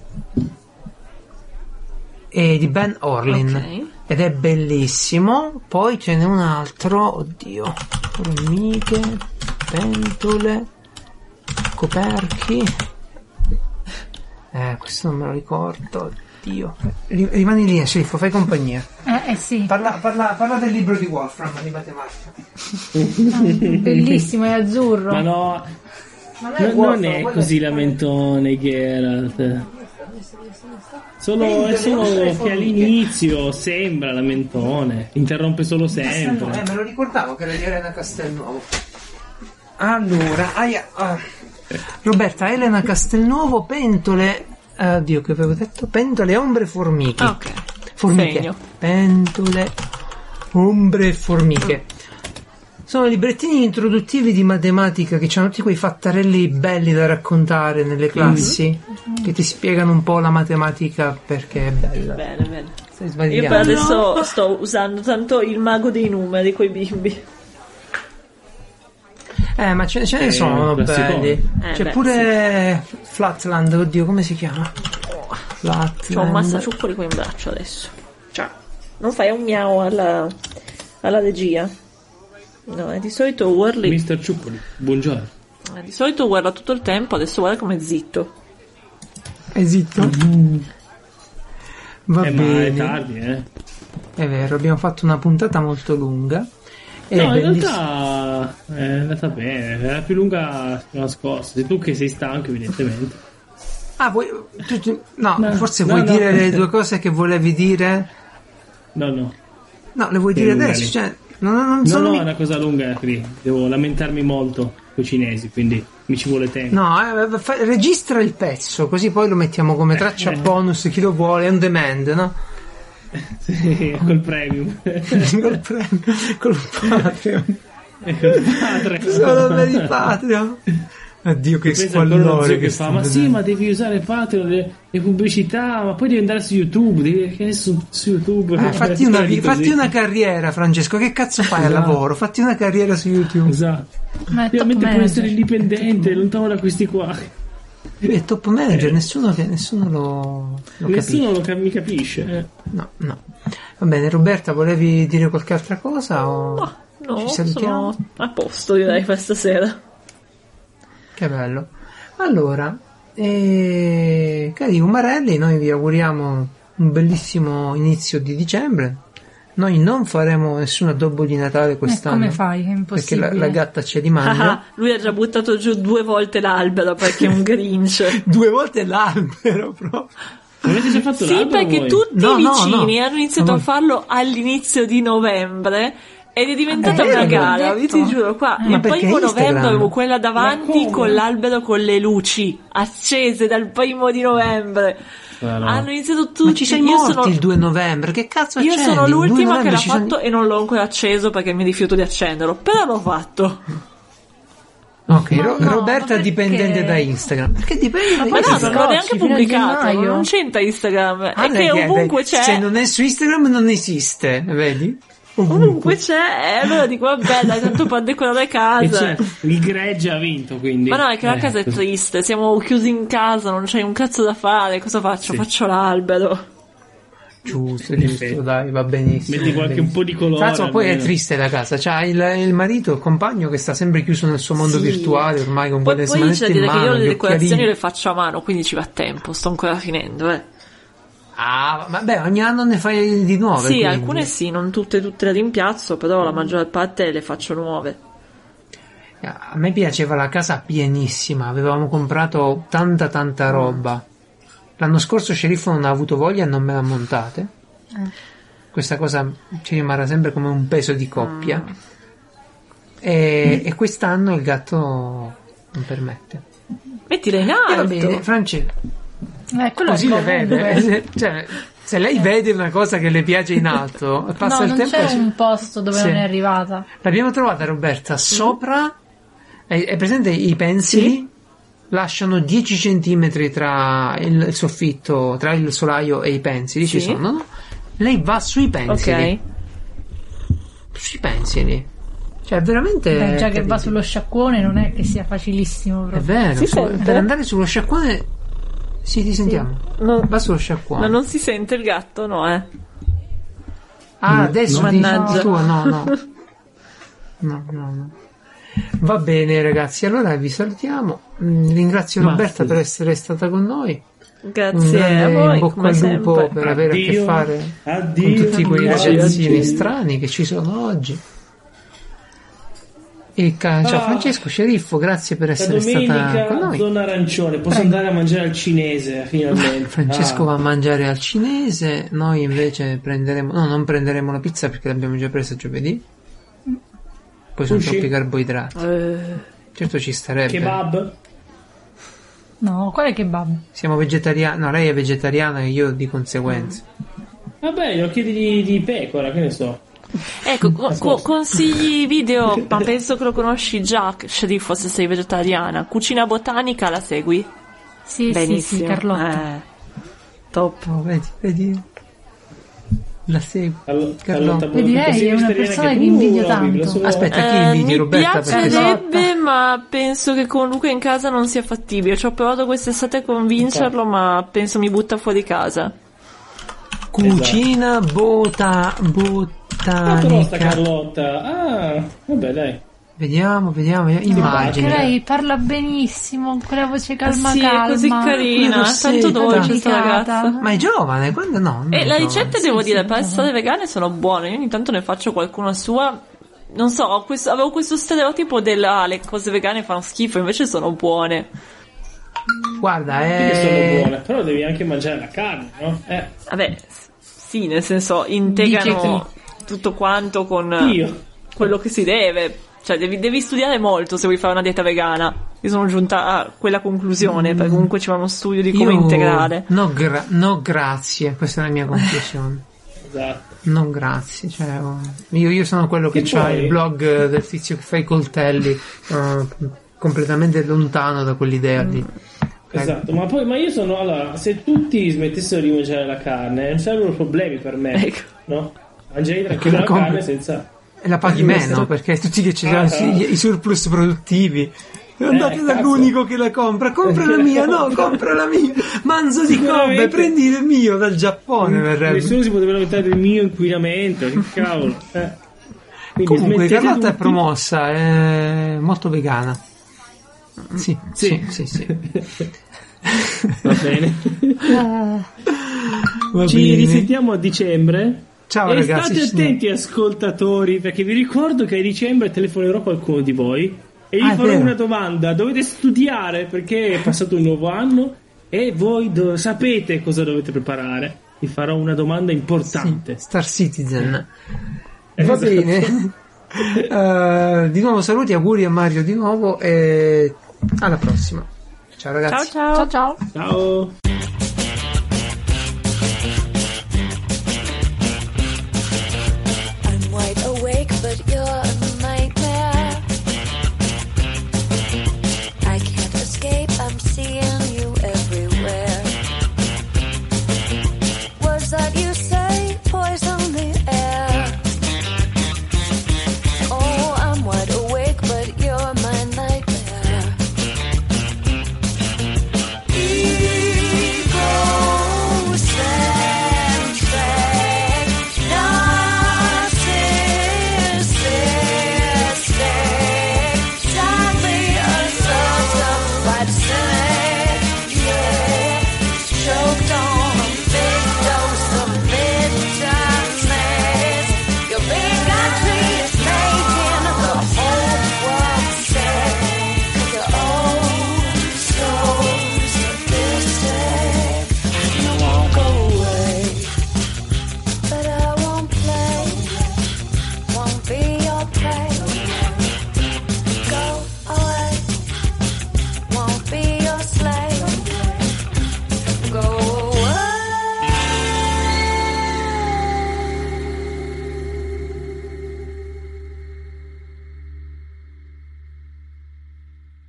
e di Ben Orlin, okay. Ed è bellissimo. Poi ce n'è un altro, oddio, formiche, pentole, coperchi, questo non me lo ricordo. Dio. Rimani lì, Sceriffo, fai compagnia. Sì. Parla del libro di Wolfram di matematica. Bellissimo, è azzurro. Ma no, non è così lamentone Geralt. È solo che all'inizio sembra lamentone, interrompe solo sempre. Me lo ricordavo che era di Elena Castelnuovo. Allora, Roberta, Elena Castelnuovo, pentole. Oddio, che avevo detto? Pentole, ombre, formiche. Ok. Formiche. Segno. Pentole, ombre, formiche. Sono librettini introduttivi di matematica che hanno tutti quei fattarelli belli da raccontare nelle classi, che ti spiegano un po' la matematica perché è bella. Bene. Stai sbagliando. Io per adesso sto usando tanto il mago dei numeri coi bimbi. Ma ce ne sono belli. C'è pure sì. Flatland, oddio, come si chiama? Flatland. C'ho un massacciuccoli qua in braccio adesso. Ciao. Non fai un miau alla regia. No, di solito urli. Mister Ciuccoli, buongiorno. Di solito guarda tutto il tempo, adesso guarda come è zitto. È zitto? Va bene. Ma è tardi, È vero, abbiamo fatto una puntata molto lunga. No, in realtà è andata bene, era più lunga la settimana scorsa. Sei tu che sei stanco, evidentemente. Forse vuoi dire le due cose che volevi dire? No, le vuoi dire adesso? Cioè, non è una cosa lunga qui. Devo lamentarmi molto con i cinesi, quindi mi ci vuole tempo. No, registra il pezzo, così poi lo mettiamo come traccia bonus, chi lo vuole, on demand, no? Sì, col premium. col Patreon. Padre. Solo per il Patreon. Addio, che squallore che fa. Ma sì, ma devi usare Patreon, le pubblicità, ma poi devi andare su YouTube, su YouTube. Fatti una carriera, Francesco, che cazzo fai al lavoro? Fatti una carriera su YouTube. Esatto. Ovviamente puoi essere indipendente, lontano da questi qua. È top manager, nessuno lo nessuno mi capisce. No. Va bene, Roberta, volevi dire qualche altra cosa? O no, ci salutiamo? sono a posto, direi, questa sera. Che bello. Allora, cari umarelli, noi vi auguriamo un bellissimo inizio di dicembre. Noi non faremo nessun addobbo di Natale quest'anno. Come fai? È impossibile. Perché la gatta ce li mangia. Lui ha già buttato giù 2 volte l'albero perché è un Grinch. 2 volte l'albero, proprio. Avete già fatto sì, perché voi? tutti i vicini hanno iniziato a farlo all'inizio di novembre ed è diventata una gara, vi ti giuro qua. Il 1° novembre avevo quella davanti con l'albero con le luci accese dal 1° di novembre. Hanno iniziato tutti. Ma ci sei morti il 2 novembre? Che cazzo accendi? Io sono l'ultima che l'ha fatto e non l'ho ancora acceso perché mi rifiuto di accenderlo, però l'ho fatto. Ok, Roberta è dipendente da Instagram. Perché dipende da Instagram? Ma no, non l'ho neanche pubblicato, non c'entra Instagram. È che ovunque c'è. Se non è su Instagram non esiste, vedi? Ovunque c'è, allora dico vabbè, dai, tanto per decorare casa. Il gregge ha vinto, quindi. Ma no, è che la casa è triste, siamo chiusi in casa, non c'è un cazzo da fare, cosa faccio? Sì. Faccio l'albero. Giusto, dai, va benissimo. Metti qualche un po' di colore. Cazzo, poi è triste la casa, c'ha il marito, il compagno che sta sempre chiuso nel suo mondo virtuale ormai con quelle smanette in mano. Poi c'è da dire che io le decorazioni le faccio a mano, quindi ci va tempo, sto ancora finendo, vabbè, ogni anno ne fai di nuove. Sì, quindi. Alcune sì, non tutte le rimpiazzo, però la maggior parte le faccio nuove. A me piaceva la casa pienissima, avevamo comprato tanta roba. L'anno scorso Sceriffo non ha avuto voglia e non me l'ha montate. Questa cosa ci rimarrà sempre come un peso di coppia. E quest'anno il gatto non permette. Mettila in alto. Va bene, Francesco. Così le vede. Cioè, se lei vede una cosa che le piace in alto, passa il tempo. Non c'è un posto dove non è arrivata. L'abbiamo trovata, Roberta, sopra. È presente i pensili? Sì. Lasciano 10 centimetri tra il soffitto, tra il solaio e i pensili, ci sono, no? Lei va sui pensili. Ok. Sui pensili. Cioè, veramente. Già che va sullo sciacquone non è che sia facilissimo. Proprio. È vero, per andare sullo sciacquone. Sì, ti sentiamo. No. Va sullo sciacquone. Ma non si sente il gatto, no, adesso mannaggia. No. Va bene, ragazzi, allora vi salutiamo. Ringrazio Roberta per essere stata con noi. Grazie a voi, in bocca al lupo per avere a che fare con tutti quei ragazzini strani che ci sono oggi. E ciao Francesco Sceriffo, grazie per essere stata con noi. Zona arancione, posso andare a mangiare al cinese finalmente. Francesco va a mangiare al cinese, noi invece non prenderemo la pizza perché l'abbiamo già presa giovedì. Poi sono troppi carboidrati. Certo ci starebbe. Kebab? No, quale kebab? Siamo vegetariani, no, lei è vegetariana e io di conseguenza. Vabbè, gli occhi di pecora, che ne so. Ecco, consigli video, ma penso che lo conosci già, Sceriffo, se sei vegetariana. Cucina botanica la segui? Sì, benissimo. Sì, Carlotta. Top. Oh, vedi. La seguo. Carlotta, vedi, lei è una persona che invidio tanto. Aspetta, chi invidi, Roberta? Mi piacerebbe, ma penso che con Luca in casa non sia fattibile. Ci ho provato quest'estate a convincerlo, ma penso mi butta fuori casa. Cucina botanica. Carlotta. Vabbè, dai. Vediamo, immagini. Lei parla benissimo, con quella voce calma. Sì, è così carina, tanto dolce questa ragazza. Ma è giovane, quando no? E le ricette, devo dire, le passate vegane sono buone. Io ogni tanto ne faccio qualcuna sua. Non so, avevo questo stereotipo le cose vegane fanno schifo, invece sono buone. Guarda, sono buone, però devi anche mangiare la carne, no? Vabbè, sì, nel senso, integrano tutto quanto con quello che si deve. Cioè, devi studiare molto se vuoi fare una dieta vegana. Io sono giunta a quella conclusione, perché comunque ci va uno studio di come integrare. No, grazie, questa è la mia conclusione. Esatto. No, grazie. Cioè, io sono quello che c'ha il blog del tizio che fa i coltelli, completamente lontano da quell'idea lì. Esatto, ma io sono, allora, se tutti smettessero di mangiare la carne non sarebbero problemi per me, ecco. No? Mangerei tranquillo la carne senza... E la paghi meno, perché tutti che ci sono i surplus produttivi, andate dall'unico che la compra la mia, no, compra la mia, manzo di Kobe, prendi il mio dal Giappone, verrebbe. Nessuno si poteva lamentare del mio inquinamento, che cavolo. Comunque Carlotta è promossa, è molto vegana. Sì. Va bene. Ci risentiamo a dicembre. Ciao ragazzi. State attenti ascoltatori, perché vi ricordo che a dicembre telefonerò qualcuno di voi e gli farò una domanda. Dovete studiare perché è passato un nuovo anno e voi sapete cosa dovete preparare. Vi farò una domanda importante. Sì, Star Citizen. Va bene. Di nuovo saluti, auguri a Mario di nuovo e alla prossima. Ciao ragazzi. Ciao. Ciao.